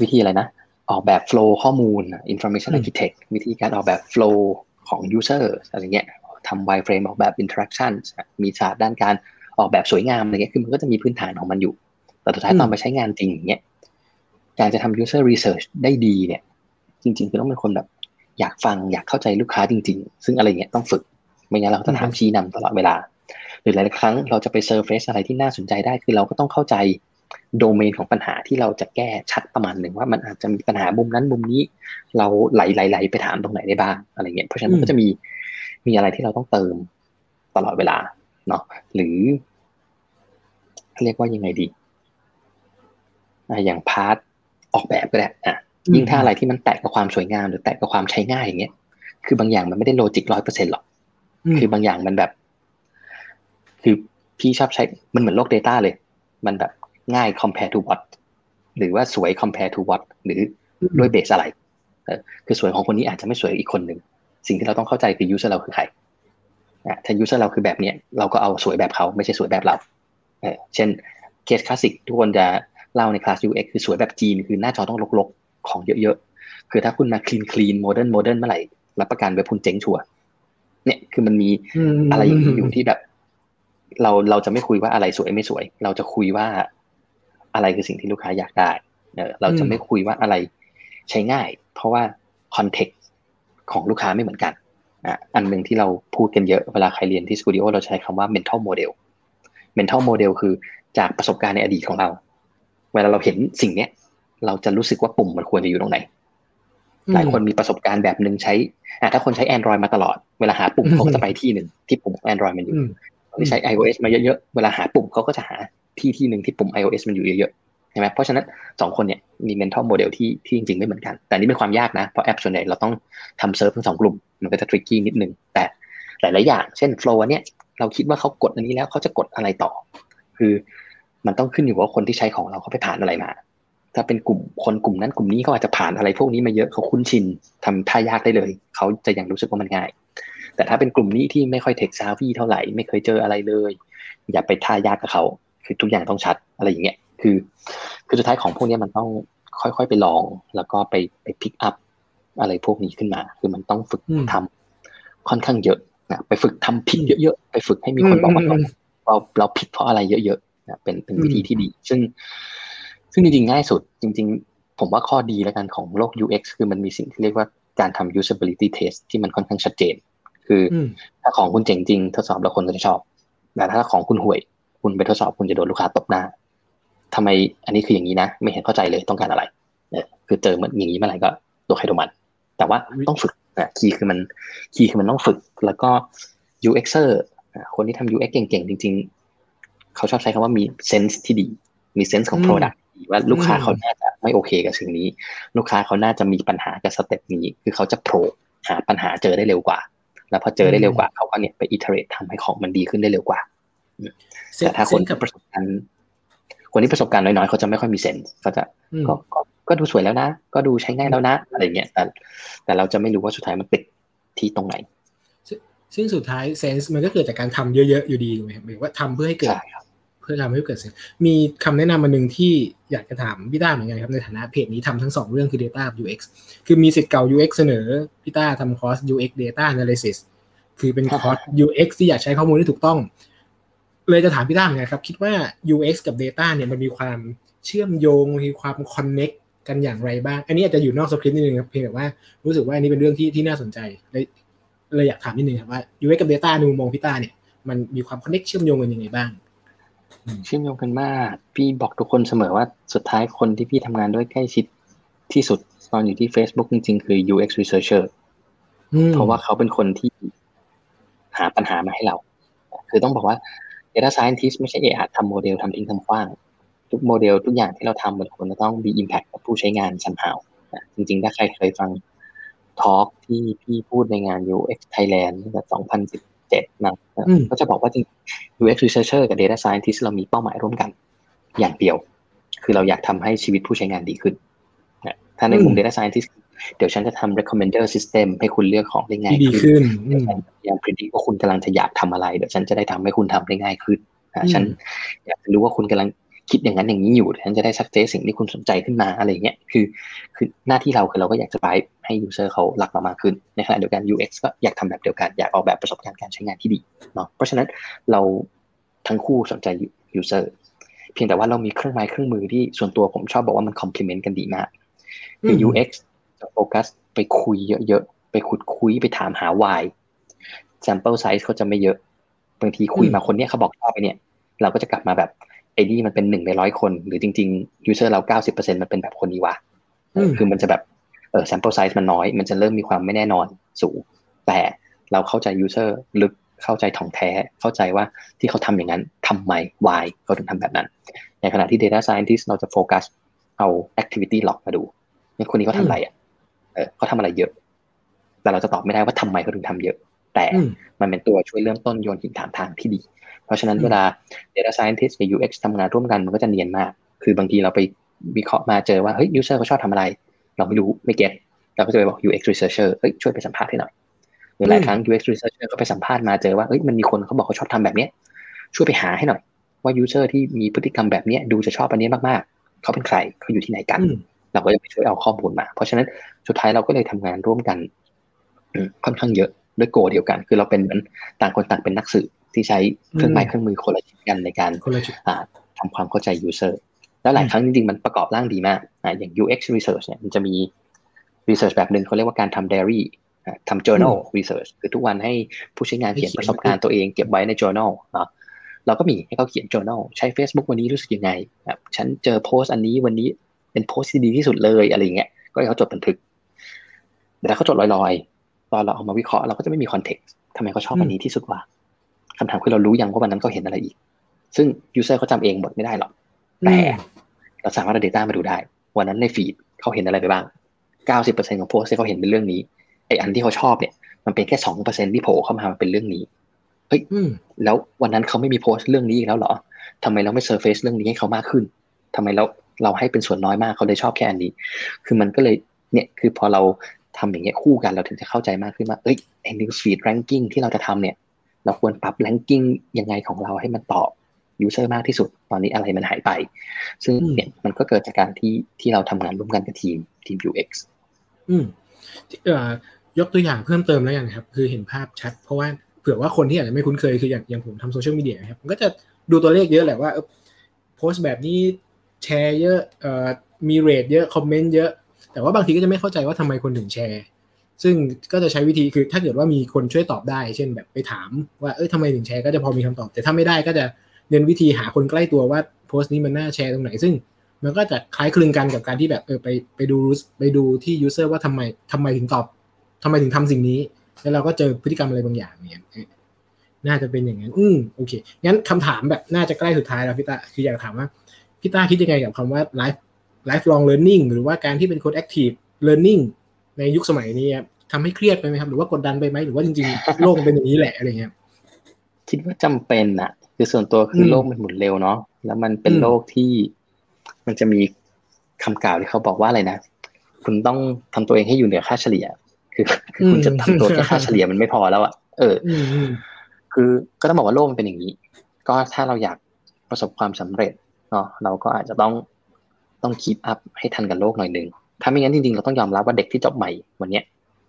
D: วิธีอะไรนะออกแบบ flow ข้อมูล information architect วิธีการออกแบบ flow ของ user อะไรเงี้ยทำ wireframe ออกแบบ interaction มีศาสตร์ด้านการออกแบบสวยงามอะไรเงี้ยคือมันก็จะมีพื้นฐานของมันอยู่แต่สุดท้ายตอนไปใช้งานจริงอย่างเงี้ยการจะทำ user research ได้ดีเนี่ยจริงๆคือต้องเป็นคนแบบอยากฟังอยากเข้าใจลูกค้าจริงๆซึ่งอะไรเงี้ยต้องฝึกไม่งั้นเราจะถามชี้นำตลอดเวลาหรือหลายๆครั้งเราจะไป surface อะไรที่น่าสนใจได้คือเราก็ต้องเข้าใจโดเมนของปัญหาที่เราจะแก้ชัดประมาณหนึ่งว่ามันอาจจะมีปัญหามุมนั้นมุมนี้เราไหลๆๆไปถามตรงไหนได้บ้างอะไรเงี้ยเพราะฉะนั้นมันก็จะมีมีอะไรที่เราต้องเติมตลอดเวลาเนาะหรือเรียกว่ายังไงดีอ่ะอย่างพาร์ทออกแบบก็ได้อ่ะยิ่งถ้าอะไรที่มันแตกกับความสวยงามหรือแตกกับความใช้ง่ายอย่างเงี้ยคือบางอย่างมันไม่ได้โลจิกร้อยเปอร์เซ็นต์หรอกคือบางอย่างมันแบบคือพี่ชอบใช้มันเหมือนโลก data เลยมันแบบง่าย compare to what หรือว่าสวย compare to what หรือด้วยเบสอะไรเออคือสวยของคนนี้อาจจะไม่สวยอีกคนหนึ่งสิ่งที่เราต้องเข้าใจคือ user เราคือใครอ่ะถ้า user เราคือแบบเนี้ยเราก็เอาสวยแบบเขาไม่ใช่สวยแบบเราเออเช่นเคสคลาสสิกทุกคนจะเล่าในคลาส ยู เอ็กซ์ คือสวยแบบจีนคือหน้าจอต้องรกๆของเยอะๆคือถ้าคุณมา clean clean modern modern เมื่อไหร่รับประกันเว็บคุณเจ๊งชัวร์เนี่ยคือมันมีอะไรอย่างนี้อยู่ที่แบบเราเราจะไม่คุยว่าอะไรสวยไม่สวยเราจะคุยว่าอะไรคือสิ่งที่ลูกค้าอยากได้เออเราจะไม่คุยว่าอะไรใช้ง่ายเพราะว่าคอนเทกต์ของลูกค้าไม่เหมือนกันอ่ะอันนึงที่เราพูดกันเยอะเวลาใครเรียนที่สตูดิโอเราใช้คำว่า mental model mental model คือจากประสบการณ์ในอดีตของเราเวลาเราเห็นสิ่งเนี้ยเราจะรู้สึกว่าปุ่มมันควรจะอยู่ตรงไหนหลายคนมีประสบการณ์แบบนึงใช้อ่ะถ้าคนใช้ Android มาตลอดเวลาหาปุ่มเขาก็จะไปที่หนึ่งที่ปุ่ม Android มันอยู่คนที่ใช้ iOS มาเยอะๆเวลาหาปุ่มเขาก็จะหาที่ที่หนึ่งที่ปุ่ม iOS มันอยู่เยอะๆใช่ไหมเพราะฉะนั้นสองคนเนี่ยมี mental model ที่ที่จริงๆไม่เหมือนกันแต่นี่เป็นความยากนะเพราะแอปส่วนใหญ่เราต้องทำเซิร์ฟทั้งสองกลุ่มมันก็จะ tricky นิดนึงแต่หลายๆอย่างเช่น flow อันเนี้ยเราคิดว่าเขากดอันนี้แล้วเขาจะกดอะไรต่อคือมันต้องขึ้นอยู่ว่าคนที่ใช้ของเราเขาไปผ่านอะไรมาถ้าเป็นกลุ่มคนกลุ่มนั้นกลุ่มนี้เขาอาจจะผ่านอะไรพวกนี้มาเยอะเขาคุ้นชินทำท่ายากได้เลยเขาจะยังรู้สึกว่ามันง่ายแต่ถ้าเป็นกลุ่มนี้ที่ไม่ค่อยเทคซาวีเท่าไหร่ไม่เคยเจออะไรเลยอย่าไปท่ายากกับเขาคือทุกอย่างต้องชัดอะไรอย่างเงี้ยคือคือสุดท้ายของพวกนี้มันต้องค่อยๆไปลองแล้วก็ไปไปพิกอัพอะไรพวกนี้ขึ้นมาคือมันต้องฝึกทำค่อนข้างเยอะนะไปฝึกทำผิดเยอะๆไปฝึกให้มีคนบอกว่าเราเราผิดเพราะอะไรเยอะๆนะเป็นเป็นวิธีที่ดีซึ่งซึ่งจริงๆง่ายสุดจริงๆผมว่าข้อดีแล้วกันของโลก ยู เอ็กซ์ คือมันมีสิ่งที่เรียกว่าการทำ usability test ที่มันค่อนข้างชัดเจนคือถ้าของคุณเจ๋งจริงทดสอบแล้วคนก็จะชอบแต่ถ้าของคุณห่วยคุณไปทดสอบคุณจะโดนลูกค้าตบหน้าทำไมอันนี้คืออย่างนี้นะไม่เห็นเข้าใจเลยต้องการอะไรเนี่ยคือเจอเหมือนอย่างนี้เมื่อไหร่ก็ตัวใครตัวมันแต่ว่าต้องฝึกนะคีย์คือมันคีย์คือมันต้องฝึกแล้วก็ ยู เอ็กซ์ เออร์คนที่ทำ ยู เอ็กซ์ เก่งๆจริงๆเขาชอบใช้คำว่ามีเซนส์ที่ดีมีเซนส์ของ product ว่าลูกค้าเขาน่าจะไม่โอเคกับสิ่งนี้ลูกค้าเขาน่าจะมีปัญหากับสเต็ปนี้คือเขาจะโผล่หาปัญหาเจอได้เร็วกว่าแล้วพอเจอได้เร็วกว่าเขาก็เนี่ยไป iterate ทำให้ของมันดีขึ้นได้เร็วกว่าแต่ถ้าคนกับประสบการณ์คนที่ประสบการณ์น้อยๆเขาจะไม่ค่อยมีเซนส์เขาจะก็ก็ก็ดูสวยแล้วนะก็ดูใช้ง่ายแล้วนะอะไรเงี้ยแต่แต่เราจะไม่รู้ว่าสุดท้ายมันติดที่ตรงไหน
C: ซึ่งสุดท้ายเซนส์มันก็เกิดจากการทำเยอะๆอยู่ดีถูกไหมครับหมายว่าทำเพื่อให้เกิดเพื่อทำให้เกิดเซนส์มีคำแนะนำมาหนึ่งที่อยากจะถามพี่ต้าเหมือนกันครับในฐานะเพจนี้ทำทั้งสองเรื่องคือ Data กับ ยู เอ็กซ์ คือมีศิษย์เก่า ยู เอ็กซ์ เสนอพี่ต้าทำคอร์ส ยู เอ็กซ์ Data Analysis คือเป็นคอร์ส ยู เอ็กซ์ ที่อยากใช้ข้อมูลที่ถูกต้องเลยจะถามพี่ต้าเหมือนกันครับคิดว่า ยู เอ็กซ์ กับ Data เนี่ยมันมีความเชื่อมโยงมีความ connect กันอย่างไรบ้างอันนี้อาจจะอยู่นอกสคริปต์นิดนึงครับเพียงแต่ว่ารู้สึกว่าอันนี้เป็นเรื่องที่ที่น่าสนใจเลยเลยอยากถามนิดนึงครับว่า ยู เอ็กซ์ กับ Data ในมุมมองพี่ต้าเนี่ยมันมีความ connect เชื่อมโยงกันยังไงบ้าง
D: เชื่อมโยงกันมากพี่บอกทุกคนเสมอว่าสุดท้ายคนที่พี่ทำงานด้วยใกล้ชิดที่สุดตอนอยู่ที่ Facebook จริงๆคือ ยู เอ็กซ์ researcher เพราะว่าเขาเป็นคนที่หาปัญหามาให้เราคือต้องบอกว่า data scientist ไม่ใช่เออาทำโมเดลทำทิ้งทำขว้างทุกโมเดลทุกอย่างที่เราทำมันควรจะต้องมี impact กับผู้ใช้งาน somehow จริงๆถ้าใครเคยฟังทอล์กที่พี่พูดในงาน ยู เอ็กซ์ Thailand ตั้งแต่สองพันสิบเจ็ดนะก็จะบอกว่าจริง ยู เอ็กซ์ researcher กับ data scientist เรามีเป้าหมายร่วมกันอย่างเดียวคือเราอยากทำให้ชีวิตผู้ใช้งานดีขึ้นนะถ้าในมุม data scientist เดี๋ยวฉันจะทำ recommender system ให้คุณเลือกของได้ง่ายขึ้นเดี๋ยวฉันพยายาม predict ว่าคุณกำลังจะอยากทำอะไรเดี๋ยวฉันจะได้ทำให้คุณทำได้ง่ายขึ้นนะฉันอยากจะรู้ว่าคุณกำลังคิดอย่างนั้นอย่างนี้อยู่ฉันจะได้ซักเซสสิ่งที่คุณสนใจขึ้นมาอะไรเงี้ยคือคือหน้าที่เราคือเราก็อยากจะไปให้ user เขารักเรามากขึ้นในขณะเดียวกัน ยู เอ็กซ์ ก็อยากทำแบบเดียวกันอยากออกแบบประสบการณ์การใช้งานที่ดีเนาะเพราะฉะนั้นเราทั้งคู่สนใจ user เพียงแต่ว่าเรามีเครื่องไม้เครื่องมือที่ส่วนตัวผมชอบบอกว่ามัน complement กันดีมากคือ ยู เอ็กซ์ จะโฟกัสไปคุยเยอะๆไปขุดคุยไปถามหา why sample size เขาจะไม่เยอะบางทีคุยมาคนเนี้ยเขาบอกชอบไปเนี่ยเราก็จะกลับมาแบบไอ้นี่มันเป็นหนึ่งในร้อยคนหรือจริงๆ user เรา เก้าสิบเปอร์เซ็นต์ มันเป็นแบบคนนี้วะคือมันจะแบบเออ sample size มันน้อยมันจะเริ่มมีความไม่แน่นอนสูงแต่เราเข้าใจ user ลึกเข้าใจถ่องแท้เข้าใจว่าที่เขาทำอย่างนั้นทำไม why เขาถึงทำแบบนั้นในขณะที่ data scientist เราจะโฟกัสเอา activity log มาดูเนี่ยคนนี้เขาทำอะไรอ่ะเออเขาทำอะไรเยอะแต่เราจะตอบไม่ได้ว่าทำไมเขาถึงทำเยอะแต่มันเป็นตัวช่วยเริ่มต้นโยนหินถามทางที่ดีเพราะฉะนั้นเวลา data scientist กับ ยู เอ็กซ์ ทำงานร่วมกันมันก็จะเนียนมากคือบางทีเราไปวิเคราะห์มาเจอว่าเฮ้ย user เขาชอบทำอะไรเราไม่รู้ไม่เก็ตเราก็จะไปบอก ยู เอ็กซ์ researcher เฮ้ยช่วยไปสัมภาษณ์ให้หน่อยหรือหลายครั้ง ยู เอ็กซ์ researcher เขาไปสัมภาษณ์มาเจอว่าเฮ้ยมันมีคนเขาบอกเขาชอบทำแบบเนี้ยช่วยไปหาให้หน่อยว่า user ที่มีพฤติกรรมแบบเนี้ยดูจะชอบอันนี้มากๆเขาเป็นใครเขาอยู่ที่ไหนกันเราก็จะไปช่วยเอาข้อมูลมาเพราะฉะนั้นสุดท้ายเราก็เลยทำงานร่วมกันค่อนข้างเยอะด้วยโกเดียวกันคือเราเป็นเหมือนต่างคนต่างเป็นนักสืบที่ใช้เครื่องไม้เครื่องมือคนละชิ้นกันในการทำความเข้าใจ user แล้วหลายครั้งจริงๆมันประกอบร่างดีมากอย่าง ยู เอ็กซ์ research เนี่ยมันจะมี research แบบนึงเขาเรียกว่าการทำ diary ทำ journal research คือทุกวันให้ผู้ใช้งานเขียนประสบการณ์ตัวเองเก็บไว้ใน journal เนาะเราก็มีให้เขาเขียน journal ใช้ Facebook วันนี้รู้สึกยังไงแบบฉันเจอโพสต์อันนี้วันนี้เป็นโพสต์ที่ดีที่สุดเลยอะไรเงี้ยก็ให้เขาจดบันทึกแต่ถ้าเขาจดลอยๆตอนเราเอามาวิเคราะห์เราก็จะไม่มีคอนเท็กซ์ทำไมเขาชอบอันนี้ที่สุดวะคำถามคือเรารู้ยังว่าวันนั้นเขาเห็นอะไรอีกซึ่ง user เขาจำเองหมดไม่ได้หรอกแต่เราสามารถเอา data มาดูได้วันนั้นในฟีดเขาเห็นอะไรไปบ้าง เก้าสิบเปอร์เซ็นต์ ของโพสต์ที่เขาเห็นเป็นเรื่องนี้ไอ้อันที่เขาชอบเนี่ยมันเป็นแค่ สองเปอร์เซ็นต์ ที่โผล่เข้ามาเป็นเรื่องนี้เฮ้ยแล้ววันนั้นเขาไม่มีโพสต์เรื่องนี้อีกแล้วเหรอทำไมเราไม่เซอร์เฟซเรื่องนี้ให้เขามากขึ้นทำไมเราเราให้เป็นส่วนน้อยมากเขาเลยชอบแค่อันนี้คือมันก็เลยเนี่ยคือพอเราทำอย่างเงี้ยคู่กันเราถึงจะเข้าใจมากขึ้นว่าเอ้ยไอ้ newsfeed ranking ที่เราจะทำเนี่ยเราควรปรับ ranking ยังไงของเราให้มันตอบ user มากที่สุดตอนนี้อะไรมันหายไปซึ่งเนี่ยมันก็เกิดจากการที่ที่เราทำงานร่วมกันกับทีมทีม ยู เอ็กซ์
C: อืมเอ่อยกตัวอย่างเพิ่มเติมแล้วกันครับคือเห็นภาพชัดเพราะว่าเผื่อว่าคนที่อาจจะไม่คุ้นเคยคืออย่างอย่างผมทำโซเชียลมีเดียครับมันก็จะดูตัวเลขเยอะแหละว่าโพสต์แบบนี้แชร์เยอะเอ่อมีเรทเยอะคอมเมนต์เยอะแต่ว่าบางทีก็จะไม่เข้าใจว่าทำไมคนถึงแชร์ซึ่งก็จะใช้วิธีคือถ้าเกิดว่ามีคนช่วยตอบได้เช่นแบบไปถามว่าเอ้ยทำไมถึงแชร์ก็จะพอมีคำตอบแต่ถ้าไม่ได้ก็จะเน้นวิธีหาคนใกล้ตัวว่าโพสต์นี้มันน่าแชร์ตรงไหนซึ่งมันก็จะคล้ายคลึงกันกับการที่แบบเออไปไปดูไปดูที่ user ว่าทำไมทำไมถึงตอบทำไมถึงทำสิ่งนี้แล้วเราก็เจอพฤติกรรมอะไรบางอย่างเนี่ยน่าจะเป็นอย่างนั้นอืมโอเคงั้นคำถามแบบน่าจะใกล้สุดท้ายแล้วพี่ตาคืออยากถามว่าพี่ตาคิดยังไงกับคำว่า life lifelong learning หรือว่าการที่เป็นคน active learning ในยุคสมัยนี้ทำให้เครียดไปไหมครับหรือว่ากดดันไปไหมหรือว่าจริงๆโลกเป็นอย่างนี้แหละอะไรเงี้ย
D: คิดว่าจำเป็นอะคือส่วนตัวคือโลกมันหมุนเร็วเนาะแล้วมันเป็นโลกที่มันจะมีคำกล่าวที่เขาบอกว่าอะไรนะคุณต้องทำตัวเองให้อยู่เหนือค่าเฉลี่ยคือคือคุณจะทำตัวแค่ค่าเฉลี่ยมันไม่พอแล้วอะเออคือก็ต้องบอกว่าโลกมันเป็นอย่างนี้ก็ถ้าเราอยากประสบความสำเร็จเนาะเราก็อาจจะต้องต้องคีปอัพให้ทันกับโลกหน่อยนึงถ้าไม่งั้นจริงๆเราต้องยอมรับว่าเด็กที่จบใหม่วันเนี้ย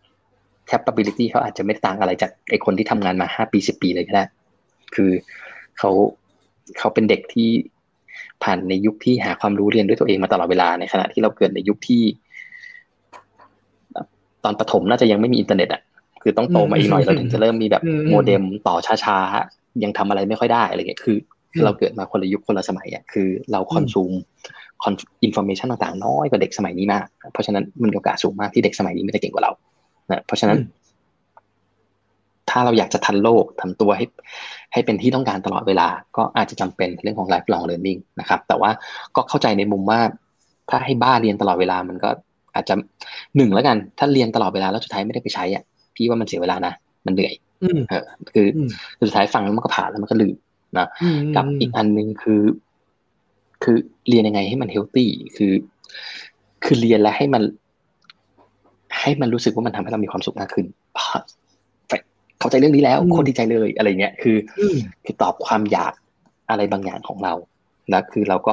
D: capability เขาอาจจะไม่ต่างอะไรจากไอ้คนที่ทำงานมาห้าปีสิบปีเลยก็ได้คือเขาเขาเป็นเด็กที่ผ่านในยุคที่หาความรู้เรียนด้วยตัวเองมาตลอดเวลาในขณะที่เราเกิดในยุคที่ตอนประถมน่าจะยังไม่มีอินเทอร์เน็ตอ่ะคือต้องโตมาอีกหน่อยเราถึงจะเริ่มมีแบบโมเด็มต่อช้าๆยังทำอะไรไม่ค่อยได้อะไรเงี้ยคือเราเกิดมาคนละยุคคนละสมัยอ่ะคือเราคอนซูมคอนอินฟอร์เมชันต่างๆน้อยกว่าเด็กสมัยนี้มากเพราะฉะนั้นมันมีโอกาสสูงมากที่เด็กสมัยนี้ไม่ได้เก่งกว่าเรานะเพราะฉะนั้นถ้าเราอยากจะทันโลกทำตัวให้ให้เป็นที่ต้องการตลอดเวลาก็อาจจะจำเป็นเรื่องของ lifelong learning นะครับแต่ว่าก็เข้าใจในมุมว่าถ้าให้บ้าเรียนตลอดเวลามันก็อาจจะหนึ่งแล้วกันถ้าเรียนตลอดเวลาแล้วสุดท้ายไม่ได้ไปใช้อ่ะพี่ว่ามันเสียเวลานะมันเหนื่อยเออคือสุดท้ายฟังแล้วมันก็ผ่านแล้วมันก็ลืมนะกับอีกอันนึงคือคือเรียนยังไงให้มัน healthy คือคือเรียนแล้วให้มันให้มันรู้สึกว่ามันทำให้เรามีความสุขมากขึ้นเข้าใจเรื่องนี้แล้วโคตรดีใจเลยอะไรเงี้ยคือคือตอบความอยากอะไรบางอย่างของเราแล้วคือเราก็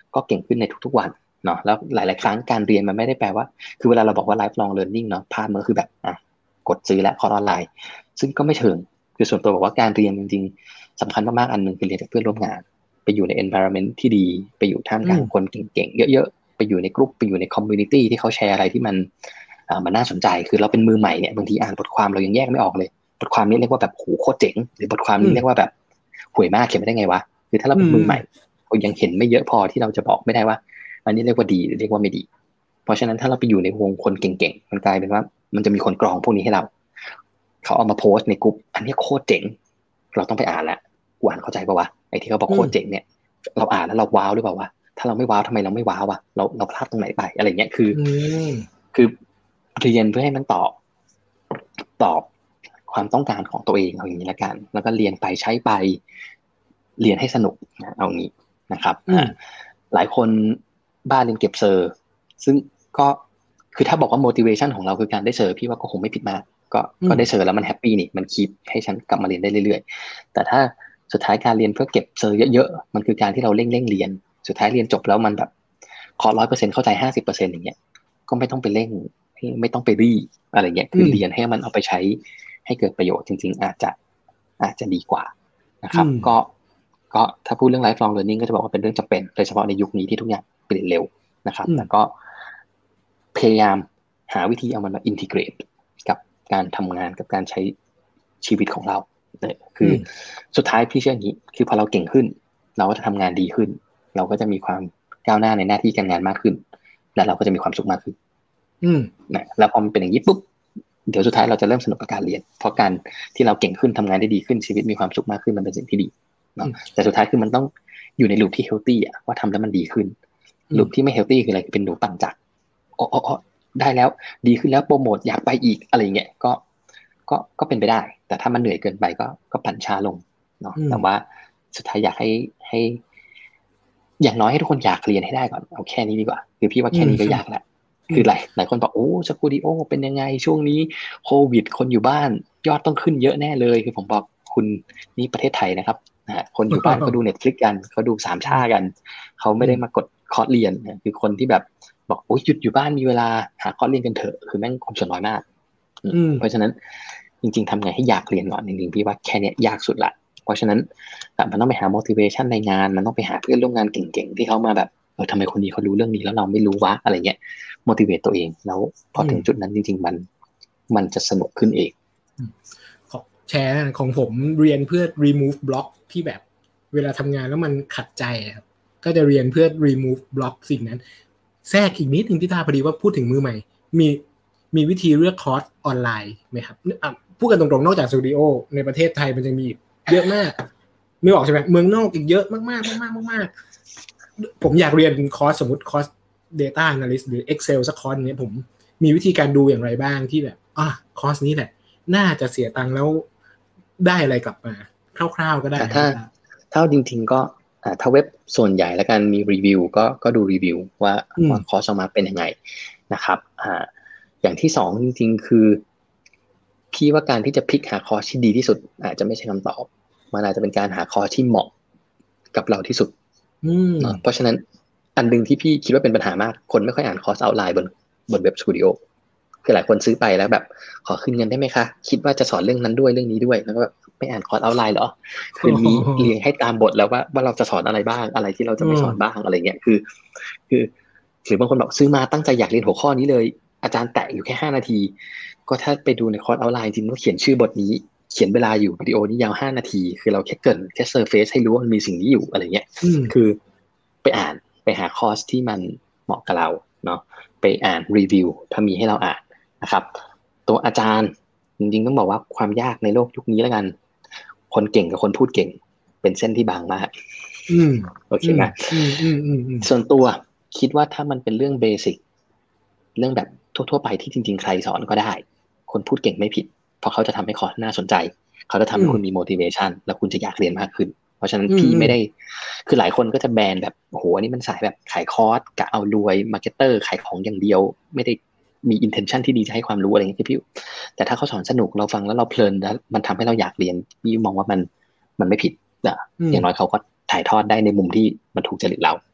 D: ก็เก่งขึ้นในทุกๆวันเนาะแล้วหลายๆครั้งการเรียนมันไม่ได้แปลว่าคือเวลาเราบอกว่า lifelong learning เนาะภาพมันก็คือแบบอ่ะกดซื้อและคอร์สออนไลน์ซึ่งก็ไม่เชิงคือส่วนตัวบอกว่าการเรียนจริงๆสำคัญมากๆอันนึงคือเรียนจากเพื่อนร่วมงานไปอยู่ใน environment ที่ดีไปอยู่ท่ามกลางคนเก่งๆเยอะๆไปอยู่ในกลุ่มไปอยู่ใน community ที่เขาแชร์อะไรที่มันอ่ามันน่าสนใจคือเราเป็นมือใหม่เนี่ยบางทีอ่านบทความเรายังแยกไม่ออกเลยบทความนี้เรียกว่าแบบโหโคตรเจ๋งหรือบทความนี้เรียกว่าแบบห่วยมากเขียนไม่ได้ไงวะคือถ้าเราเป็นมือใหม่เรายังเห็นไม่เยอะพอที่เราจะบอกไม่ได้ว่าอันนี้เรียกว่าดีหรือเรียกว่าไม่ดีเพราะฉะนั้นถ้าเราไปอยู่ในวงคนเก่งๆมันกลายเป็นว่ามันจะมีคนกรองพวกนี้ให้เราเขาเอามาโพสต์ในกลุ่มอันนี้โคตรเจ๋งเราต้องไปอ่านละกูอ่านเข้าใจป่าววะไอ้ที่เขาบอกโคตรเจ๋งเนี่ยเราอ่านแล้วเราว้าวหรือเปล่าวะถ้าเราไม่ว้าวทำไมเราไม่ว้าววะเราเราพลาดตรงไหนไปอะไรเงี้ยคือคือเรียนเพื่อให้มันตอบตอบความต้องการของตัวเองเอาอย่างนี้ละกันแล้วก็เรียนไปใช้ไปเรียนให้สนุกนะเอางี้นะครับหลายคนบ้านเรียนเก็บเซอร์ซึ่งก็คือถ้าบอกว่า motivation ของเราคือการได้เซอร์พี่ว่าก็คงไม่ผิดมากก็ก็ได้เซอร์แล้วมันแฮปปี้นี่มันคีปให้ฉันกลับมาเรียนได้เรื่อยๆแต่ถ้าสุดท้ายการเรียนเพื่อเก็บเซอร์เยอะๆมันคือการที่เราเร่งๆเรียนสุดท้ายเรียนจบแล้วมันแบบขอ ร้อยเปอร์เซ็นต์ เข้าใจ ห้าสิบเปอร์เซ็นต์ อย่างเงี้ยก็ไม่ต้องไปเร่งไม่ต้องไปรีอะไรเงี้ยคือเรียนให้มันเอาไปใช้ให้เกิดประโยชน์จริงๆอาจจะอาจจะดีกว่านะครับก็ก็ถ้าพูดเรื่อง lifelong learning ก็จะบอกว่าเป็นเรื่องจำเป็นโดยเฉพาะในยุคนี้ที่ทุกอย่างเปลี่ยนเร็วนะครับแต่ก็พยายามหาวิธีเอามันมา integrate กับการทำงานกับการใช้ชีวิตของเราเนี่ยคือสุดท้ายพี่เชื่ออย่างนี้คือพอเราเก่งขึ้นเราก็จะทำงานดีขึ้นเราก็จะมีความก้าวหน้าในหน้าที่การงานมากขึ้นและเราก็จะมีความสุขมากขึ้นนะแล้วพอมันเป็นอย่างนี้ปุ๊บเดี๋ยวสุดท้ายเราจะเริ่มสนุกกับการเรียนเพราะการที่เราเก่งขึ้นทำงานได้ดีขึ้นชีวิตมีความสุขมากขึ้นมันเป็นสิ่งที่ดีเนาะแต่สุดท้ายคือมันต้องอยู่ในลูปที่เฮลตี้อ่ะว่าทำแล้วมันดีขึ้นลูปที่ไม่เฮลตี้คืออะไรคือเป็นลูปปั่นจักรอ๋ออ๋อได้แล้วดีขึ้นแล้วโปรโมทอยากไปอีกอะไรเงี้ยก็ก็ก็เป็นไปได้แต่ถ้ามันเหนื่อยเกินไปก็ก็ปั่นช้าลงเนาะแต่ว่าสุดท้ายอยากให้ให้อย่างน้อยให้ทุกคนอยากเรียนให้ได้ก่อนเอาแค่นี้ดีกว่าคือพี่ว่าแค่นี้ก็ยากแล้วคือหลายหลายคนบอกโอ้สกูดิโอเป็นยังไงช่วงนี้โควิดคนอยู่บ้านยอดต้องขึ้นเยอะแน่เลยคือผมบอกคุณนี่ประเทศไทยนะครับนะคนอยู่บ้านเขาดู Netflix กันเขาดูสามชากันเขาไม่ได้มากดคอร์สเรียนคือคนที่แบบบอกโอ้ยหยุดอยู่บ้านมีเวลาหาคอร์สเรียนกันเถอะคือแม่งคนส่วนน้อยมากเพราะฉะนั้นจริงๆทำไงให้อยากเรียนก่อนจริงๆพี่ว่าแค่นี้ยากสุดละเพราะฉะนั้นมันต้องไปหา motivation ในงานมันต้องไปหาเพื่อนร่วมงานเก่งๆที่เขามาแบบเออทำไมคนนี้เขารู้เรื่องนี้แล้วเราไม่รู้วะอะไรเงี้ย motivate ตัวเองแล้วพอถึงจุดนั้นจริงๆมันมันจะสนุกขึ้นเอง
C: แชร์ของผมเรียนเพื่อ remove block ที่แบบเวลาทำงานแล้วมันขัดใจครับก็จะเรียนเพื่อ remove block สิ่งนั้นแทรกอีกนิดนึงที่ตาพอดีว่าพูดถึงมือใหม่มีมีวิธีเลือกคอร์สออนไลน์ไหมครับพูดกันตรงๆนอกจากสตูดิโอในประเทศไทยมันจะมีเยอะมากนึกออกใช่ไหมเมืองนอกอีกเยอะมากๆมากๆมากๆผมอยากเรียนคอร์สสมมติคอร์ส data analyst หรือ Excel สักคอร์สนี้ผมมีวิธีการดูอย่างไรบ้างที่แบบอ่ะคอร์สนี้แหละน่าจะเสียตังค์แล้วได้อะไรกลับมาคร่าวๆก็ได้
D: ถ้าถ้าจริงๆก็ถ้าเว็บส่วนใหญ่แล้วกันมีรีวิวก็ก็ดูรีวิวว่าว่าคอร์สออกมาเป็นยังไงนะครับอ่าอย่างที่สองจริงๆคือพี่ว่าการที่จะพิกหาคอร์สที่ดีที่สุดอาจจะไม่ใช่คำตอบมันอาจจะเป็นการหาคอร์สที่เหมาะกับเราที่สุดเพราะฉะนั้นอันนึงที่พี่คิดว่าเป็นปัญหามากคนไม่ค่อยอ่านคอร์สเอาท์ไลน์บนบนเว็บสตูดิโอคือหลายคนซื้อไปแล้วแบบขอคืนเงินได้ไหมคะคิดว่าจะสอนเรื่องนั้นด้วยเรื่องนี้ด้วยแล้วก็แบบไม่อ่านคอร์สเอาท์ไลน์เหรอคือมีเรียงให้ตามบทแล้วว่าว่าเราจะสอนอะไรบ้างอะไรที่เราจะไม่สอนบ้างอะไรเงี้ยคือคือหรือบางคนบอกซื้อมาตั้งใจอยากเรียนหัวข้อนี้เลยอาจารย์แตะอยู่แค่ห้านาทีก็ถ้าไปดูในคอร์สเอาท์ไลน์จริงก็เขียนชื่อบทนี้เขียนเวลาอยู่วิดีโอนี้ยาวห้านาทีคือเราแค่เกินแค่เซอร์เฟซให้รู้ว่ามันมีสิ่งนี้อยู่อะไรเงี้ยคือไปอ่านไปหาคอร์สที่มันเหมาะกับเราเนาะไปอ่านรีวิวถ้ามีให้เราอ่านนะครับตัวอาจารย์จริงๆต้องบอกว่าความยากในโลกยุคนี้แล้วกันคนเก่งกับคนพูดเก่งเป็นเส้นที่บางมากโอเคไหมส่วนตัวคิดว่าถ้ามันเป็นเรื่องเบสิกเรื่องแบบทั่วๆไปที่จริงๆใครสอนก็ได้คนพูดเก่งไม่ผิดเพราะเขาจะทำให้คอร์สน่าสนใจเขาจะทำให้คุณมี motivation แล้วคุณจะอยากเรียนมากขึ้นเพราะฉะนั้นพี่ไม่ได้คือหลายคนก็จะแบนแบบโอ้โหอันนี้มันสายแบบขายคอร์สกะเอารวยมาร์เก็ตเตอร์ขายของอย่างเดียวไม่ได้มี intention ที่ดีจะให้ความรู้อะไรอย่างเงี้ยพี่แต่ถ้าเขาสอนสนุกเราฟังแล้วเราเพลินแล้วมันทำให้เราอยากเรียนพี่มองว่ามันมันไม่ผิดนะอย่างน้อยเขาก็ถ่ายทอดได้ในมุมที่มันถูกจริตเรา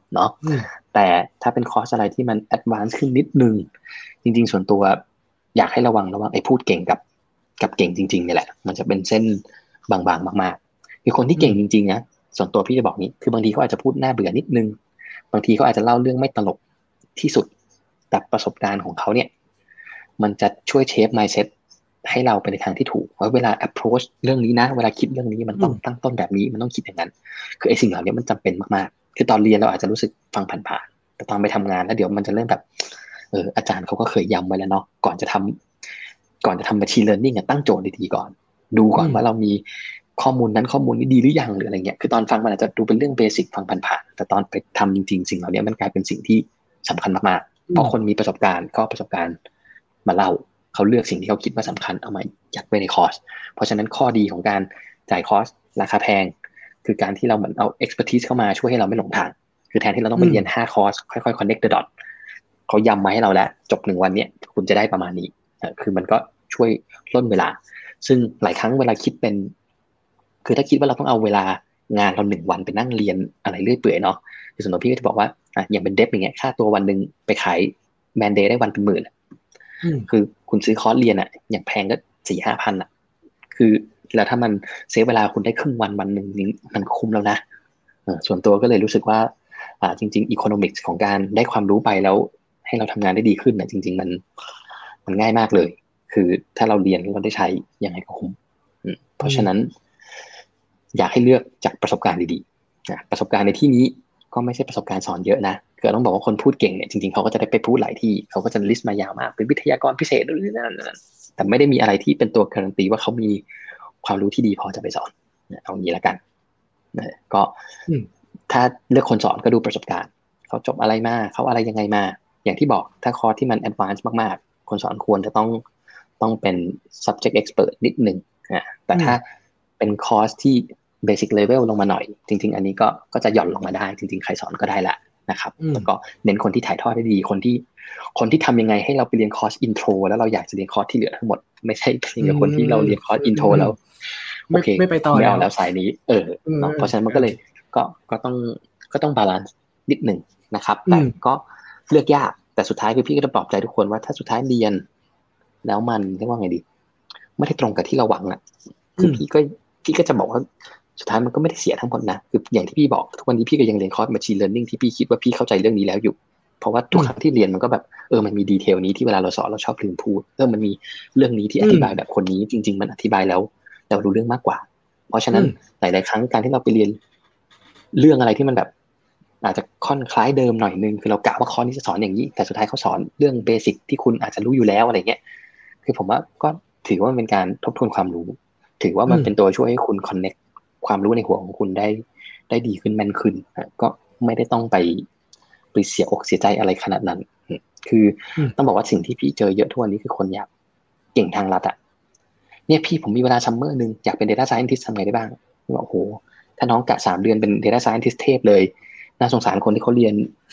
D: เนาะแต่ถ้าเป็นคอร์สอะไรที่มันแอดวานซ์ขึ้นนิดนึงจริงๆส่วนตัวอยากให้ระวังระวังไอ้พูดเก่งกับกับเก่งจริงๆนี่แหละมันจะเป็นเส้นบางๆมากๆคือคนที่เก่งจริงๆนะส่วนตัวพี่จะบอกนี้คือบางทีเขาอาจจะพูดน่าเบื่อนิดนึงบางทีเขาอาจจะเล่าเรื่องไม่ตลกที่สุดแต่ประสบการณ์ของเขาเนี่ยมันจะช่วยเชฟ mindset ให้เราไปในทางที่ถูกว่าเวลา approach เรื่องนี้นะเวลาคิดเรื่องนี้มันต้องตั้งต้นแบบนี้มันต้องคิดอย่างนั้นคือไอ้สิ่งเหล่านี้มันจำเป็นมากๆคือตอนเรียนเราอาจจะรู้สึกฟังผ่านๆแต่ตอนไปทำงานแล้วเดี๋ยวมันจะเริ่มแบบเอออาจารย์เขาก็เคยย้ำไว้แล้วเนาะก่อนจะทำก่อนจะทำ machine learning ตั้งโจทย์ดีๆก่อนดูก่อนว่าเรามีข้อมูลนั้นข้อมูลนี้ดีหรือยังหรืออะไรเงี้ยคือตอนฟังมันอาจจะดูเป็นเรื่องเบสิกฟังผ่านๆแต่ตอนไปทำจริงๆสิ่งเหล่านี้มันกลายเป็นสิ่งที่สำคัญมากๆเพราะคนมีประสบการณ์ก็ประสบการณ์มาเล่าเขาเลือกสิ่งที่เขาคิดว่าสำคัญเอามายัดไว้ในคอร์สเพราะฉะนั้นข้อดีของการจ่ายคอร์สราคาแพงคือการที่เราเหมือนเอา expertise เข้ามาช่วยให้เราไม่หลงทางคือแทนที่เราต้องไปเรียนห้าคอร์สค่อยๆ connect the dot เขาย้ำมาให้เราแล้วจบหนึ่งวันเนี้ยคุณจะได้ประมาณนี้คือมันก็ช่วยล่นเวลาซึ่งหลายครั้งเวลาคิดเป็นคือถ้าคิดว่าเราต้องเอาเวลางานเราหนึ่งวันไปนั่งเรียนอะไรเรื่อยเปื่อยเนาะคือส่วนตัวพี่ก็จะบอกว่าอ่ะอย่างเป็นเดฟอย่างเงี้ยค่าตัววันนึงไปขายแมนเดย์ได้วันเป็นหมื่นคือคุณซื้อคอร์สเรียนอ่ะอย่างแพงก็ สี่ห้าพัน อ่ะคือแล้วถ้ามันเซฟเวลาคุณได้ครึ่งวันวันนึงนี่มันคุ้มแล้วนะส่วนตัวก็เลยรู้สึกว่าอ่าจริงๆอีโคโนมิกส์ของการได้ความรู้ไปแล้วให้เราทำงานได้ดีขึ้นนะจริงๆมันมันง่ายมากเลยคือถ้าเราเรียนเราได้ใช้ยังไงก็คุ้มเพราะฉะนั้นอยากให้เลือกจากประสบการณ์ดีๆนะประสบการณ์ในที่นี้ก็ไม่ใช่ประสบการณ์สอนเยอะนะคือต้องบอกว่าคนพูดเก่งเนี่ยจริงๆเขาก็จะได้ไปพูดหลายที่เขาก็จะลิสต์มายาวมากเป็นวิทยากรพิเศษนู่นนี่นั่นแต่ไม่ได้มีอะไรที่เป็นตัวการันตีว่าเขามีความรู้ที่ดีพอจะไปสอนเอางี้ละกันก็ถ้าเลือกคนสอนก็ดูประสบการณ์เขาจบอะไรมาเขาอะไรยังไงมาอย่างที่บอกถ้าคอร์สที่มันแอดวานซ์มากๆคนสอนควรจะต้องต้องเป็น subject expert นิดนึงนะแต่ถ้าเป็นคอร์สที่ basic level ลงมาหน่อยจริงๆอันนี้ก็ก็จะหย่อนลงมาได้จริงๆใครสอนก็ได้ละนะครับแล้วก็เน้นคนที่ถ่ายทอดได้ดีคนที่คนที่ทำยังไงให้เราไปเรียนคอร์สอินโทรแล้วเราอยากจะเรียนคอร์สที่เหลือทั้งหมดไม่ใช่เป็นกับคนที่เราเรียนคอร์สอินโทรแล้วโอเคไม่ไปต่อแล้วแล้วสายนี้เออเพราะฉะนั้นมันก็เลยก็ก็ต้องก็ต้องบาลานซ์นิดหนึ่งนะครับแต่ก็เลือกยากแต่สุดท้ายคือพี่ก็จะปลอบใจทุกคนว่าถ้าสุดท้ายเรียนแล้วมันเรียกว่าไงดีไม่ได้ตรงกับที่เราหวังอ่ะคือพี่ก็พี่ก็จะบอกว่าสุดท้ายมันก็ไม่ได้เสียทั้งหมดนะคืออย่างที่พี่บอกทุกวันนี้พี่ก็ยังเรียนคอร์ส machine learning ที่พี่คิดว่าพี่เข้าใจเรื่องนี้แล้วอยู่เพราะว่าทุกครั้งที่เรียนมันก็แบบเออมันมีดีเทลนี้ที่เวลาเราสอนเราชอบลืมพูดเออมันมีเรื่องนี้ที่อธิบายแบบคนนี้จริงๆมันอธิบายแล้วเรารู้เรื่องมากกว่าเพราะฉะนั้นหลายๆครั้งการที่เราไปเรียนเรื่องอะไรที่มันแบบอาจจะค่อนคล้ายเดิมหน่อยนึงคือเรากะว่าคอร์สนี้จะสอนอย่างนี้แต่สุดท้ายเขาสอนเรื่องเบสิกที่คุณอาจจะรู้อยู่แล้วอะไรเงี้ยคือผมว่าก็ถือว่ามันเป็นการทบทวนความรู้ถือว่ามันเป็นตัวช่วยให้คุณคอนเนคความรู้ในหัวของคุณได้ได้ดีขึ้นแม่นขึ้นก็ไม่ได้ต้องไปไปเสียอกเสียใจอะไรขนาดนั้นคือต้องบอกว่าสิ่งที่พี่เจอเยอะทุกวันนี้คือคนอยากเก่งทางลัดอ่ะเนี่ยพี่ผมมีเวลาซัมเมอร์นึงอยากเป็น data scientist ทำไงได้บ้างว่าโอ้โหถ้าน้องกะสามเดือนเป็น data scientist เทพเลยน่าสงสารคนที่เขาเรียน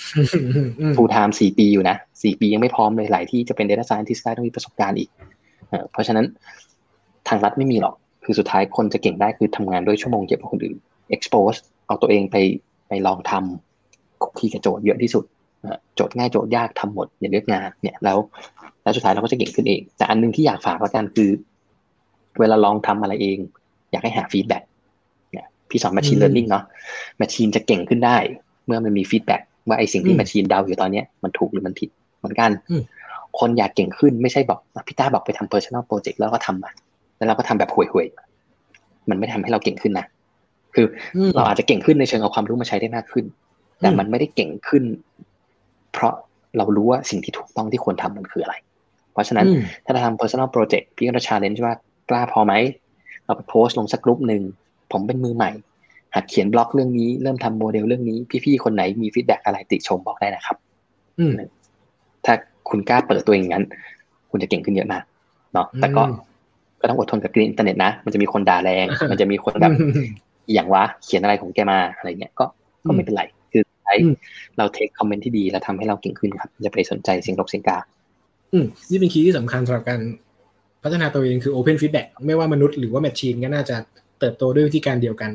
D: full time สี่ปีอยู่นะสี่ปียังไม่พร้อมเลยหลายที่จะเป็น data scientist ได้ต้องมีประสบการณ์อีกเพราะฉะนั้นทางลัดไม่มีหรอกคือสุดท้ายคนจะเก่งได้คือทำงานด้วยชั่วโมงเยอะกว่าคนอื่น expose เอาตัวเองไปไปลองทำคุกคีกับโจทย์เยอะที่สุดโจทย์ง่ายโจทย์ยากทำหมดอย่าเลือกงานเนี่ยแล้วแล้วสุดท้ายเราก็จะเก่งขึ้นเองแต่อันนึงที่อยากฝากแล้วกันคือเวลาลองทำอะไรเองอยากให้หาฟีดแบ็กเนี่ยพี่สอน machine learning เนาะ machine จะเก่งขึ้นได้เมื่อมันมีฟีดแบ็กว่าไอ้สิ่งที่ machine เดาอยู่ตอนนี้มันถูกหรือมันผิดเหมือนกันคนอยากเก่งขึ้นไม่ใช่บอกพี่ต้าบอกไปทำ personal project แล้วก็ทำมาแล้วเราก็ทำแบบห่วยๆมันไม่ทำให้เราเก่งขึ้นนะคือเราอาจจะเก่งขึ้นในเชิงเอาความรู้มาใช้ได้มากขึ้นแต่มันไม่ได้เก่งขึ้นเพราะเรารู้ว่าสิ่งที่ถูกต้องที่ควรทำมันคืออะไรเพราะฉะนั้นถ้าเราทำ personal project พี่ก็จะ challenge ว่ากล้าพอไหมเราไปโพสต์ลงสักกลุ่มนึงผมเป็นมือใหม่หัดเขียนบล็อกเรื่องนี้เริ่มทำโมเดลเรื่องนี้พี่ๆคนไหนมีฟีดแบ็กอะไรติชมบอกได้นะครับถ้าคุณกล้าเปิดตัวอย่างนั้นคุณจะเก่งขึ้นเยอะมากเนาะแต่ก็ก็ต้องอดทนกับกรีนอินเทอร์เน็ตนะมันจะมีคนด่าแรงมันจะมีคนแบบอย่างวะเขียนอะไรของแกมาอะไรเงี้ยก็ก็ไม่เป็นไรคือใช้เราเทคคอมเมนต์ที่ดีแล้วทำให้เราเก่งขึ้นครับอย่าไปสนใจเสียงรบเสียงกา
C: อืมนี่เป็นคีย์ที่สำคัญสำหรับการพัฒนาตัวเองคือ Open Feedback ไม่ว่ามนุษย์หรือว่าแมชชีนก็น่าจะเติบโตด้วยวิธีการเดียวกัน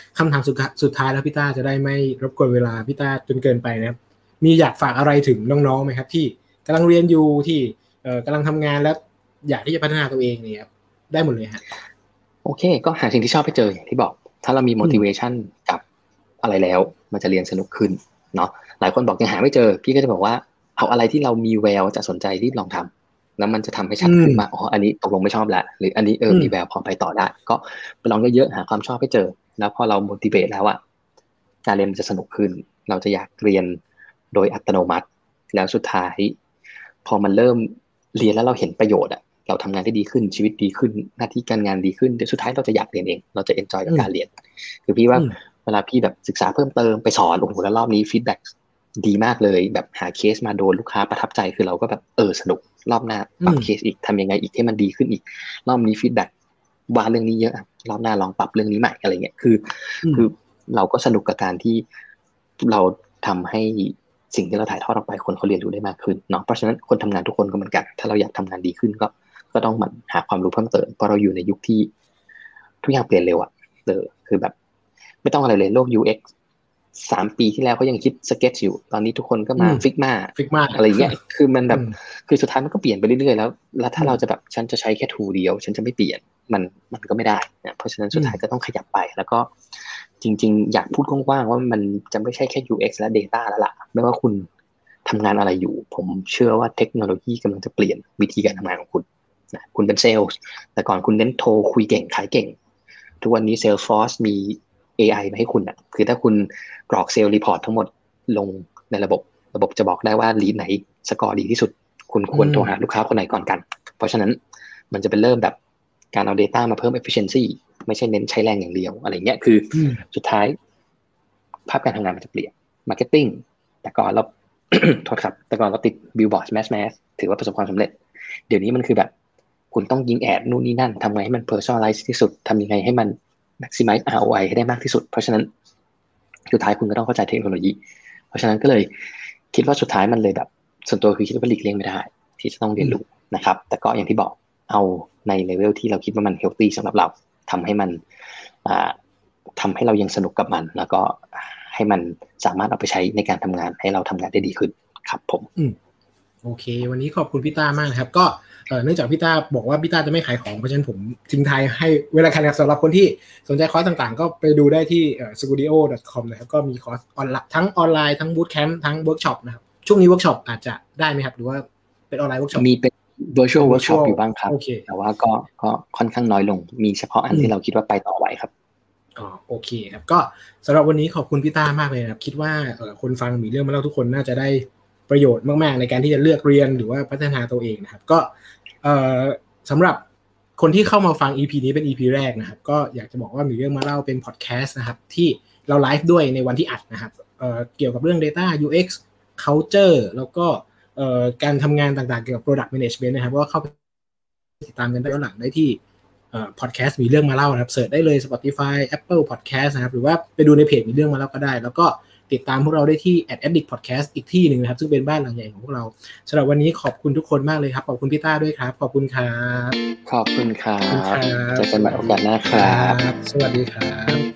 C: คำถามสุดสุดท้ายแล้วพี่ต้าจะได้ไม่รบกวนเวลาพี่ต้าจนเกินไปนะครับมีอยากฝากอะไรถึงน้องๆไหมครับที่กำลังเรียนอยู่ที่เอ่อกำลังทำงานแล้วอยากที่จะพัฒนาตัวเองเนี่ยครับได้หมดเลยฮะ
D: โอเคก็หาสิ่งที่ชอบให้เจออย่างที่บอกถ้าเรามี motivation กับอะไรแล้วมันจะเรียนสนุกขึ้นเนาะหลายคนบอกยังหาไม่เจอพี่ก็จะบอกว่าเอาอะไรที่เรามีแววจะสนใจรีบลองทำแล้วมันจะทำให้ชัดขึ้นมาอ๋ออันนี้ตกลงไม่ชอบแล้วหรืออันนี้เออมีแววพอไปต่อได้ก็ไปลองเยอะๆหาความชอบให้เจอแล้วพอเรา motivate แล้วอะการเรียนมันจะสนุกขึ้นเราจะอยากเรียนโดยอัตโนมัติแล้วสุดท้ายพอมันเริ่มเรียนแล้วเราเห็นประโยชน์อะเราทำงานได้ดีขึ้นชีวิตดีขึ้นหน้าที่การงานดีขึ้นเดี๋ยวสุดท้ายเราจะอยากเรียนเองเราจะ enjoy กับการเรียนคือพี่ว่าเวลาพี่แบบศึกษาเพิ่มเติมไปสอนโอ้โหแล้วรอบนี้ฟีดแบ็กดีมากเลยแบบหาเคสมาโดนลูกค้าประทับใจคือเราก็แบบเออสนุกรอบหน้าปรับเคสอีกทำยังไงอีกให้มันดีขึ้นอีกรอบนี้ฟีดแบ็กว่าเรื่องนี้เยอะรอบหน้าลองปรับเรื่องนี้ใหม่อะไรเงี้ยคือคือเราก็สนุกกับการที่เราทำให้สิ่งที่เราถ่ายทอดออกไปคนเขาเรียนรู้ได้มากขึ้นเนาะเพราะฉะนั้นคนทำงานทุกคนก็เหมือนกันถ้าเราอยากทำงานดีขึ้นก็ก็ต้องมันหาความรู้เพิ่มเติมเพราะเราอยู่ในยุคที่ทุกอย่างเปลี่ยนเร็วอ่ะเออคือแบบไม่ต้องอะไรเลยโลก ยู เอ็กซ์ สามปีที่แล้วเขายังคิดสเก็ตอยู่ตอนนี้ทุกคนก็มา Figma
C: Figma
D: อะไรเงี้ยคือมันแบบคือสุดท้ายมันก็เปลี่ยนไปเรื่อยๆแล้วแล้วถ้าเราจะแบบฉันจะใช้แค่ tool เดียวฉันจะไม่เปลี่ยนมันมันก็ไม่ได้นะเพราะฉะนั้นสุดท้ายก็ต้องขยับไปแล้วก็จริงๆอยากพูดกว้างๆว่ามันจะไม่ใช่แค่ ยู เอ็กซ์ และ data แล้วล่ะไม่ว่าคุณทำงานอะไรอยู่ผมเชื่อว่าเทคโนโลยีกำลังจะเปลี่ยนวิธีการทำงานของคุณนะคุณเป็นเซลล์แต่ก่อนคุณเน้นโทรคุยเก่งขายเก่งทุกวันนี้ Salesforce มี เอ ไอ มาให้คุณอ่ะคือถ้าคุณกรอกเซลล์รีพอร์ตทั้งหมดลงในระบบระบบจะบอกได้ว่าลีดไหนสกอร์ดีที่สุดคุณควรโทรหาลูกค้าคนไหนก่อนกันเพราะฉะนั้นมันจะเป็นเริ่มแบบการเอา data มาเพิ่ม efficiency ไม่ใช่เน้นใช้แรงอย่างเดียวอะไรเงี้ยคือสุดท้ายภาพการทำงานมันจะเปลี่ยน marketing แต่ก่อนเรา โทษครับแต่ก่อนเราติด billboard mass mass ถือว่าประสบความสำเร็จเดี๋ยวนี้มันคือแบบคุณต้องยิงแอดนู่นนี่นั่นทำไงให้มัน personalize ที่สุดทำยังไงให้มัน maximize อาร์ โอ ไอ ให้ได้มากที่สุดเพราะฉะนั้นสุดท้ายคุณก็ต้องเข้าใจเทคโนโลยีเพราะฉะนั้นก็เลยคิดว่าสุดท้ายมันเลยแบบส่วนตัวคือคิดว่าหลีกเลี่ยงไม่ได้ที่จะต้องเรียนรู้นะครับแต่ก็อย่างที่บอกเอาในเลเวลที่เราคิดว่ามัน healthy สำหรับเราทำให้มันทำให้เรายังสนุกกับมันแล้วก็ให้มันสามารถเอาไปใช้ในการทำงานให้เราทำงานได้ดีขึ้นครับผม
C: โอเควันนี้ขอบคุณพี่ต้ามากครับก็เนื่องจากพี่ต้าบอกว่าพี่ต้าจะไม่ขายของเพราะฉะนั้นผมทิ้งท้ายให้เวลาขายสำหรับคนที่สนใจคอร์สต่างๆก็ไปดูได้ที่ สกูดิโอ ดอท คอม นะครับก็มีคอร์สออนไลน์ทั้งออนไลน์ทั้งบูตแคมป์ทั้งเวิร์กช็อปนะครับช่วงนี้เวิร์กช็อปอาจจะได้ไหมครับหรือว่าเป็นออนไลน์เวิร์กช็อป
D: มีเป็น virtual workshop อยู่บ้างครับแต่ว่าก็ก็ค่อนข้างน้อยลงมีเฉพาะอันที่เราคิดว่าไปต่อไหวครับ
C: อ๋อโอเคครับก็สำหรับวันนี้ขอบคุณพี่ต้ามากเลยนะครับคิดว่าคนฟังมีเรื่องมาเล่าทุกคนน่าจะได้ประโยชน์มากๆในการที่จะเลือกเรียนหรือว่าพัฒนาตัวเองนะครับก็สำหรับคนที่เข้ามาฟัง อี พี นี้เป็น อี พี แรกนะครับก็อยากจะบอกว่ามีเรื่องมาเล่าเป็นพอดแคสต์นะครับที่เราไลฟ์ด้วยในวันที่อัดนะครับ เ, เกี่ยวกับเรื่อง data ยู เอ็กซ์ culture แล้วก็การทำงานต่างๆเกี่ยวกับ product management นะครับก็เข้าไปติดตามกันได้ย้อนหลังได้ที่พอดแคสต์มีเรื่องมาเล่านะครับเสิร์ชได้เลย Spotify Apple Podcast นะครับหรือว่าไปดูในเพจมีเรื่องมาเล่าก็ได้แล้วก็ติดตามพวกเราได้ที่ แอท addict podcast อีกที่หนึ่งนะครับซึ่งเป็นบ้านหลังใหญ่ของพวกเราสำหรับวันนี้ขอบคุณทุกคนมากเลยครับขอบคุณพี่ต้าด้วยครับขอบคุณครับ
D: ขอบคุณครับเจอกันใหม่โอกาสหน้าครับ
C: สวัสดีครับ